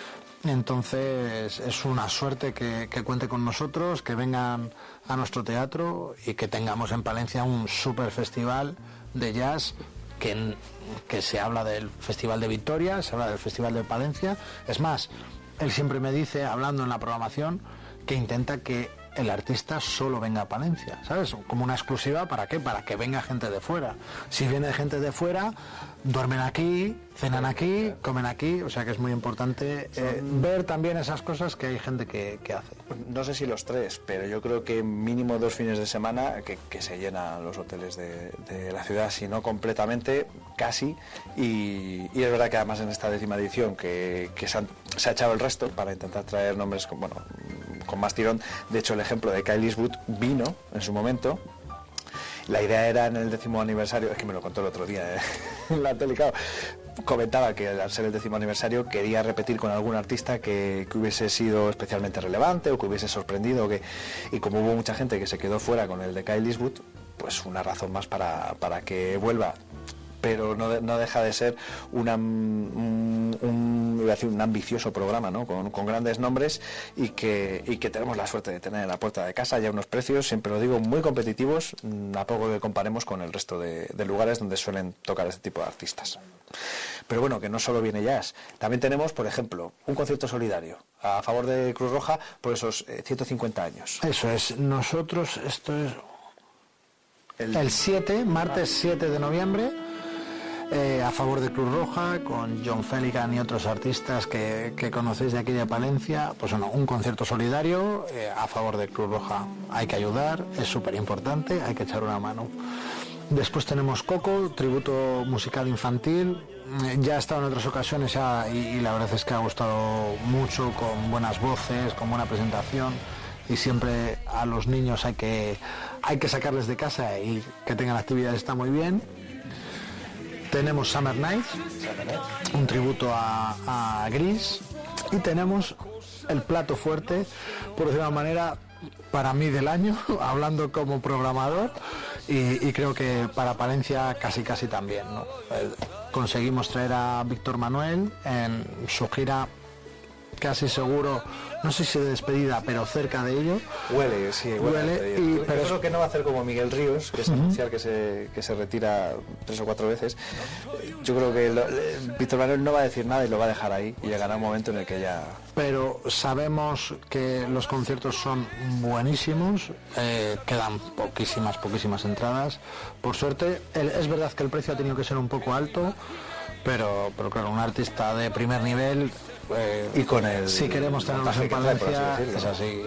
Entonces es una suerte que, que cuente con nosotros, que vengan a nuestro teatro y que tengamos en Palencia un super festival de jazz. Que, que se habla del Festival de Vitoria, se habla del Festival de Palencia. Es más, él siempre me dice, hablando en la programación, que intenta que el artista solo venga a Palencia, ¿sabes? Como una exclusiva, ¿para qué? Para que venga gente de fuera. Si viene gente de fuera, duermen aquí, cenan aquí, comen aquí, o sea que es muy importante eh, ver también esas cosas que hay gente que, que hace. No sé si los tres, pero yo creo que mínimo dos fines de semana que, que se llenan los hoteles de, de la ciudad, si no completamente, casi, y, y es verdad que además en esta décima edición que, que se, han, se ha echado el resto para intentar traer nombres con, bueno, con más tirón. De hecho, el ejemplo de Kyle Eastwood vino en su momento. La idea era en el décimo aniversario, es que me lo contó el otro día ¿eh? en la tele, claro, comentaba que al ser el décimo aniversario quería repetir con algún artista que, que hubiese sido especialmente relevante o que hubiese sorprendido, que, y como hubo mucha gente que se quedó fuera con el de Kyle Eastwood, pues una razón más para, para que vuelva. Pero no, de, no deja de ser una, un, un, iba a decir un ambicioso programa, ¿no? con, con grandes nombres y que, y que tenemos la suerte de tener en la puerta de casa ya unos precios, siempre lo digo, muy competitivos, a poco que comparemos con el resto de, de lugares donde suelen tocar este tipo de artistas. Pero bueno, que no solo viene jazz, también tenemos, por ejemplo, un concierto solidario a favor de Cruz Roja por esos eh, ciento cincuenta años. Eso es, nosotros, esto es... el siete, martes siete de noviembre, eh, a favor de Cruz Roja, con John Felican y otros artistas que, que conocéis de aquí de Palencia. Pues bueno, un concierto solidario eh, a favor de Cruz Roja. Hay que ayudar, es súper importante, hay que echar una mano. Después tenemos Coco, tributo musical infantil. Ya ha estado en otras ocasiones ya, y, y la verdad es que ha gustado mucho, con buenas voces, con buena presentación, y siempre a los niños hay que, hay que sacarles de casa y que tengan actividades, está muy bien. Tenemos Summer Nights, un tributo a, a Gris, y tenemos el plato fuerte, por decirlo de una manera, para mí del año, hablando como programador, y, y creo que para Palencia casi casi también, ¿no? Eh, conseguimos traer a Víctor Manuel en su gira, casi seguro, no sé si de despedida, pero cerca de ello. Huele, sí, huele. huele y, pero creo que no va a hacer como Miguel Ríos, que es uh-huh. anunciar que se, que se retira tres o cuatro veces. Yo creo que lo, Víctor Manuel no va a decir nada y lo va a dejar ahí, y llegará un momento en el que ya... Pero sabemos que los conciertos son buenísimos, eh, quedan poquísimas, poquísimas entradas. Por suerte, el, es verdad que el precio ha tenido que ser un poco alto, pero, pero claro, un artista de primer nivel... Eh, y con el si queremos tenerlos en Palencia, es así,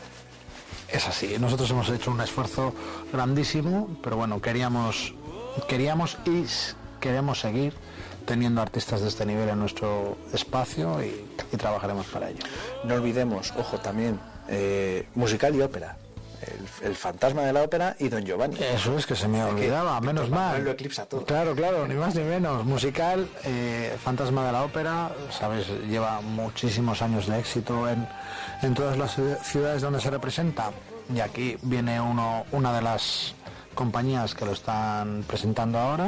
es así. Nosotros hemos hecho un esfuerzo grandísimo, pero bueno, queríamos, queríamos y queremos seguir teniendo artistas de este nivel en nuestro espacio, y, y trabajaremos para ello. No olvidemos, ojo, también eh, musical y ópera. El, el fantasma de la ópera y Don Giovanni. Eso es, que se me olvidaba, que, menos mal. Lo eclipsa todo. Claro, claro, ni más ni menos. Musical, eh, fantasma de la ópera, sabes, lleva muchísimos años de éxito en, en todas las ciudades donde se representa, y aquí viene uno, una de las compañías que lo están presentando ahora.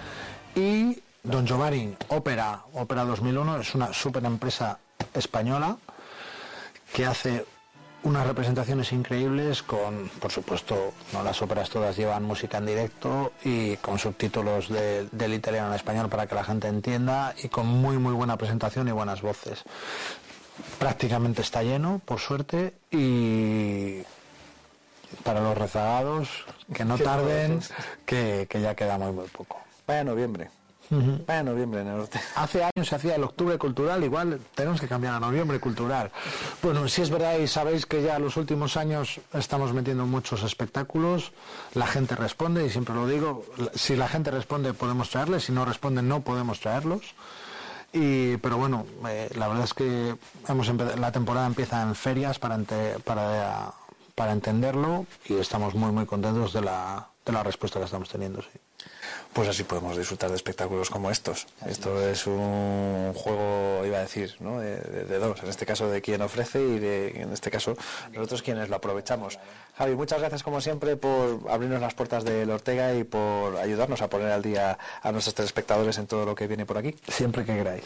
Y Don Giovanni, ópera, ópera dos mil uno, es una super empresa española que hace unas representaciones increíbles con, por supuesto, no las óperas todas llevan música en directo y con subtítulos de, del italiano al español para que la gente entienda, y con muy muy buena presentación y buenas voces. Prácticamente está lleno, por suerte, y para los rezagados, que no tarden, que, que ya queda muy muy poco. Vaya noviembre. Uh-huh. Vaya noviembre en el norte. Hace años se hacía el octubre cultural, igual tenemos que cambiar a noviembre cultural. Bueno, sí es verdad, y sabéis que ya los últimos años estamos metiendo muchos espectáculos, la gente responde, y siempre lo digo, si la gente responde podemos traerles, si no responden no podemos traerlos. Y, pero bueno, eh, la verdad es que hemos empe- la temporada empieza en ferias para, ente- para, para entenderlo, y estamos muy muy contentos de la, de la respuesta que estamos teniendo, sí. Pues así podemos disfrutar de espectáculos como estos. Esto es un juego, iba a decir, ¿no? de, de, de dos, en este caso de quien ofrece, y de, en este caso nosotros quienes lo aprovechamos. Javi, muchas gracias como siempre por abrirnos las puertas del Ortega y por ayudarnos a poner al día a nuestros telespectadores en todo lo que viene por aquí. Siempre que queráis.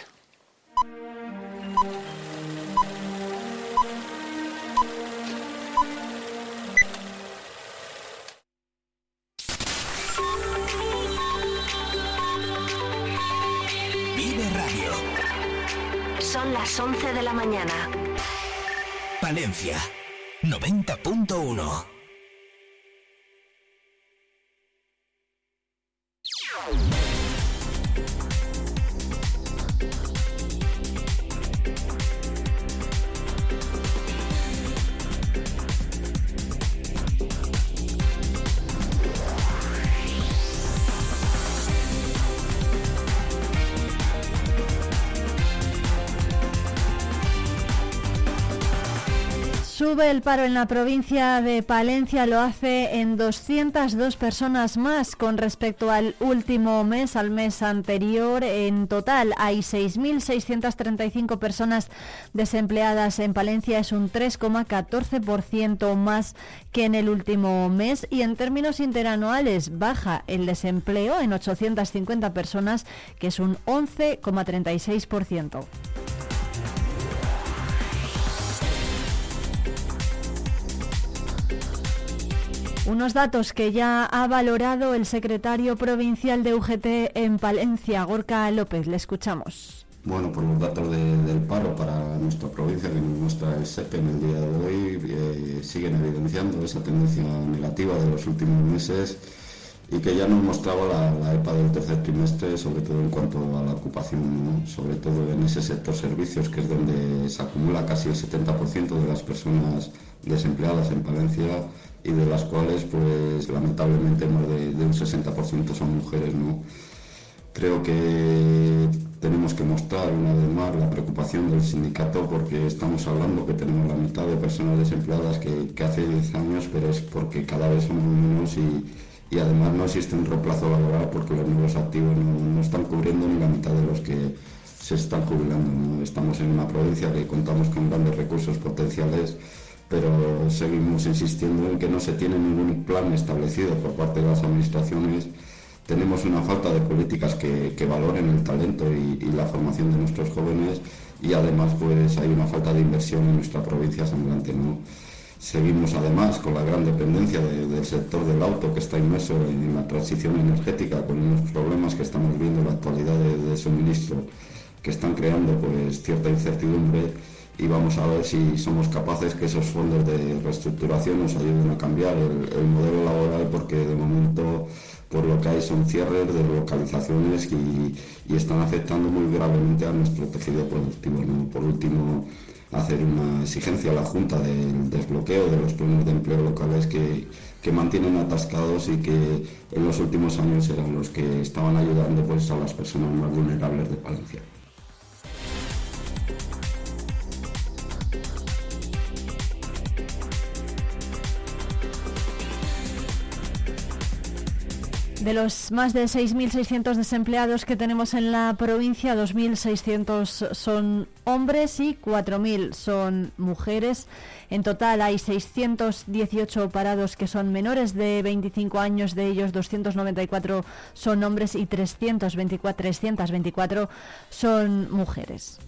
Son las once de la mañana. Palencia, noventa punto uno. Sube el paro en la provincia de Palencia, lo hace en doscientas dos personas más con respecto al último mes, al mes anterior. En total hay seis mil seiscientas treinta y cinco personas desempleadas en Palencia, es un tres coma catorce por ciento más que en el último mes, y en términos interanuales baja el desempleo en ochocientas cincuenta personas, que es un once coma treinta y seis por ciento. Unos datos que ya ha valorado el secretario provincial de U G T en Palencia, Gorka López. Le escuchamos. Bueno, por los datos de, del paro para nuestra provincia, que nos muestra el S E P en el día de hoy, eh, siguen evidenciando esa tendencia negativa de los últimos meses. y que ya nos mostraba la, la E P A del tercer trimestre, sobre todo en cuanto a la ocupación, ¿no? Sobre todo en ese sector servicios, que es donde se acumula casi el setenta por ciento de las personas desempleadas en Palencia, y de las cuales, pues lamentablemente, más de, de un sesenta por ciento son mujeres, ¿no? Creo que tenemos que mostrar una vez más la preocupación del sindicato, porque estamos hablando que tenemos la mitad de personas desempleadas que, que hace diez años, pero es porque cada vez somos menos y, y además no existe un reemplazo laboral, porque los nuevos activos no, no están cubriendo ni la mitad de los que se están jubilando, ¿no? Estamos en una provincia que contamos con grandes recursos potenciales, pero seguimos insistiendo en que no se tiene ningún plan establecido por parte de las administraciones. Tenemos una falta de políticas que, que valoren el talento y, y la formación de nuestros jóvenes, y además pues hay una falta de inversión en nuestra provincia sangrante, ¿no? Seguimos además con la gran dependencia de, del sector del auto, que está inmerso en la transición energética, con unos problemas que estamos viendo en la actualidad de, de suministro, que están creando pues cierta incertidumbre, y vamos a ver si somos capaces que esos fondos de reestructuración nos ayuden a cambiar el, el modelo laboral, porque de momento por lo que hay son cierres de localizaciones y, y están afectando muy gravemente a nuestro tejido productivo, ¿no? Por último, hacer una exigencia a la Junta del desbloqueo de los planes de empleo locales que, que mantienen atascados y que en los últimos años eran los que estaban ayudando pues, a las personas más vulnerables de Palencia. De los más de seis mil seiscientos desempleados que tenemos en la provincia, dos mil seiscientos son hombres y cuatro mil son mujeres. En total hay seiscientos dieciocho parados que son menores de veinticinco años, de ellos doscientos noventa y cuatro son hombres y trescientos veinticuatro son mujeres.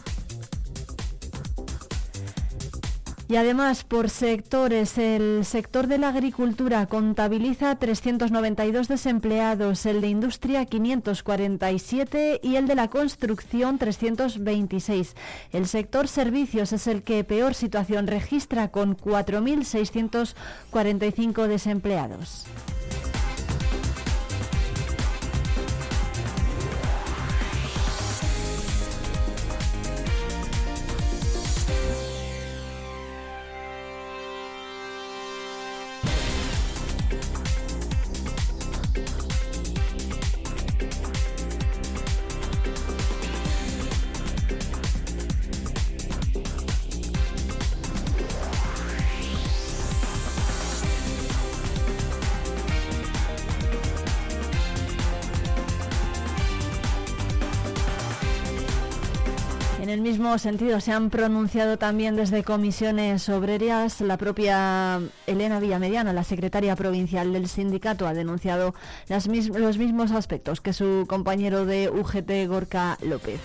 Y además, por sectores, el sector de la agricultura contabiliza trescientos noventa y dos desempleados, el de industria quinientos cuarenta y siete y el de la construcción trescientos veintiséis. El sector servicios es el que peor situación registra, con cuatro mil seiscientos cuarenta y cinco desempleados. En el mismo sentido se han pronunciado también desde comisiones obreras. La propia Elena Villamediana, la secretaria provincial del sindicato, ha denunciado las mis- los mismos aspectos que su compañero de U G T, Gorka López.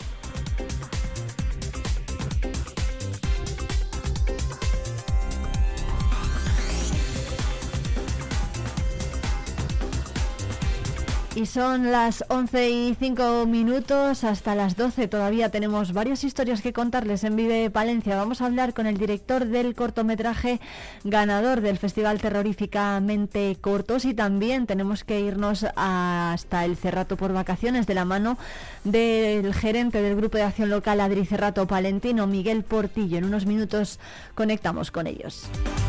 Y son las once y cinco minutos, hasta las doce todavía tenemos varias historias que contarles en Vive Palencia. Vamos a hablar con el director del cortometraje ganador del Festival Terroríficamente Cortos, y también tenemos que irnos hasta el Cerrato por vacaciones de la mano del gerente del Grupo de Acción Local Adri Cerrato Palentino, Miguel Portillo. En unos minutos conectamos con ellos.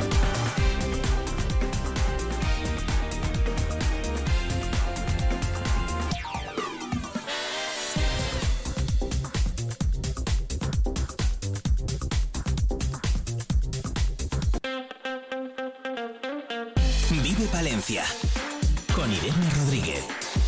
Vive Palencia con Irene Rodríguez.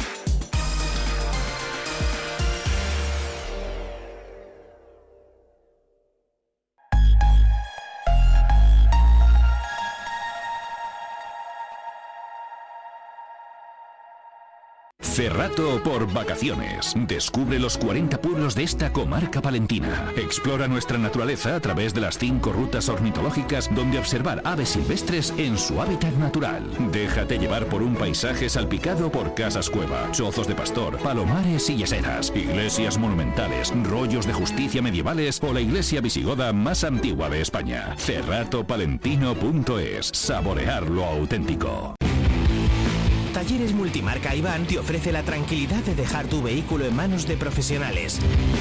Cerrato por vacaciones. Descubre los cuarenta pueblos de esta comarca palentina. Explora nuestra naturaleza a través de las cinco rutas ornitológicas donde observar aves silvestres en su hábitat natural. Déjate llevar por un paisaje salpicado por casas cueva, chozos de pastor, palomares y yeseras, iglesias monumentales, rollos de justicia medievales o la iglesia visigoda más antigua de España. cerrato palentino punto es. Saborear lo auténtico. Talleres Multimarca Iván te ofrece la tranquilidad de dejar tu vehículo en manos de profesionales.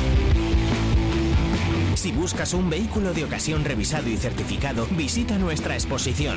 Si buscas un vehículo de ocasión revisado y certificado, visita nuestra exposición.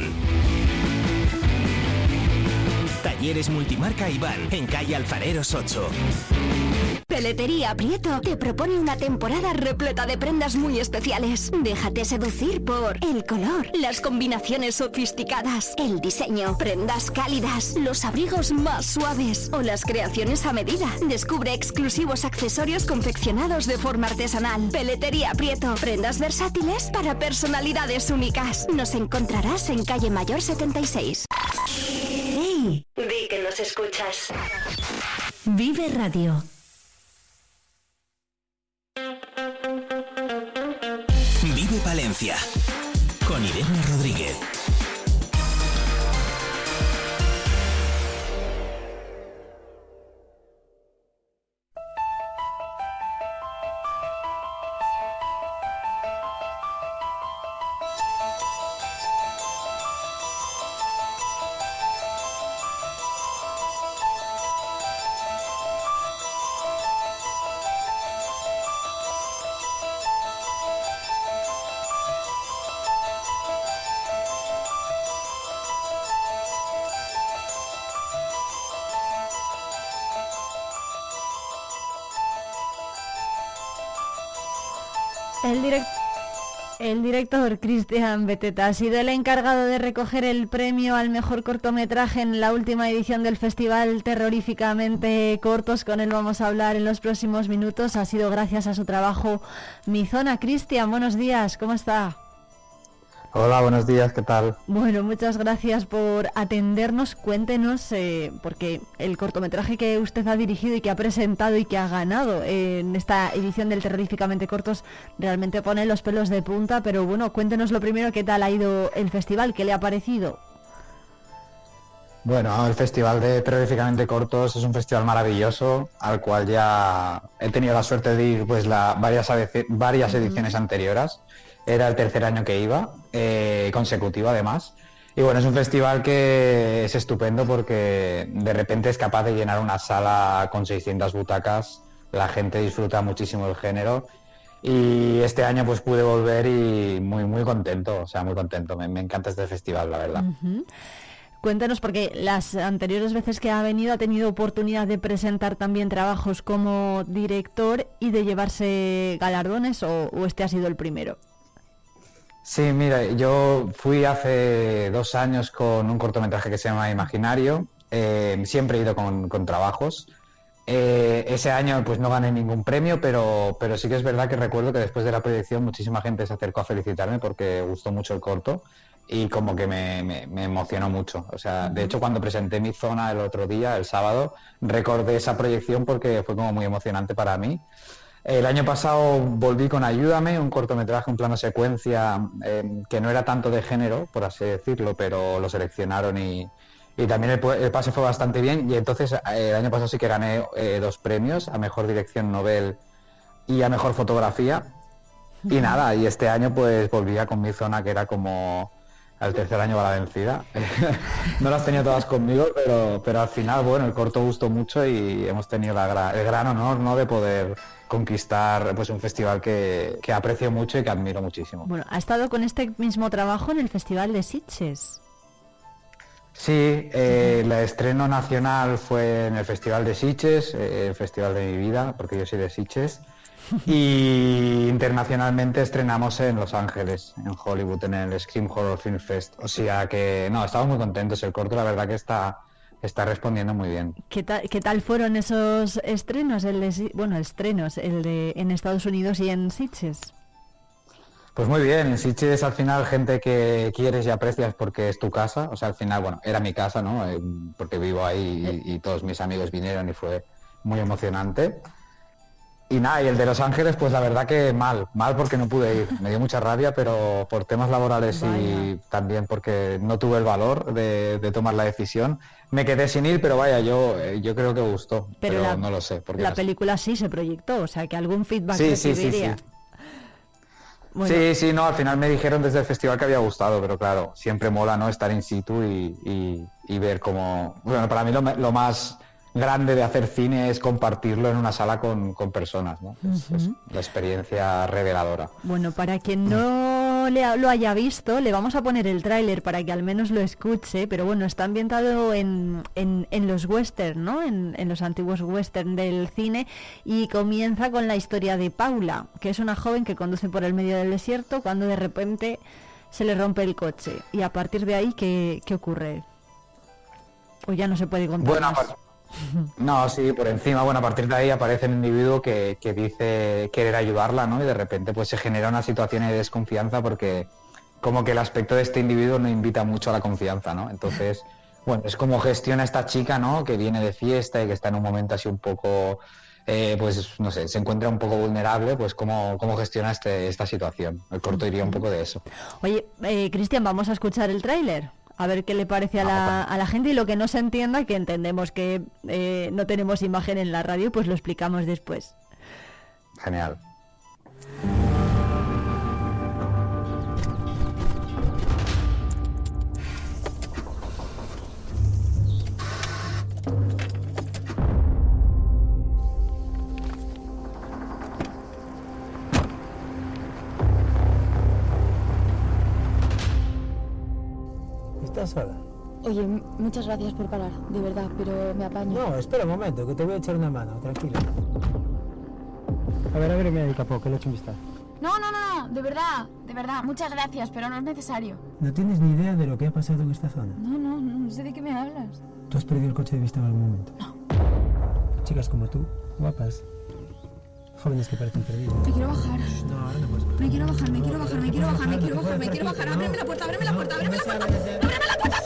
Talleres Multimarca Iván, en calle Alfareros ocho. Peletería Prieto te propone una temporada repleta de prendas muy especiales. Déjate seducir por el color, las combinaciones sofisticadas, el diseño, prendas cálidas, los abrigos más suaves o las creaciones a medida. Descubre exclusivos accesorios confeccionados de forma artesanal. Peletería Prieto, prendas versátiles para personalidades únicas. Nos encontrarás en calle Mayor setenta y seis. ¡Hey! Di que nos escuchas. Vive Radio. Vive Palencia, con Irene Rodríguez. El, direct el director Cristian Beteta ha sido el encargado de recoger el premio al mejor cortometraje en la última edición del Festival Terroríficamente Cortos. Con él vamos a hablar en los próximos minutos. Ha sido gracias a su trabajo Mi Zona. Cristian, buenos días, ¿cómo está? Hola, buenos días, ¿qué tal? Bueno, muchas gracias por atendernos. Cuéntenos, eh, porque el cortometraje que usted ha dirigido y que ha presentado y que ha ganado eh, en esta edición del Terroríficamente Cortos realmente pone los pelos de punta, pero bueno, cuéntenos lo primero, ¿qué tal ha ido el festival? ¿Qué le ha parecido? Bueno, el Festival de Terroríficamente Cortos es un festival maravilloso, al cual ya he tenido la suerte de ir pues la, varias, varias ediciones uh-huh. anteriores. Era el tercer año que iba, eh, consecutivo además. Y bueno, es un festival que es estupendo porque de repente es capaz de llenar una sala con seiscientas butacas. La gente disfruta muchísimo del género. Y este año pues pude volver y muy muy contento, o sea, muy contento. Me, me encanta este festival, la verdad. Uh-huh. Cuéntanos, porque las anteriores veces que ha venido ha tenido oportunidad de presentar también trabajos como director y de llevarse galardones, o, o este ha sido el primero. Sí, mira, yo fui hace dos años con un cortometraje que se llama Imaginario. Eh, siempre he ido con, con trabajos. Eh, ese año pues no gané ningún premio, pero, pero sí que es verdad que recuerdo que después de la proyección muchísima gente se acercó a felicitarme porque gustó mucho el corto y como que me, me, me emocionó mucho. O sea, de hecho cuando presenté Mi Zona el otro día, el sábado, recordé esa proyección porque fue como muy emocionante para mí. El año pasado volví con Ayúdame, un cortometraje, un plano secuencia eh, que no era tanto de género, por así decirlo, pero lo seleccionaron y, y también el, el pase fue bastante bien. Y entonces eh, el año pasado sí que gané eh, dos premios, a Mejor Dirección Novel y a Mejor Fotografía. Y nada, y este año pues volvía con Mi Zona, que era como el tercer año va la vencida. No las tenía todas conmigo, pero, pero al final, bueno, el corto gustó mucho y hemos tenido la gra- el gran honor, ¿no?, de poder conquistar pues un festival que, que aprecio mucho y que admiro muchísimo. Bueno, ha estado con este mismo trabajo en el Festival de Sitges. Sí, eh, el estreno nacional fue en el Festival de Sitges, eh, el festival de mi vida, porque yo soy de Sitges, y internacionalmente estrenamos en Los Ángeles, en Hollywood, en el Scream Horror Film Fest. O sea que, no, estamos muy contentos. El corto, la verdad que está... está respondiendo muy bien. ¿Qué tal, qué tal fueron esos estrenos? El de, bueno, estrenos, el de en Estados Unidos y en Sitges. Pues muy bien, en Sitges al final gente que quieres y aprecias porque es tu casa. O sea, al final, bueno, era mi casa, ¿no? Eh, porque vivo ahí y, y todos mis amigos vinieron y fue muy emocionante. Y nada, y el de Los Ángeles, pues la verdad que mal, mal porque no pude ir. Me dio mucha rabia, pero por temas laborales Vaya. y también porque no tuve el valor de, de tomar la decisión. Me quedé sin ir, pero vaya, yo yo creo que gustó, pero, pero la, no lo sé. Porque la no película sé. sí se proyectó, o sea que algún feedback sí, recibiría. Sí, sí, sí. Bueno. sí, sí, no, al final me dijeron desde el festival que había gustado, pero claro, siempre mola, ¿no?, estar in situ y, y, y ver cómo... Bueno, para mí lo, lo más grande de hacer cine es compartirlo en una sala con, con personas, ¿no? Uh-huh. Es, es la experiencia reveladora. Bueno, para quien no le, lo haya visto, le vamos a poner el tráiler para que al menos lo escuche, pero bueno, está ambientado en, en, en los western, ¿no? En, en los antiguos western del cine, y comienza con la historia de Paula, que es una joven que conduce por el medio del desierto cuando de repente se le rompe el coche, y a partir de ahí, ¿qué, qué ocurre? O ya no se puede contar bueno, más. No, sí, por encima, bueno, a partir de ahí aparece un individuo que, que dice querer ayudarla, ¿no? Y de repente pues se genera una situación de desconfianza porque como que el aspecto de este individuo no invita mucho a la confianza, ¿no? Entonces, bueno, es como gestiona esta chica, ¿no? Que viene de fiesta y que está en un momento así un poco, eh, pues, no sé, se encuentra un poco vulnerable, pues cómo, cómo gestiona este, esta situación. El corto iría un poco de eso. Oye, eh, Cristian, vamos a escuchar el tráiler. A ver qué le parece a la, a la gente, y lo que no se entienda, que entendemos que eh, no tenemos imagen en la radio, pues lo explicamos después. Genial. ¿Estás sola? Oye, m- muchas gracias por parar, de verdad, pero me apaño. No, espera un momento, que te voy a echar una mano, tranquila. A ver, a ver, me dedica poco, que le echo un vistazo. No, no, no, no, de verdad, de verdad, muchas gracias, pero no es necesario. ¿No tienes ni idea de lo que ha pasado en esta zona? No, no, no, no sé de qué me hablas. ¿Tú has perdido el coche de vista en algún momento? No. Chicas como tú, guapas, jóvenes que parecen perdidos. Me quiero bajar. No, ahora no puedes bajar. Me quiero bajar, me quiero bajar, me quiero bajar, me quiero bajar, me quiero bajar. Ábreme la puerta, ábreme la puerta, ábreme la puerta. ¡Ábreme la puerta, puerta!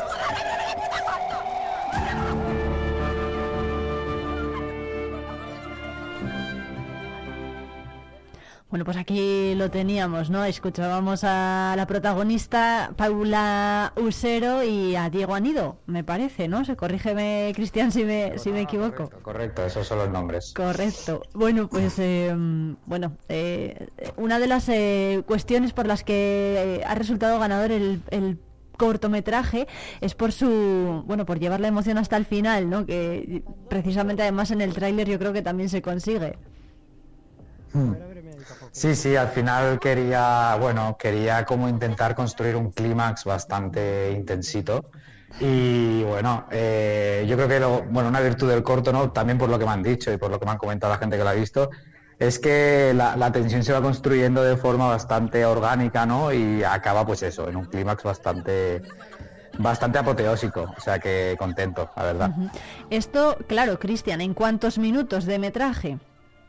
Bueno, pues aquí lo teníamos, ¿no? Escuchábamos a la protagonista, Paula Usero, y a Diego Anido, me parece, ¿no? Se corrígeme, Cristian, si me, no, si me equivoco. Correcto, correcto, esos son los nombres. Correcto. Bueno, pues, eh, bueno, eh, una de las eh, cuestiones por las que ha resultado ganador el, el cortometraje es por su, bueno, por llevar la emoción hasta el final, ¿no? Que precisamente además en el tráiler yo creo que también se consigue. Hmm. Sí, sí, al final quería, bueno, quería como intentar construir un clímax bastante intensito. Y bueno, eh, yo creo que lo, bueno, una virtud del corto, ¿no? También por lo que me han dicho y por lo que me han comentado la gente que lo ha visto, es que la, la tensión se va construyendo de forma bastante orgánica, ¿no? Y acaba, pues eso, en un clímax bastante, bastante apoteósico. O sea que contento, la verdad. Uh-huh. Esto, claro, Cristian, ¿en cuántos minutos de metraje?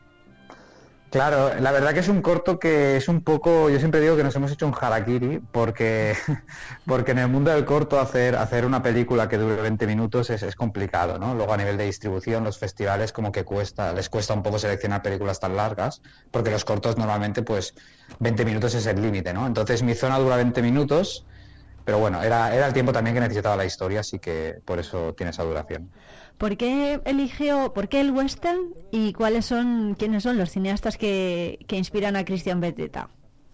Claro, la verdad que es un corto que es un poco, yo siempre digo que nos hemos hecho un harakiri, porque, porque en el mundo del corto hacer, hacer una película que dure veinte minutos es, es complicado, ¿no? Luego a nivel de distribución, los festivales como que cuesta, les cuesta un poco seleccionar películas tan largas, porque los cortos normalmente pues veinte minutos es el límite, ¿no? Entonces mi zona dura veinte minutos, pero bueno, era, era el tiempo también que necesitaba la historia, así que por eso tiene esa duración. ¿Por qué eligió, por qué el western y cuáles son, quiénes son los cineastas que, que inspiran a Christian Beteta?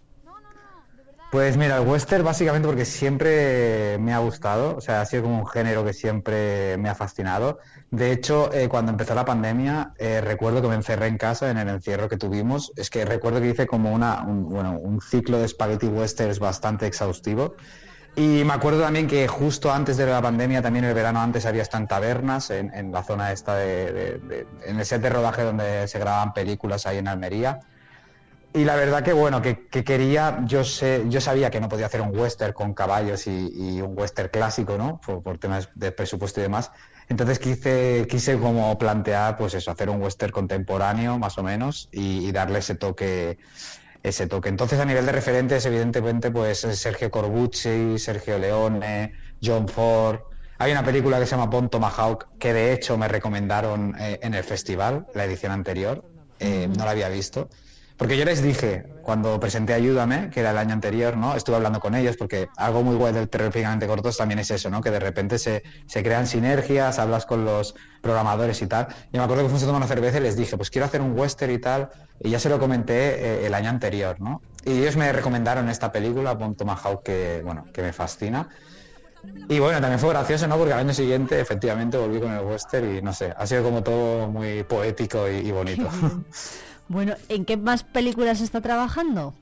Pues mira, el western básicamente porque siempre me ha gustado, o sea, ha sido como un género que siempre me ha fascinado. De hecho, eh, cuando empezó la pandemia, eh, recuerdo que me encerré en casa en el encierro que tuvimos. Es que recuerdo que hice como una, un, bueno, un ciclo de spaghetti westerns bastante exhaustivo. Y me acuerdo también que justo antes de la pandemia, también el verano antes, había estado en tabernas, en, en la zona esta de, de, de, en el set de rodaje donde se grababan películas ahí en Almería. Y la verdad que bueno, que, que quería, yo sé, yo sabía que no podía hacer un western con caballos y, y un western clásico, ¿no? Por, por temas de presupuesto y demás. Entonces quise, quise como plantear, pues eso, hacer un western contemporáneo, más o menos, y, y darle ese toque. ese toque. Entonces, a nivel de referentes, evidentemente, pues Sergio Corbucci, Sergio Leone, John Ford. Hay una película que se llama Bon Tomahawk, que de hecho me recomendaron eh, en el festival, la edición anterior. Eh, no la había visto. Porque yo les dije, cuando presenté Ayúdame, que era el año anterior, ¿no? Estuve hablando con ellos, porque algo muy guay del Terriblemente Cortos también es eso, ¿no? Que de repente se, se crean sinergias, hablas con los programadores y tal. Y me acuerdo que fuimos a tomar una cerveza y les dije, pues quiero hacer un western y tal, y ya se lo comenté eh, el año anterior, ¿no? Y ellos me recomendaron esta película, Bon Tomahawk, que, bueno, que me fascina. Y bueno, también fue gracioso, ¿no? Porque al año siguiente efectivamente volví con el western y no sé, ha sido como todo muy poético y, y bonito. Bueno, ¿en qué más películas está trabajando?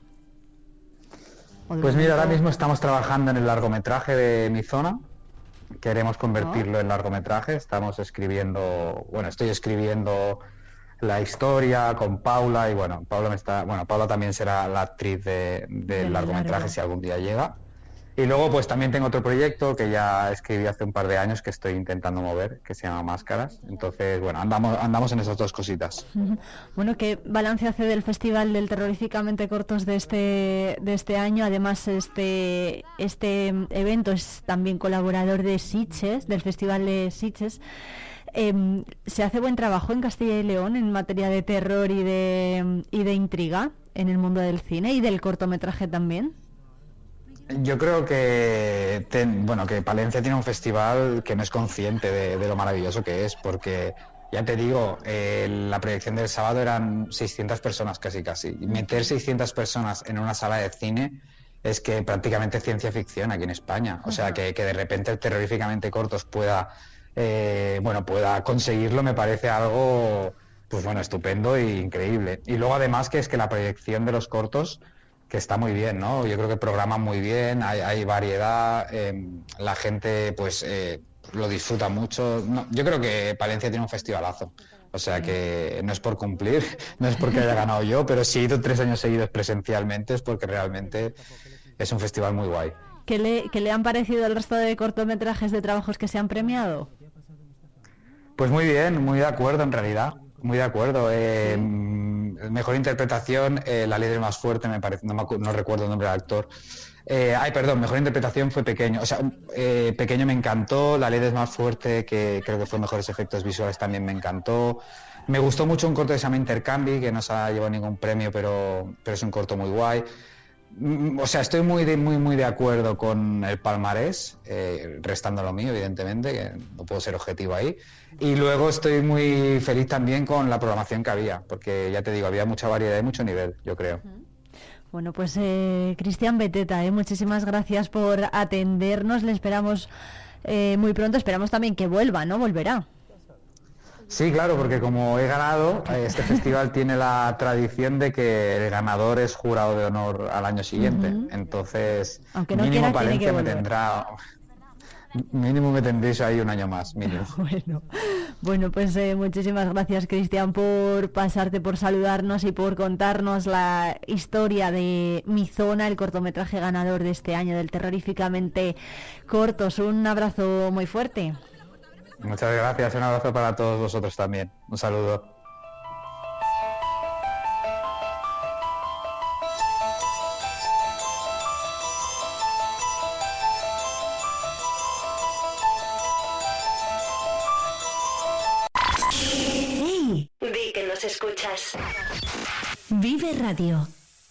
Pues mira, ahora mismo estamos trabajando en el largometraje de Mi Zona. Queremos convertirlo en largometraje. Estamos escribiendo, bueno, estoy escribiendo la historia con Paula y bueno, Paula me está, bueno, Paula también será la actriz de, del largometraje largo. Si algún día llega. Y luego pues también tengo otro proyecto que ya escribí hace un par de años que estoy intentando mover, que se llama Máscaras. Entonces, bueno, andamos andamos en esas dos cositas. Bueno, ¿qué balance hace del Festival del Terroríficamente Cortos de este de este año? Además, este este evento es también colaborador de Sitges, del Festival de Sitges. Eh, ¿Se hace buen trabajo en Castilla y León en materia de terror y de, y de intriga en el mundo del cine y del cortometraje también? Yo creo que ten, bueno que Palencia tiene un festival que no es consciente de, de lo maravilloso que es, porque ya te digo, eh, la proyección del sábado eran seiscientas personas casi casi. Y meter seiscientas personas en una sala de cine es que prácticamente ciencia ficción aquí en España. O sea, que, que de repente el Terroríficamente Cortos pueda eh, bueno pueda conseguirlo me parece algo pues bueno estupendo e increíble. Y luego además que es que la proyección de los cortos que está muy bien, ¿no? Yo creo que programan muy bien, hay, hay variedad, eh, la gente pues eh, lo disfruta mucho. No, yo creo que Palencia tiene un festivalazo, o sea que no es por cumplir, no es porque haya ganado yo, pero si he ido tres años seguidos presencialmente es porque realmente es un festival muy guay. ¿Qué le, qué le han parecido el resto de cortometrajes de trabajos que se han premiado? Pues muy bien, muy de acuerdo en realidad. Muy de acuerdo. Eh, mejor interpretación, eh, La ley del más fuerte, me parece, no, me acu- no recuerdo el nombre del actor. Eh, ay, perdón, mejor interpretación fue Pequeño. O sea, eh, Pequeño me encantó, La ley del más fuerte, que creo que fue mejores efectos visuales, también me encantó. Me gustó mucho un corto que se llama Intercambi, que no se ha llevado ningún premio, pero, pero es un corto muy guay. O sea, estoy muy de, muy muy de acuerdo con el palmarés, eh, restando lo mío, evidentemente, que no puedo ser objetivo ahí. Y luego estoy muy feliz también con la programación que había, porque ya te digo, había mucha variedad y mucho nivel, yo creo. Bueno, pues eh, Cristian Beteta, eh, muchísimas gracias por atendernos, le esperamos eh, muy pronto, esperamos también que vuelva, ¿no? Volverá. Sí, claro, porque como he ganado, este festival tiene la tradición de que el ganador es jurado de honor al año siguiente. Uh-huh. Entonces, aunque no mínimo quiera, Palencia me tendrá, mínimo me tendréis ahí un año más, mínimo. Bueno, bueno, pues eh, muchísimas gracias, Cristian, por pasarte, por saludarnos y por contarnos la historia de Mi Zona, el cortometraje ganador de este año del Terroríficamente Cortos. Un abrazo muy fuerte. Muchas gracias, un abrazo para todos vosotros también. Un saludo. Hey, di que nos escuchas. Vive Radio.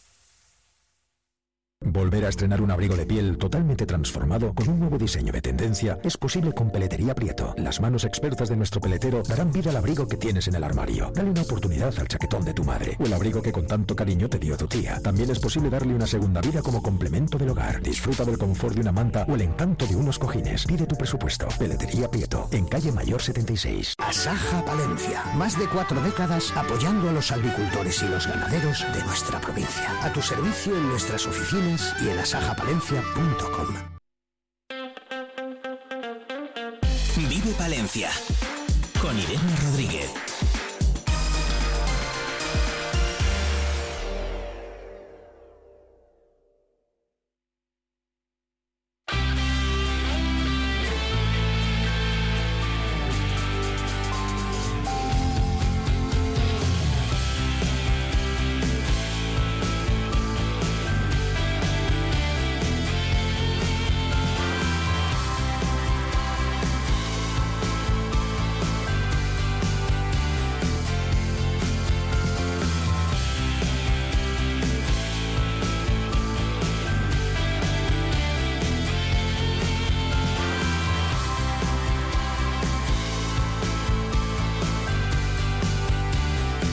Volver a estrenar un abrigo de piel totalmente transformado con un nuevo diseño de tendencia es posible con Peletería Prieto. Las manos expertas de nuestro peletero darán vida al abrigo que tienes en el armario. Dale una oportunidad al chaquetón de tu madre o el abrigo que con tanto cariño te dio tu tía. También es posible darle una segunda vida como complemento del hogar. Disfruta del confort de una manta o el encanto de unos cojines. Pide tu presupuesto. Peletería Prieto, en calle Mayor setenta y seis. Asaja Palencia. Más de cuatro décadas apoyando a los agricultores y los ganaderos de nuestra provincia. A tu servicio en nuestras oficinas y en asaja palencia punto com. Vive Palencia con Irene Rodríguez.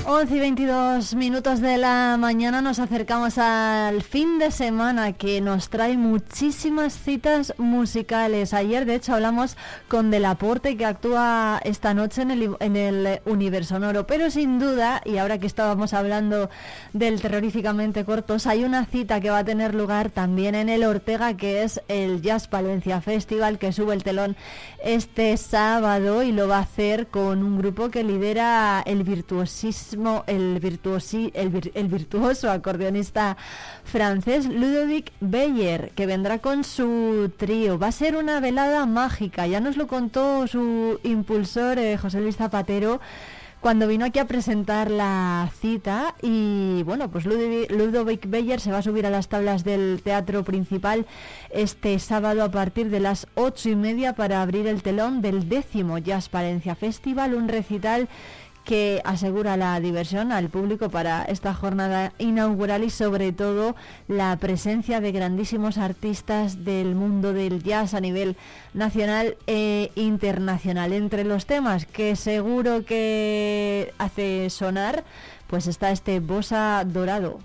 once y veintidós minutos de la mañana, nos acercamos al fin de semana que nos trae muchísimas citas musicales. Ayer, de hecho, hablamos con Delaporte, que actúa esta noche en el, en el Universo Sonoro, pero sin duda, y ahora que estábamos hablando del Terroríficamente Cortos, hay una cita que va a tener lugar también en el Ortega, que es el Jazz Palencia Festival, que sube el telón este sábado y lo va a hacer con un grupo que lidera el virtuosismo El, virtuosi, el, vir, el virtuoso acordeonista francés Ludovic Beyer, que vendrá con su trío. Va a ser una velada mágica, ya nos lo contó su impulsor eh, José Luis Zapatero cuando vino aquí a presentar la cita. Y bueno, pues Ludovic, Ludovic Beyer se va a subir a las tablas del Teatro Principal este sábado a partir de las ocho y media para abrir el telón del décimo Jazz Palencia Festival, un recital que asegura la diversión al público para esta jornada inaugural y sobre todo la presencia de grandísimos artistas del mundo del jazz a nivel nacional e internacional. Entre los temas que seguro que hace sonar, pues está este Bossa Dorado.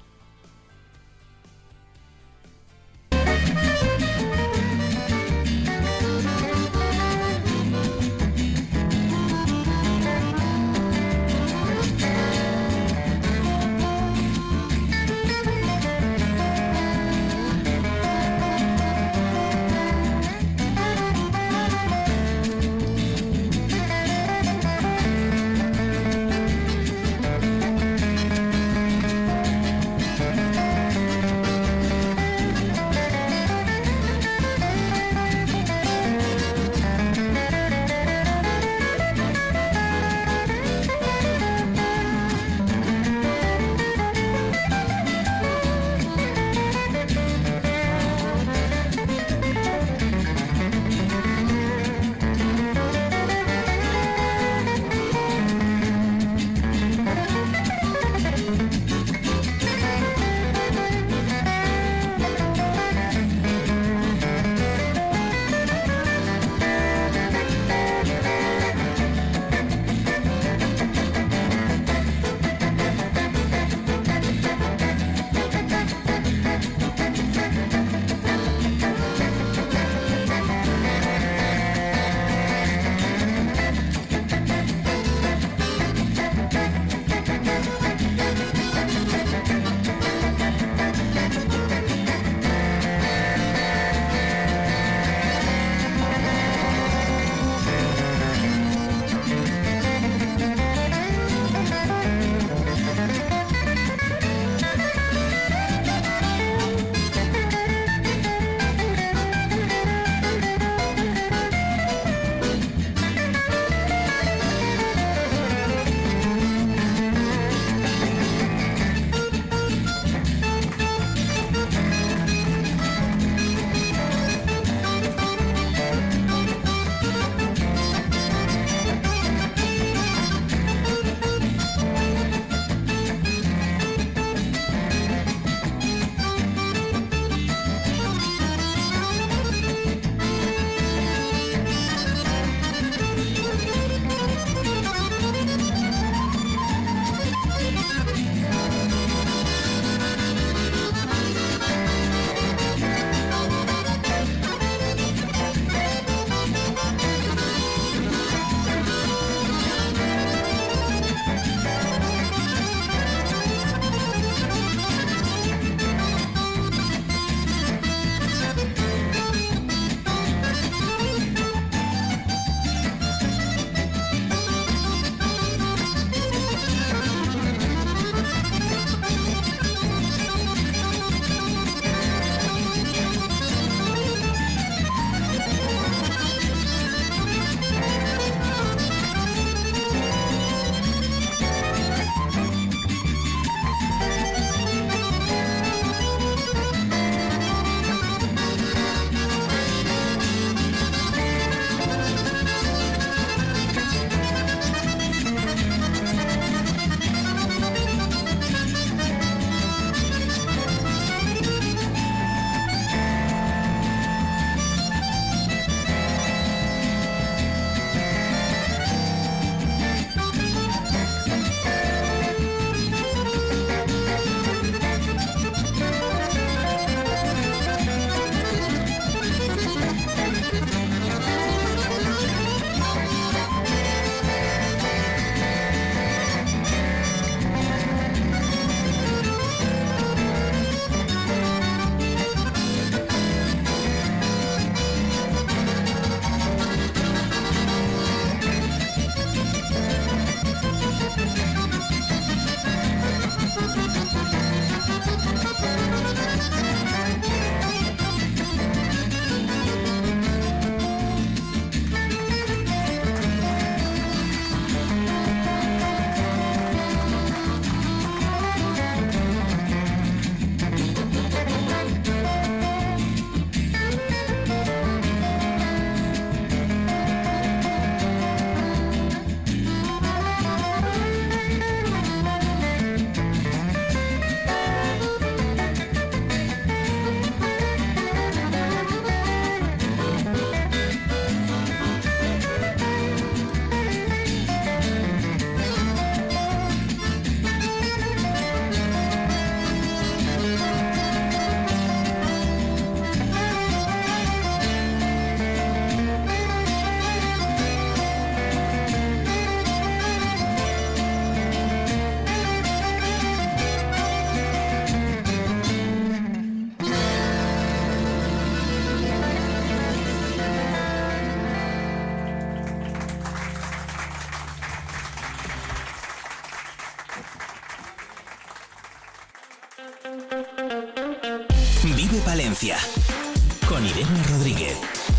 Vive Palencia con Irene Rodríguez.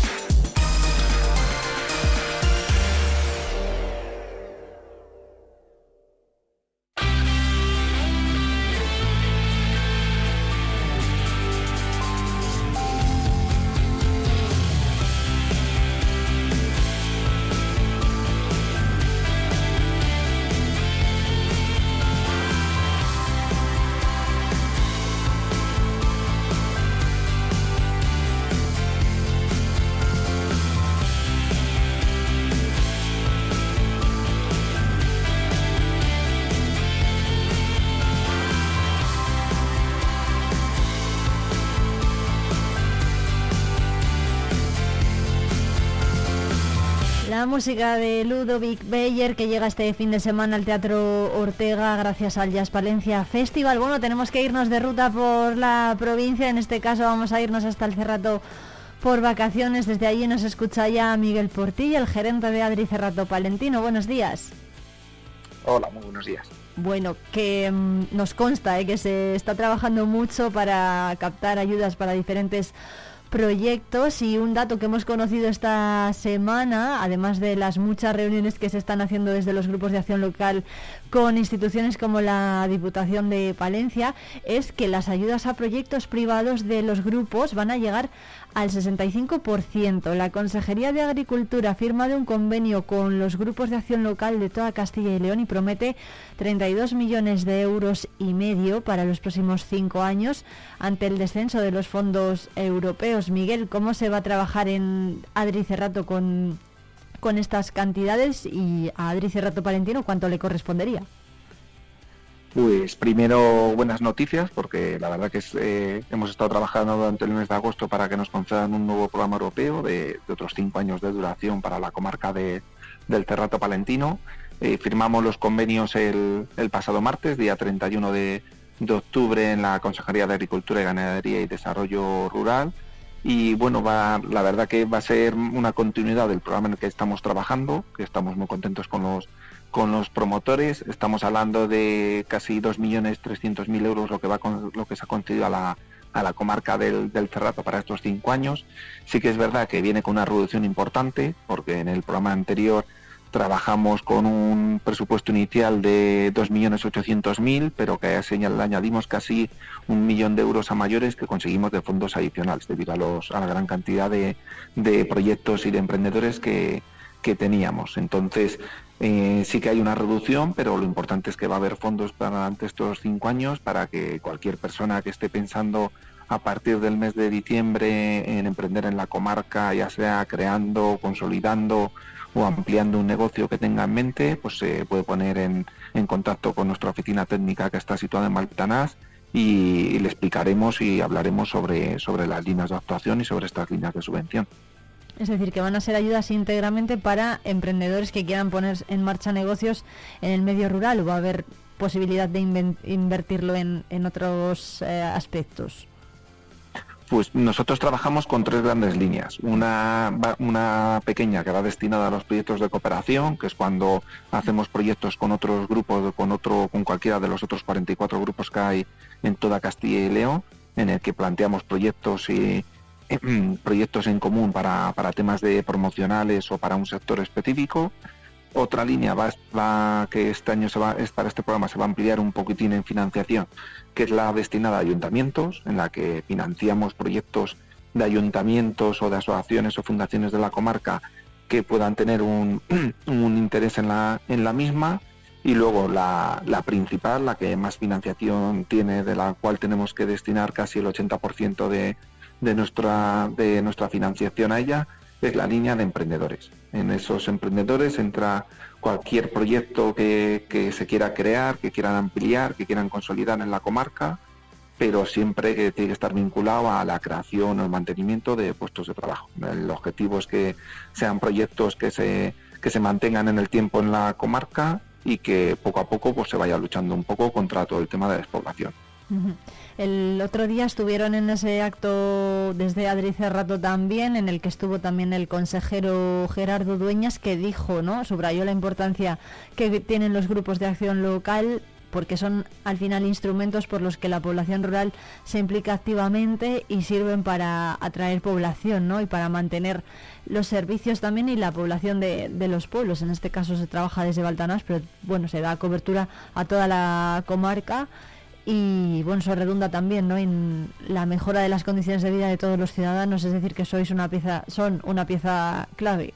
La música de Ludovic Beyer, que llega este fin de semana al Teatro Ortega gracias al Jazz Palencia Festival. Bueno, tenemos que irnos de ruta por la provincia, en este caso vamos a irnos hasta el Cerrato por vacaciones. Desde allí nos escucha ya Miguel Portilla, el gerente de Adri Cerrato Palentino. Buenos días. Hola, muy buenos días. Bueno, que mmm, nos consta eh, que se está trabajando mucho para captar ayudas para diferentes proyectos, y un dato que hemos conocido esta semana, además de las muchas reuniones que se están haciendo desde los grupos de acción local con instituciones como la Diputación de Palencia, es que las ayudas a proyectos privados de los grupos van a llegar al sesenta y cinco por ciento. La Consejería de Agricultura ha firmado un convenio con los grupos de acción local de toda Castilla y León y promete treinta y dos millones de euros y medio para los próximos cinco años ante el descenso de los fondos europeos. Miguel, ¿cómo se va a trabajar en Adri Cerrato con, con estas cantidades, y a Adri Cerrato Palentino cuánto le correspondería? Pues primero, buenas noticias, porque la verdad que es, eh, hemos estado trabajando durante el mes de agosto para que nos concedan un nuevo programa europeo de, de otros cinco años de duración para la comarca de, del Cerrato Palentino. Eh, firmamos los convenios el, el pasado martes, día treinta y uno de, de octubre, en la Consejería de Agricultura y Ganadería y Desarrollo Rural. Y bueno, va, la verdad que va a ser una continuidad del programa en el que estamos trabajando, que estamos muy contentos con los con los promotores. Estamos hablando de casi dos millones trescientos mil euros lo que va con, lo que se ha concedido a la a la comarca del, del Cerrato para estos cinco años. Sí que es verdad que viene con una reducción importante, porque en el programa anterior trabajamos con un presupuesto inicial de dos millones ochocientos mil, pero que le añadimos casi un millón de euros a mayores que conseguimos de fondos adicionales debido a, los, a la gran cantidad de, de proyectos y de emprendedores que, que teníamos. Entonces, eh, sí que hay una reducción, pero lo importante es que va a haber fondos para ante estos cinco años para que cualquier persona que esté pensando a partir del mes de diciembre en emprender en la comarca, ya sea creando, consolidando o ampliando un negocio que tenga en mente, pues se puede poner en, en contacto con nuestra oficina técnica que está situada en Malpitanás y, y le explicaremos y hablaremos sobre, sobre las líneas de actuación y sobre estas líneas de subvención. Es decir, que van a ser ayudas íntegramente para emprendedores que quieran poner en marcha negocios en el medio rural, o va a haber posibilidad de inven- invertirlo en, en otros eh, aspectos. Pues nosotros trabajamos con tres grandes líneas. Una, una pequeña que va destinada a los proyectos de cooperación, que es cuando hacemos proyectos con otros grupos, con otro, con cualquiera de los otros cuarenta y cuatro grupos que hay en toda Castilla y León, en el que planteamos proyectos y eh, proyectos en común para, para temas de promocionales o para un sector específico. Otra línea va, va que este año se va, es para este programa se va a ampliar un poquitín en financiación, que es la destinada a ayuntamientos, en la que financiamos proyectos de ayuntamientos o de asociaciones o fundaciones de la comarca que puedan tener un, un interés en la, en la misma. Y luego la, la principal, la que más financiación tiene, de la cual tenemos que destinar casi el ochenta por ciento de, de, nuestra, de nuestra financiación a ella, es la línea de emprendedores. En esos emprendedores entra cualquier proyecto que, que se quiera crear, que quieran ampliar, que quieran consolidar en la comarca, pero siempre que tiene que estar vinculado a la creación o el mantenimiento de puestos de trabajo. El objetivo es que sean proyectos que se, que se mantengan en el tiempo en la comarca y que poco a poco pues se vaya luchando un poco contra todo el tema de despoblación. El otro día estuvieron en ese acto desde Adri Cerrato también, en el que estuvo también el consejero Gerardo Dueñas, que dijo, ¿no?, subrayó la importancia que tienen los grupos de acción local porque son al final instrumentos por los que la población rural se implica activamente y sirven para atraer población, ¿no? Y para mantener los servicios también y la población de, de los pueblos. En este caso se trabaja desde Baltanás, pero bueno, se da cobertura a toda la comarca y bueno, eso redunda también, ¿no?, en la mejora de las condiciones de vida de todos los ciudadanos, es decir, que sois una pieza, son una pieza clave.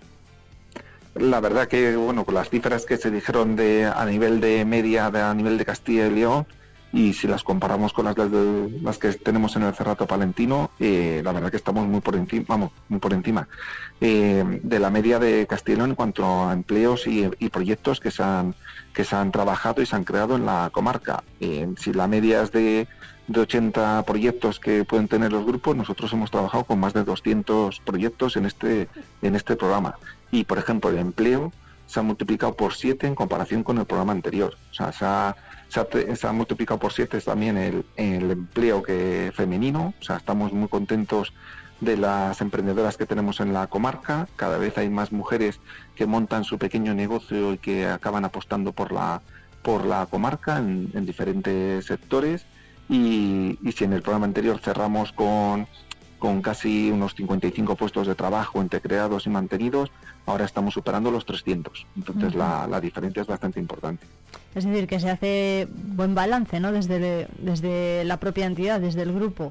La verdad que, bueno, con las cifras que se dijeron de a nivel de media, de, a nivel de Castilla y León, y si las comparamos con las, de, las que tenemos en el Cerrato Palentino, eh, la verdad que estamos muy por encima, vamos, muy por encima eh, de la media de Castilla y León en cuanto a empleos y, y proyectos que se han que se han trabajado y se han creado en la comarca. Eh, si la media es de, de ochenta proyectos que pueden tener los grupos, nosotros hemos trabajado con más de doscientos proyectos en este en este programa. Y, por ejemplo, el empleo se ha multiplicado por siete en comparación con el programa anterior. O sea, se ha, se ha, se ha multiplicado por siete también el, el empleo que femenino. O sea, estamos muy contentos de las emprendedoras que tenemos en la comarca. Cada vez hay más mujeres que montan su pequeño negocio y que acaban apostando por la por la comarca en, en diferentes sectores. Y, y si en el programa anterior cerramos con, con casi unos cincuenta y cinco puestos de trabajo entre creados y mantenidos, ahora estamos superando los trescientos. Entonces uh-huh. la, la diferencia es bastante importante. Es decir, que se hace buen balance, ¿no?, desde, desde la propia entidad, desde el grupo.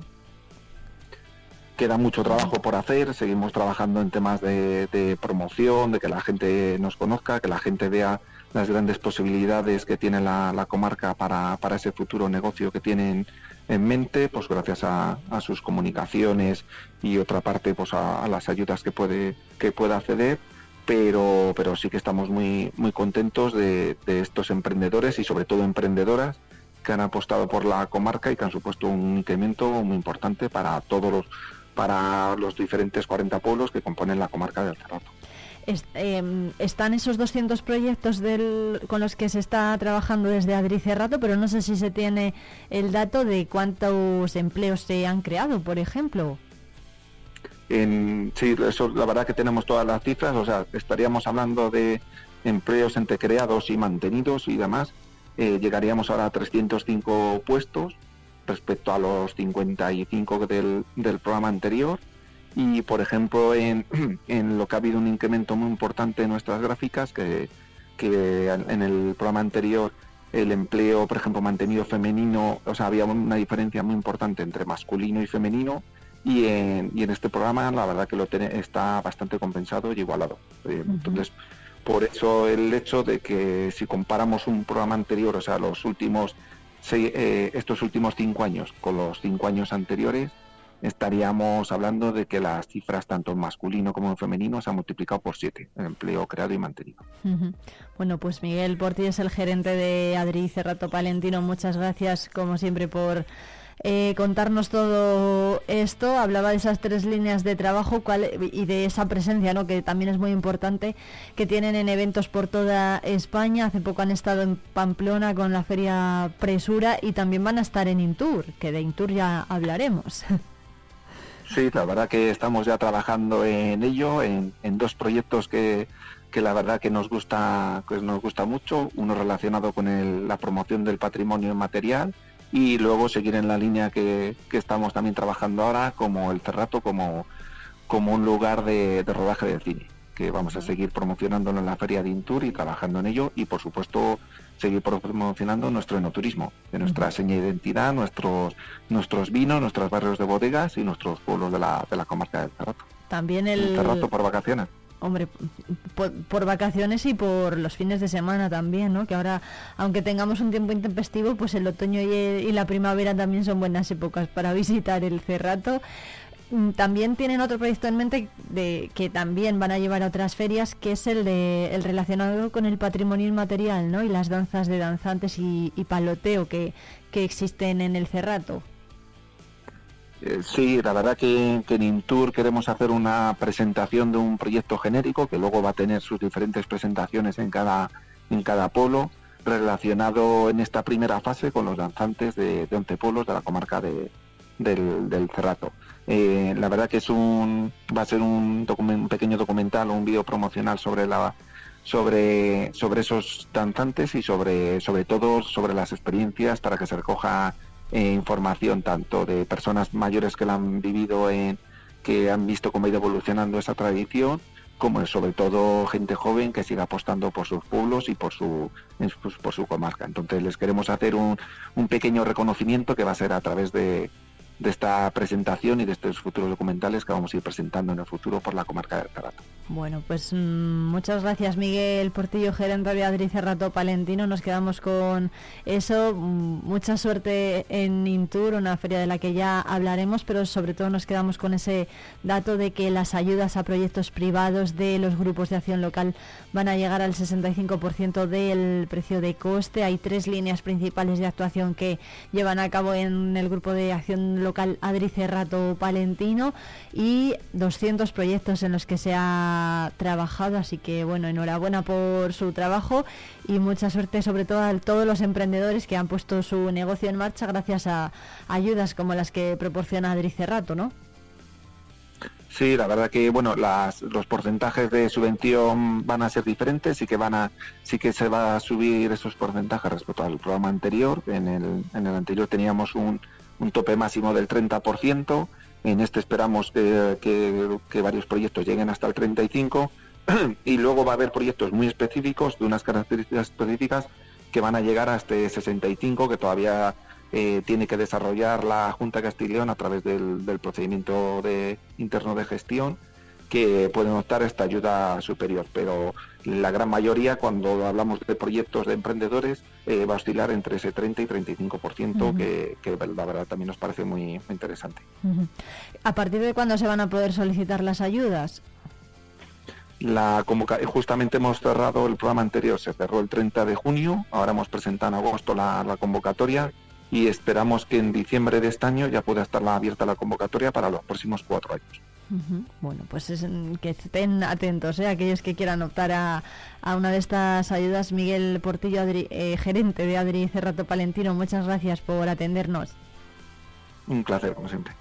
Queda mucho trabajo por hacer, seguimos trabajando en temas de, de promoción, de que la gente nos conozca, que la gente vea las grandes posibilidades que tiene la, la comarca para, para ese futuro negocio que tienen en mente, pues gracias a, a sus comunicaciones y otra parte pues a, a las ayudas que puede que pueda acceder, pero pero sí que estamos muy muy contentos de, de estos emprendedores y sobre todo emprendedoras que han apostado por la comarca y que han supuesto un incremento muy importante para todos los para los diferentes cuarenta pueblos que componen la comarca del Cerrato. Es, eh, están esos doscientos proyectos del, con los que se está trabajando desde Adri Cerrato, pero no sé si se tiene el dato de cuántos empleos se han creado, por ejemplo. En, sí, eso, la verdad que tenemos todas las cifras, o sea, estaríamos hablando de empleos entre creados y mantenidos y demás. Eh, llegaríamos ahora a trescientos cinco puestos respecto a los cincuenta y cinco del, del programa anterior. Y, por ejemplo, en, en lo que ha habido un incremento muy importante en nuestras gráficas, que, que en el programa anterior el empleo, por ejemplo, mantenido femenino, o sea, había una diferencia muy importante entre masculino y femenino, y en, y en este programa la verdad que lo tiene, está bastante compensado y igualado. Eh, uh-huh. Entonces, por eso el hecho de que si comparamos un programa anterior, o sea, los últimos seis, eh, estos últimos cinco años con los cinco años anteriores, estaríamos hablando de que las cifras tanto en masculino como en femenino se han multiplicado por siete, el empleo creado y mantenido. Uh-huh. Bueno, pues Miguel Porti es el gerente de Adri Cerrato Palentino. Muchas gracias, como siempre, por eh, contarnos todo esto. Hablaba de esas tres líneas de trabajo cuál, y de esa presencia, ¿no?, que también es muy importante, que tienen en eventos por toda España. Hace poco han estado en Pamplona con la Feria Presura y también van a estar en Intur, que de Intur ya hablaremos. Sí, la verdad que estamos ya trabajando en ello, en, en dos proyectos que, que la verdad que nos gusta, que nos gusta mucho, uno relacionado con el, la promoción del patrimonio inmaterial y luego seguir en la línea que, que estamos también trabajando ahora, como el Cerrato, como, como un lugar de, de rodaje de cine, que vamos a seguir promocionándolo en la Feria de Intur y trabajando en ello y, por supuesto, seguir promocionando nuestro enoturismo, de nuestra seña de identidad, nuestros nuestros vinos, nuestros barrios de bodegas y nuestros pueblos de la, de la comarca del Cerrato. También el... el Cerrato por vacaciones. Hombre, por, por vacaciones y por los fines de semana también, ¿no? Que ahora, aunque tengamos un tiempo intempestivo, pues el otoño y, el, y la primavera también son buenas épocas para visitar el Cerrato. También tienen otro proyecto en mente de que también van a llevar a otras ferias, que es el de el relacionado con el patrimonio inmaterial, ¿no? Y las danzas de danzantes y, y paloteo que, que existen en el Cerrato. Eh, sí, la verdad que, que en Intur queremos hacer una presentación de un proyecto genérico que luego va a tener sus diferentes presentaciones en cada en cada pueblo, relacionado en esta primera fase con los danzantes de, de once pueblos de la comarca de, del, del Cerrato. Eh, la verdad que es un va a ser un, document, un pequeño documental o un vídeo promocional sobre la sobre, sobre esos danzantes y sobre, sobre todo sobre las experiencias, para que se recoja eh, información tanto de personas mayores que la han vivido, en, que han visto cómo ha ido evolucionando esa tradición, como sobre todo gente joven que siga apostando por sus pueblos y por su por su comarca. Entonces les queremos hacer un, un pequeño reconocimiento que va a ser a través de, de esta presentación y de estos futuros documentales que vamos a ir presentando en el futuro por la comarca del Cerrato. Bueno, pues mmm, muchas gracias, Miguel Portillo, gerente de Adri Cerrato Palentino. Nos quedamos con eso. Mucha suerte en Intur, una feria de la que ya hablaremos, pero sobre todo nos quedamos con ese dato de que las ayudas a proyectos privados de los grupos de acción local van a llegar al sesenta y cinco por ciento del precio de coste. Hay tres líneas principales de actuación que llevan a cabo en el grupo de acción local Adri Cerrato Palentino y doscientos proyectos en los que se ha trabajado, así que bueno, enhorabuena por su trabajo y mucha suerte sobre todo a todos los emprendedores que han puesto su negocio en marcha gracias a ayudas como las que proporciona Adri Cerrato, ¿no? Sí, la verdad que bueno, las, los porcentajes de subvención van a ser diferentes y que van a, sí que se va a subir esos porcentajes respecto al programa anterior. En el, en el anterior teníamos un, un tope máximo del treinta por ciento. En este esperamos que, que, que varios proyectos lleguen hasta el treinta y cinco por ciento y luego va a haber proyectos muy específicos, de unas características específicas, que van a llegar a este sesenta y cinco por ciento, que todavía eh, tiene que desarrollar la Junta de Castilla y León a través del, del procedimiento de, interno de gestión, que pueden optar a esta ayuda superior, pero la gran mayoría, cuando hablamos de proyectos de emprendedores, eh, va a oscilar entre ese treinta y treinta y cinco por ciento, uh-huh. que, que la verdad también nos parece muy, muy interesante. Uh-huh. ¿A partir de cuándo se van a poder solicitar las ayudas? La convoca- justamente hemos cerrado el programa anterior, se cerró el treinta de junio, ahora hemos presentado en agosto la, la convocatoria y esperamos que en diciembre de este año ya pueda estar la, abierta la convocatoria para los próximos cuatro años. Uh-huh. Bueno, pues es, que estén atentos, ¿eh? Aquellos que quieran optar a, a una de estas ayudas. Miguel Portillo, Adri, eh, gerente de Adri Cerrato Palentino, muchas gracias por atendernos. Un placer, como siempre.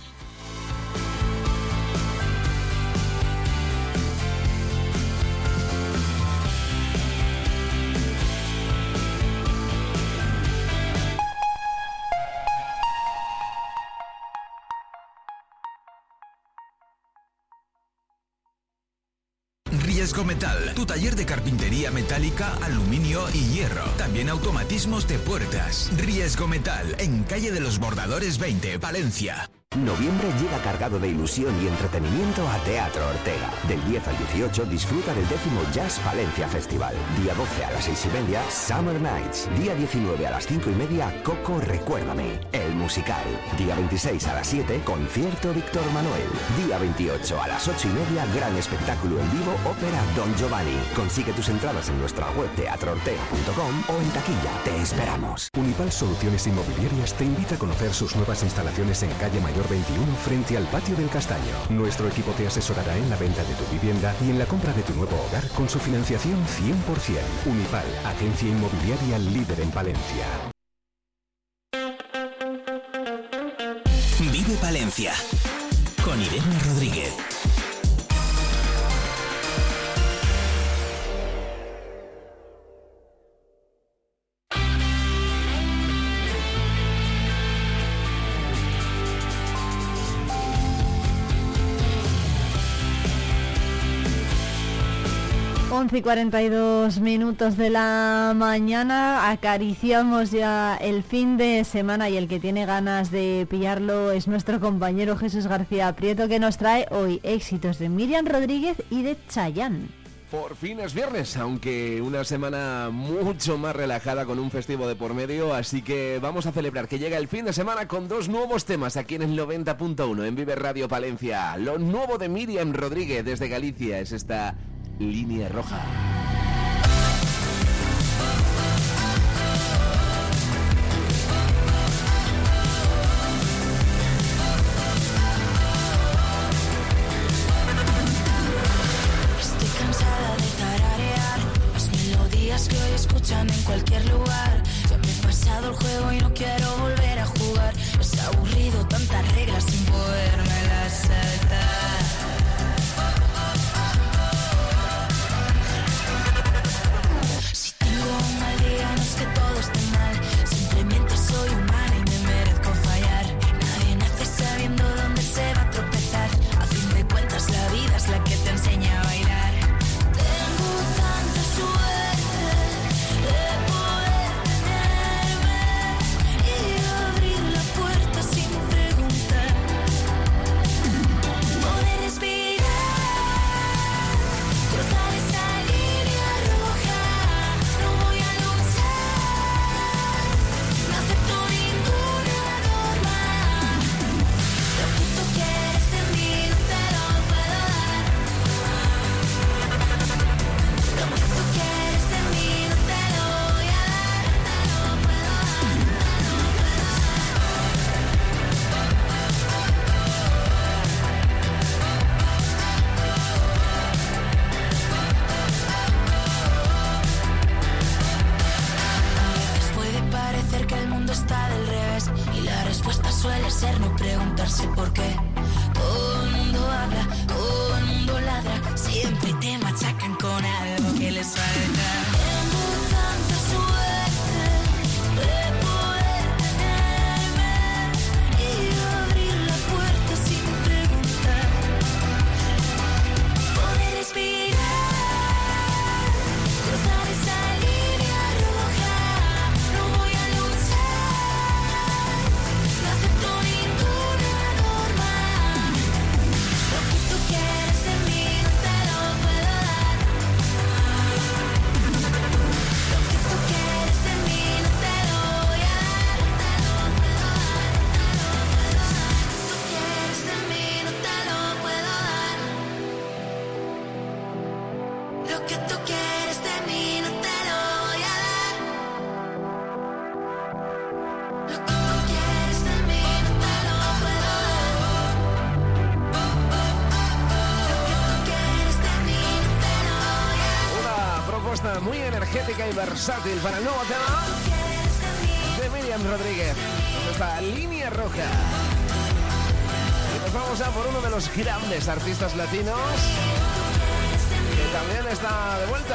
Riesgo Metal, tu taller de carpintería metálica, aluminio y hierro. También automatismos de puertas. Riesgo Metal, en calle de los Bordadores veinte, Palencia. Noviembre llega cargado de ilusión y entretenimiento a Teatro Ortega. Del diez al dieciocho disfruta del décimo Jazz Palencia Festival. Día doce a las seis y media, Summer Nights. Día diecinueve a las cinco y media, Coco Recuérdame, el musical. Día veintiséis a las siete, concierto Víctor Manuel. Día veintiocho a las ocho y media, gran espectáculo en vivo, ópera Don Giovanni. Consigue tus entradas en nuestra web teatro ortega punto com o en taquilla. Te esperamos. Unipal Soluciones Inmobiliarias te invita a conocer sus nuevas instalaciones en calle Mayor veintiuno frente al Patio del Castaño. Nuestro equipo te asesorará en la venta de tu vivienda y en la compra de tu nuevo hogar con su financiación cien por ciento. Unipal, agencia inmobiliaria líder en Palencia. Vive Palencia con Irene Rodríguez. once y cuarenta y dos minutos de la mañana, acariciamos ya el fin de semana y el que tiene ganas de pillarlo es nuestro compañero Jesús García Prieto, que nos trae hoy éxitos de Miriam Rodríguez y de Chayanne. Por fin es viernes, aunque una semana mucho más relajada con un festivo de por medio, así que vamos a celebrar que llega el fin de semana con dos nuevos temas aquí en el noventa punto uno en Vive Radio Palencia. Lo nuevo de Miriam Rodríguez desde Galicia es esta Línea Roja. Estoy cansada de tararear las melodías que hoy escuchan en cualquier lugar. Ya me he pasado el juego y no quiero volver a jugar. Es aburrido tantas reglas sin podérmelas saltar. suele ser no preguntarse por qué. Todo el mundo habla, todo el mundo ladra, siempre te machacan con algo que les falta. Tengo tanta suerte de poder tenerme y abrir la puerta sin preguntar. Poder respirar, cruzar esa línea roja. No voy a luchar, no acepto ninguna norma. Lo que tú quieres de mí no te lo puedo dar. Lo que tú quieres de mí no te lo voy a dar. Lo que tú quieres de mí no te lo voy a dar. Lo que tú quieres de mí no te lo puedo dar. Lo que tú quieres de mí no te lo voy a dar. Una propuesta muy energética y versátil para el nuevo tema de Miriam Rodríguez. Esta línea roja. Y nos vamos a por uno de los grandes artistas latinos que también está de vuelta.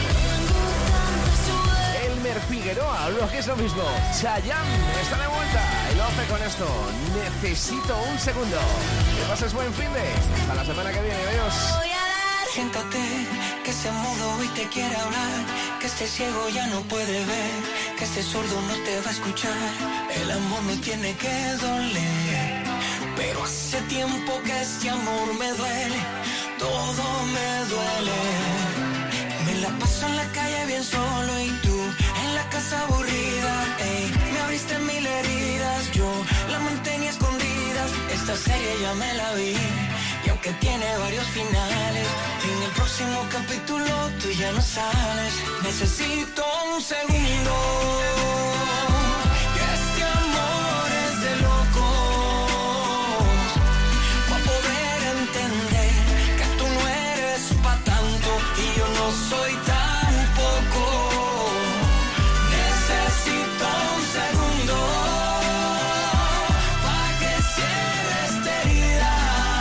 Elmer Figueroa, lo que es lo mismo. Chayanne está de vuelta y lo hace con esto. Necesito un segundo. Que pases buen fin de. Hasta la semana que viene. Adiós. Siéntate, que se mudo y te quiere hablar, que este ciego ya no puede ver, que este sordo no te va a escuchar. El amor no tiene que doler, pero hace tiempo que este amor me duele, todo me duele. Me la paso en la calle bien solo y tú en la casa aburrida, ey. Me abriste mil heridas, yo la mantenía escondidas. Esta serie ya me la vi y aunque tiene varios finales, en el próximo capítulo tú ya no sales. Necesito un segundo, que este amor es de locos, para poder entender que tú no eres pa' tanto y yo no soy tampoco. Necesito un segundo para que cierre esta herida.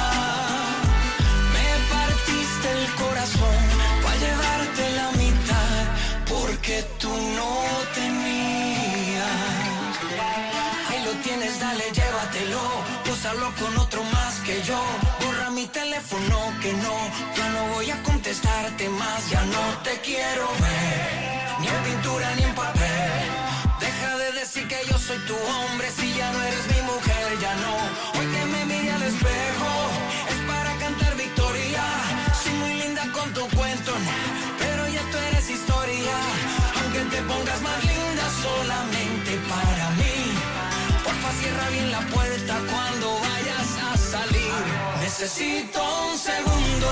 Me partiste el corazón para llevarte la mitad, porque tú no tenías. Ahí lo tienes, dale, llévatelo, úsalo con otro más que yo. Borra mi teléfono que no, ya no voy a contestarte más. Ya no te quiero ver, ni en pintura ni en papel. Deja de decir que yo soy tu hombre si ya no eres mi mujer, ya no. Hoy que me mire al espejo es para cantar victoria. Soy muy linda con tu cuento, nah, pero ya tú eres historia. Aunque te pongas más linda solamente para mí, porfa cierra bien la puerta cuando vayas a salir. Necesito un segundo,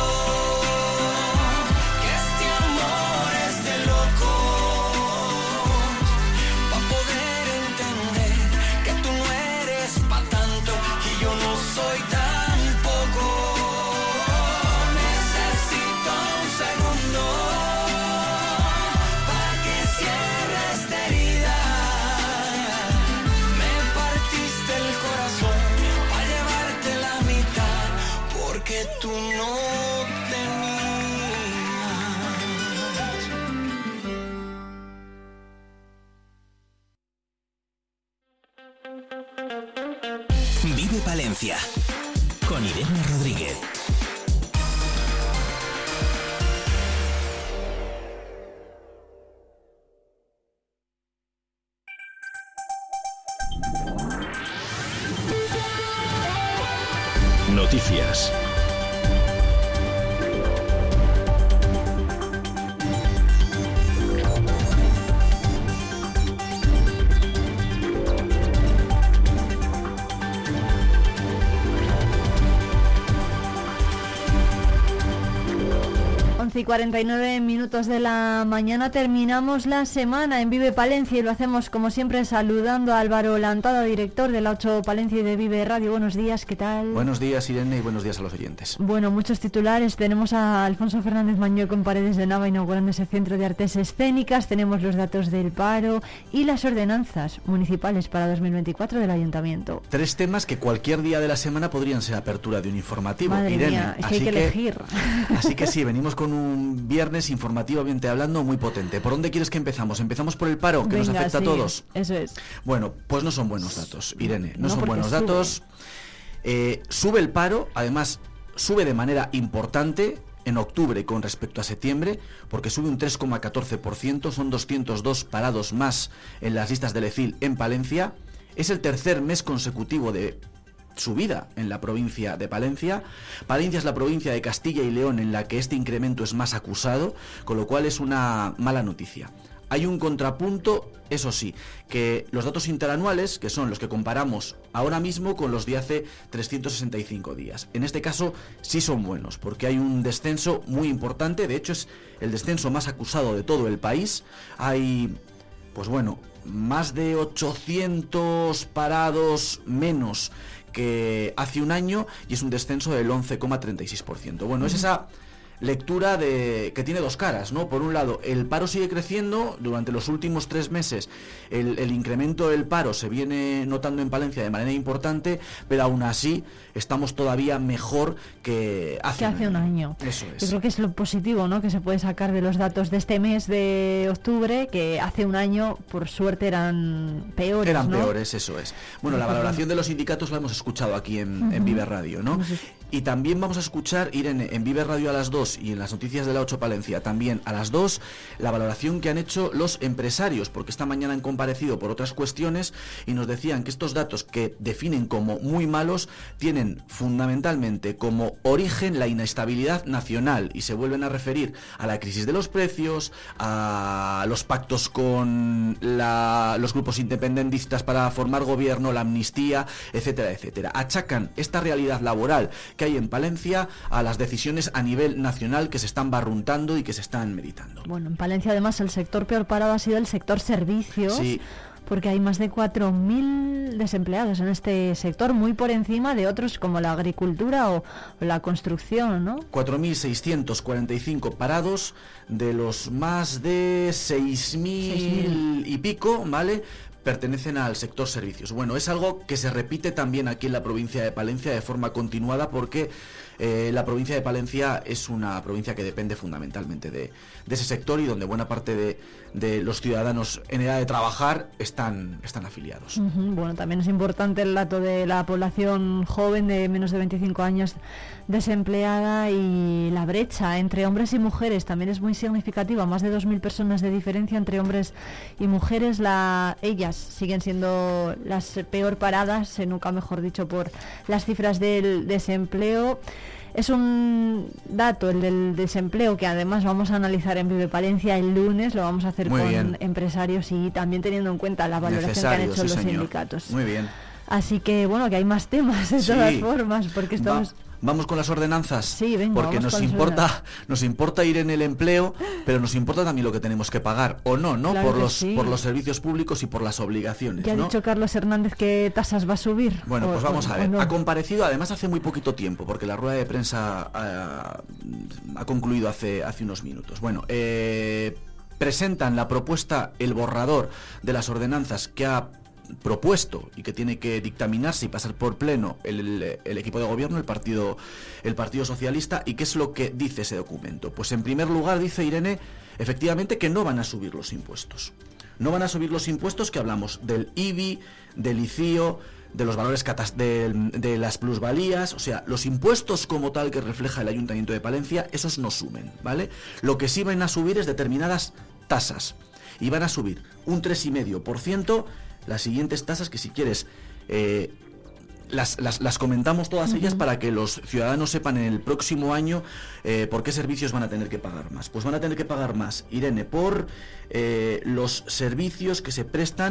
que este amor es de locos, para poder entender que tú no eres pa' tanto y yo no soy tampoco. Necesito un segundo para que cierre esta herida. Me partiste el corazón para llevarte la mitad, porque tú no tenías. Vive Palencia con Irene Rodríguez. Noticias. y cuarenta y nueve minutos de la mañana terminamos la semana en Vive Palencia y lo hacemos como siempre saludando a Álvaro Lantada, director de la ocho Palencia y de Vive Radio. Buenos días, ¿qué tal? Buenos días, Irene, y buenos días a los oyentes. Bueno, muchos titulares. Tenemos a Alfonso Fernández Mañueco con Paredes de Nava inaugurando ese centro de artes escénicas. Tenemos los datos del paro y las ordenanzas municipales para dos mil veinticuatro del Ayuntamiento. Tres temas que cualquier día de la semana podrían ser apertura de un informativo. Madre Irene, mía, es que así hay que, que elegir. Así que sí, venimos con un viernes informativamente hablando muy potente. ¿Por dónde quieres que empezamos? ¿Empezamos por el paro, que Venga, nos afecta sí, a todos? Eso es. Bueno, pues no son buenos datos, Irene. No, No, son porque buenos sube. datos. Eh, sube el paro, además sube de manera importante en octubre con respecto a septiembre, porque sube un tres coma catorce por ciento, son doscientos dos parados más en las listas del E C I L en Palencia. Es el tercer mes consecutivo de subida en la provincia de Palencia. Palencia es la provincia de Castilla y León en la que este incremento es más acusado, con lo cual es una mala noticia. Hay un contrapunto, eso sí, que los datos interanuales, que son los que comparamos ahora mismo con los de hace trescientos sesenta y cinco días. En este caso sí son buenos, porque hay un descenso muy importante, de hecho es el descenso más acusado de todo el país. Hay, pues bueno, más de ochocientos parados menos que hace un año y es un descenso del once coma treinta y seis por ciento. Bueno, es esa lectura de que tiene dos caras, ¿no? Por un lado, el paro sigue creciendo. Durante los últimos tres meses el, el incremento del paro se viene notando en Palencia de manera importante, pero aún así estamos todavía mejor que hace, que hace un año. Eso es. Yo creo que es lo positivo, ¿no?, que se puede sacar de los datos de este mes de octubre, que hace un año, por suerte, eran peores, Eran ¿no? peores, eso es. Bueno, la valoración de los sindicatos la hemos escuchado aquí en, Uh-huh. en Vive Radio, ¿no? Y también vamos a escuchar, Irene, en Vive Radio a las dos y en las noticias de la ocho Palencia también a las dos, la valoración que han hecho los empresarios, porque esta mañana han comparecido por otras cuestiones y nos decían que estos datos que definen como muy malos tienen fundamentalmente como origen la inestabilidad nacional y se vuelven a referir a la crisis de los precios, a los pactos con la, los grupos independentistas para formar gobierno, la amnistía, etcétera, etcétera. Achacan esta realidad laboral que hay en Palencia a las decisiones a nivel nacional que se están barruntando y que se están meditando. Bueno, en Palencia además el sector peor parado ha sido el sector servicios, sí, porque hay más de cuatro mil desempleados en este sector, muy por encima de otros como la agricultura o, o la construcción, ¿no? cuatro mil seiscientos cuarenta y cinco parados de los más de seis mil y pico, ¿vale?, pertenecen al sector servicios. Bueno, es algo que se repite también aquí en la provincia de Palencia de forma continuada, porque eh, la provincia de Palencia es una provincia que depende fundamentalmente de, de ese sector y donde buena parte de, de los ciudadanos en edad de trabajar están, están afiliados. Uh-huh. Bueno, también es importante el dato de la población joven de menos de veinticinco años desempleada, y la brecha entre hombres y mujeres también es muy significativa, más de dos mil personas de diferencia entre hombres y mujeres. La, ellas siguen siendo las peor paradas, eh, nunca mejor dicho, por las cifras del desempleo. Es un dato, el del desempleo, que además vamos a analizar en Vive Palencia el lunes, lo vamos a hacer Muy con bien. empresarios y también teniendo en cuenta la valoración Necesario, que han hecho sí, los señor. sindicatos. Muy bien. Así que bueno, que hay más temas de Sí. todas formas, porque estamos... Va- Vamos con las ordenanzas, Sí, venga, porque vamos nos con las importa, ordenanzas. nos importa ir en el empleo, pero nos importa también lo que tenemos que pagar o no, ¿no? Claro por que los sí. por los servicios públicos y por las obligaciones, Ya ha ¿no? dicho Carlos Hernández qué tasas va a subir. Bueno, O- pues vamos o- a o ver. no. Ha comparecido, además, hace muy poquito tiempo, porque la rueda de prensa ha, ha concluido hace, hace unos minutos. Bueno, eh, presentan la propuesta, el borrador de las ordenanzas que ha propuesto y que tiene que dictaminarse y pasar por pleno el, el, el equipo de gobierno, el partido, el Partido Socialista. ¿Y qué es lo que dice ese documento? Pues en primer lugar dice, Irene, efectivamente, que no van a subir los impuestos. No van a subir los impuestos, que hablamos del I B I, del I C I O, de los valores catas de, de las plusvalías, o sea, los impuestos como tal que refleja el Ayuntamiento de Palencia, esos no suben, ¿vale? Lo que sí van a subir es determinadas tasas, y van a subir un tres coma cinco por ciento las siguientes tasas, que si quieres eh, las, las, las comentamos todas ellas, uh-huh, para que los ciudadanos sepan en el próximo año eh, por qué servicios van a tener que pagar más. Pues van a tener que pagar más, Irene, por eh, los servicios que se prestan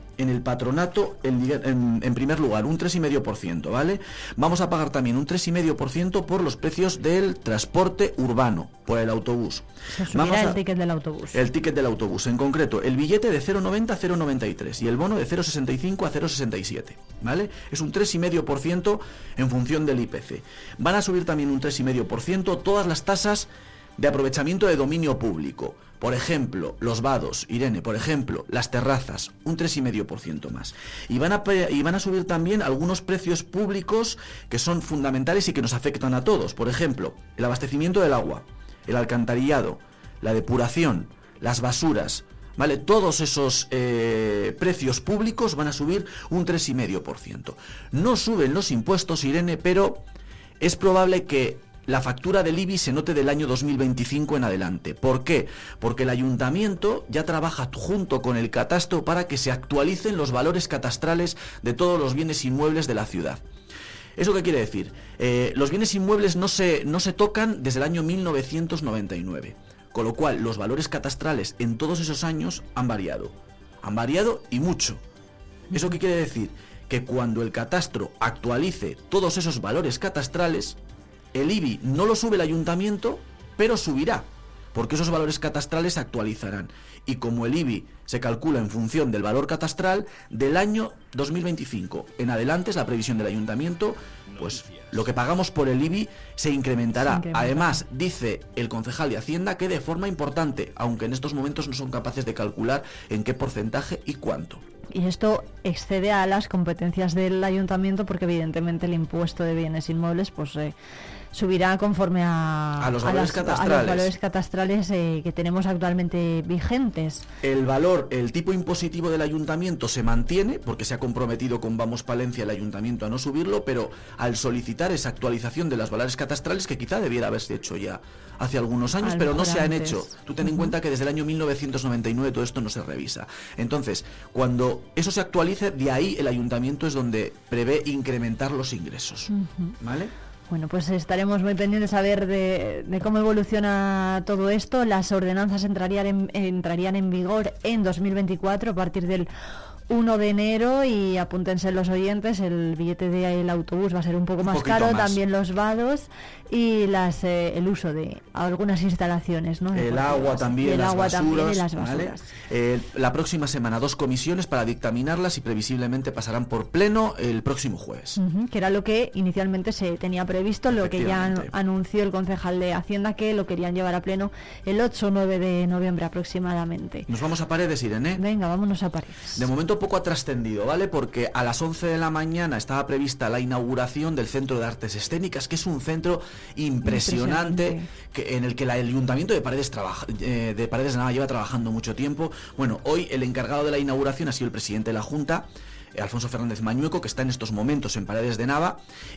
en el patronato el, en, en primer lugar un tres coma cinco por ciento, ¿vale? Vamos a pagar también un tres coma cinco por ciento por los precios del transporte urbano, por el autobús. Se subirá Vamos a, el ticket del autobús. El ticket del autobús, en concreto, el billete de cero coma noventa a cero coma noventa y tres y el bono de cero coma sesenta y cinco a cero coma sesenta y siete, ¿vale? Es un tres coma cinco por ciento en función del I P C. Van a subir también un tres coma cinco por ciento todas las tasas de aprovechamiento de dominio público. Por ejemplo, los vados, Irene, por ejemplo, las terrazas, un tres coma cinco por ciento más. Y van, a, y van a subir también algunos precios públicos que son fundamentales y que nos afectan a todos. Por ejemplo, el abastecimiento del agua, el alcantarillado, la depuración, las basuras, ¿vale? Todos esos eh, precios públicos van a subir un tres coma cinco por ciento. No suben los impuestos, Irene, pero es probable que la factura del I B I se note del año dos mil veinticinco en adelante. ¿Por qué? Porque el ayuntamiento ya trabaja junto con el catastro para que se actualicen los valores catastrales de todos los bienes inmuebles de la ciudad. ¿Eso qué quiere decir? Eh, los bienes inmuebles no se, no se tocan desde el año mil novecientos noventa y nueve, con lo cual los valores catastrales en todos esos años han variado. Han variado y mucho. ¿Eso qué quiere decir? Que cuando el catastro actualice todos esos valores catastrales, el I B I no lo sube el ayuntamiento, pero subirá, porque esos valores catastrales se actualizarán. Y como el I B I se calcula en función del valor catastral del año dos mil veinticinco en adelante, es la previsión del ayuntamiento, pues lo que pagamos por el I B I se incrementará. Se incrementará. Además, dice el concejal de Hacienda que de forma importante, aunque en estos momentos no son capaces de calcular en qué porcentaje y cuánto. Y esto excede a las competencias del ayuntamiento porque evidentemente el impuesto de bienes inmuebles pues eh, subirá conforme a, a los valores a las, catastrales, a los valores catastrales eh, que tenemos actualmente vigentes. El valor, el tipo impositivo del ayuntamiento se mantiene porque se ha comprometido con Vamos Palencia el ayuntamiento a no subirlo, pero al solicitar esa actualización de los valores catastrales, que quizá debiera haberse hecho ya hace algunos años, pero no se han hecho. Tú ten en uh-huh. cuenta que desde el año mil novecientos noventa y nueve todo esto no se revisa. Entonces, cuando eso se actualice, de ahí el ayuntamiento es donde prevé incrementar los ingresos. Uh-huh. ¿Vale? Bueno, pues estaremos muy pendientes a ver de, de cómo evoluciona todo esto. Las ordenanzas entrarían en, entrarían en vigor en dos mil veinticuatro a partir del uno de enero y apúntense los oyentes, el billete del autobús va a ser un poco más un caro, más. También los vados y las eh, el uso de algunas instalaciones, ¿no? El agua también, el las agua basuras, también y las basuras. ¿vale? Eh, la próxima semana dos comisiones para dictaminarlas y previsiblemente pasarán por pleno el próximo jueves. Uh-huh, que era lo que inicialmente se tenía previsto, lo que ya an- anunció el concejal de Hacienda que lo querían llevar a pleno el ocho o nueve de noviembre aproximadamente. Nos vamos a Paredes, Irene. Venga, vámonos a Paredes. De momento poco ha trascendido, ¿vale? Porque a las once de la mañana estaba prevista la inauguración del Centro de Artes Escénicas, que es un centro impresionante, impresionante. Que, en el que el Ayuntamiento de Paredes trabaja, eh, de Paredes de Nava lleva trabajando mucho tiempo. Bueno, hoy el encargado de la inauguración ha sido el presidente de la Junta, Alfonso Fernández Mañueco, que está en estos momentos en Paredes de Nava,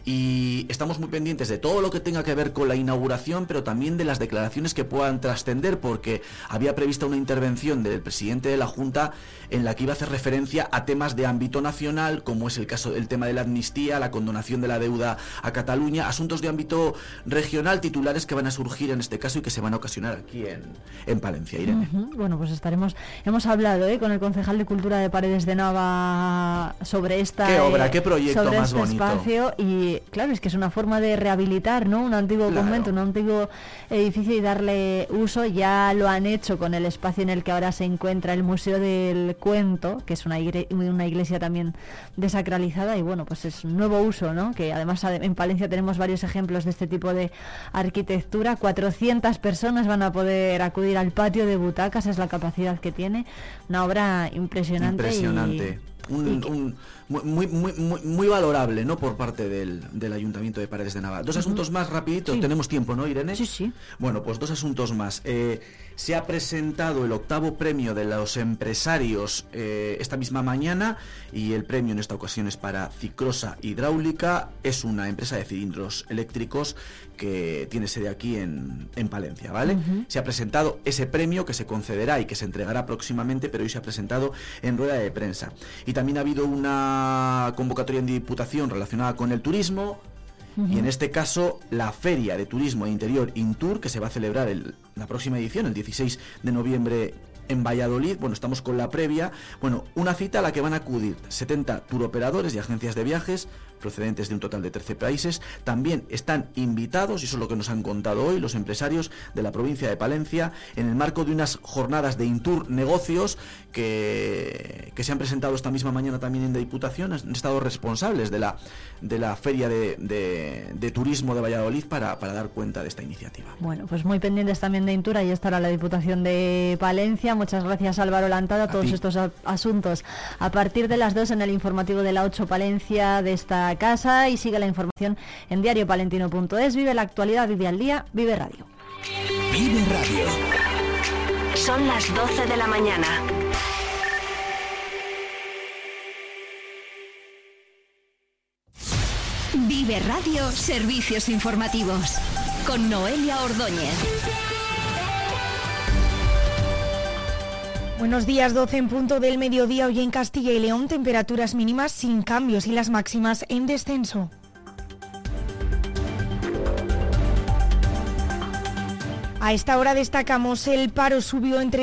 y estamos muy pendientes de todo lo que tenga que ver con la inauguración, pero también de las declaraciones que puedan trascender, porque había prevista una intervención del presidente de la Junta en la que iba a hacer referencia a temas de ámbito nacional, como es el caso del tema de la amnistía, la condonación de la deuda a Cataluña, asuntos de ámbito regional, titulares que van a surgir en este caso y que se van a ocasionar aquí en, en Palencia, Irene. Uh-huh. Bueno, pues estaremos, hemos hablado ¿eh? con el concejal de Cultura de Paredes de Nava sobre esta qué obra, eh, qué proyecto sobre más este bonito. Espacio y claro, es que es una forma de rehabilitar, ¿no? Un antiguo claro. convento, un antiguo edificio y darle uso. Ya lo han hecho con el espacio en el que ahora se encuentra el Museo del Cuento, que es una, igre- una iglesia también desacralizada y bueno, pues es un nuevo uso, ¿no? Que además en Palencia tenemos varios ejemplos de este tipo de arquitectura. cuatrocientas personas van a poder acudir al patio de butacas, es la capacidad que tiene. Una obra impresionante. Impresionante. Y Un, un, muy, muy, muy, muy valorable, ¿no? Por parte del, del Ayuntamiento de Paredes de Nava. Dos uh-huh. asuntos más rapiditos, sí. Tenemos tiempo, ¿no, Irene? Sí, sí. Bueno, pues dos asuntos más. Eh, se ha presentado el octavo premio de los empresarios eh, esta misma mañana y el premio en esta ocasión es para Cicrosa Hidráulica. Es una empresa de cilindros eléctricos que tiene sede aquí en, en Palencia, ¿vale? Uh-huh. Se ha presentado ese premio que se concederá y que se entregará próximamente, pero hoy se ha presentado en rueda de prensa. Y también ha habido una convocatoria en Diputación relacionada con el turismo. Uh-huh. Y en este caso la Feria de Turismo e Interior Intur, que se va a celebrar el, la próxima edición, el dieciséis de noviembre en Valladolid, bueno, estamos con la previa, bueno, una cita a la que van a acudir setenta turoperadores y agencias de viajes procedentes de un total de trece países. También están invitados, y eso es lo que nos han contado hoy, los empresarios de la provincia de Palencia, en el marco de unas jornadas de Intur Negocios que, que se han presentado esta misma mañana también en la Diputación. Han estado responsables de la, de la Feria de, de, de Turismo de Valladolid para, para dar cuenta de esta iniciativa. Bueno, pues muy pendientes también de Intur, ahí estará la Diputación de Palencia. Muchas gracias, Álvaro Lantada, a todos ti. estos a, asuntos. A partir de las dos en el informativo de la ocho Palencia de esta casa, y sigue la información en diario palentino punto es. Vive la actualidad, vive al día, vive radio. Vive Radio. Son las doce de la mañana. Vive Radio, servicios informativos. Con Noelia Ordóñez. Buenos días, doce en punto del mediodía. Hoy en Castilla y León, temperaturas mínimas sin cambios y las máximas en descenso. A esta hora destacamos el paro subió entre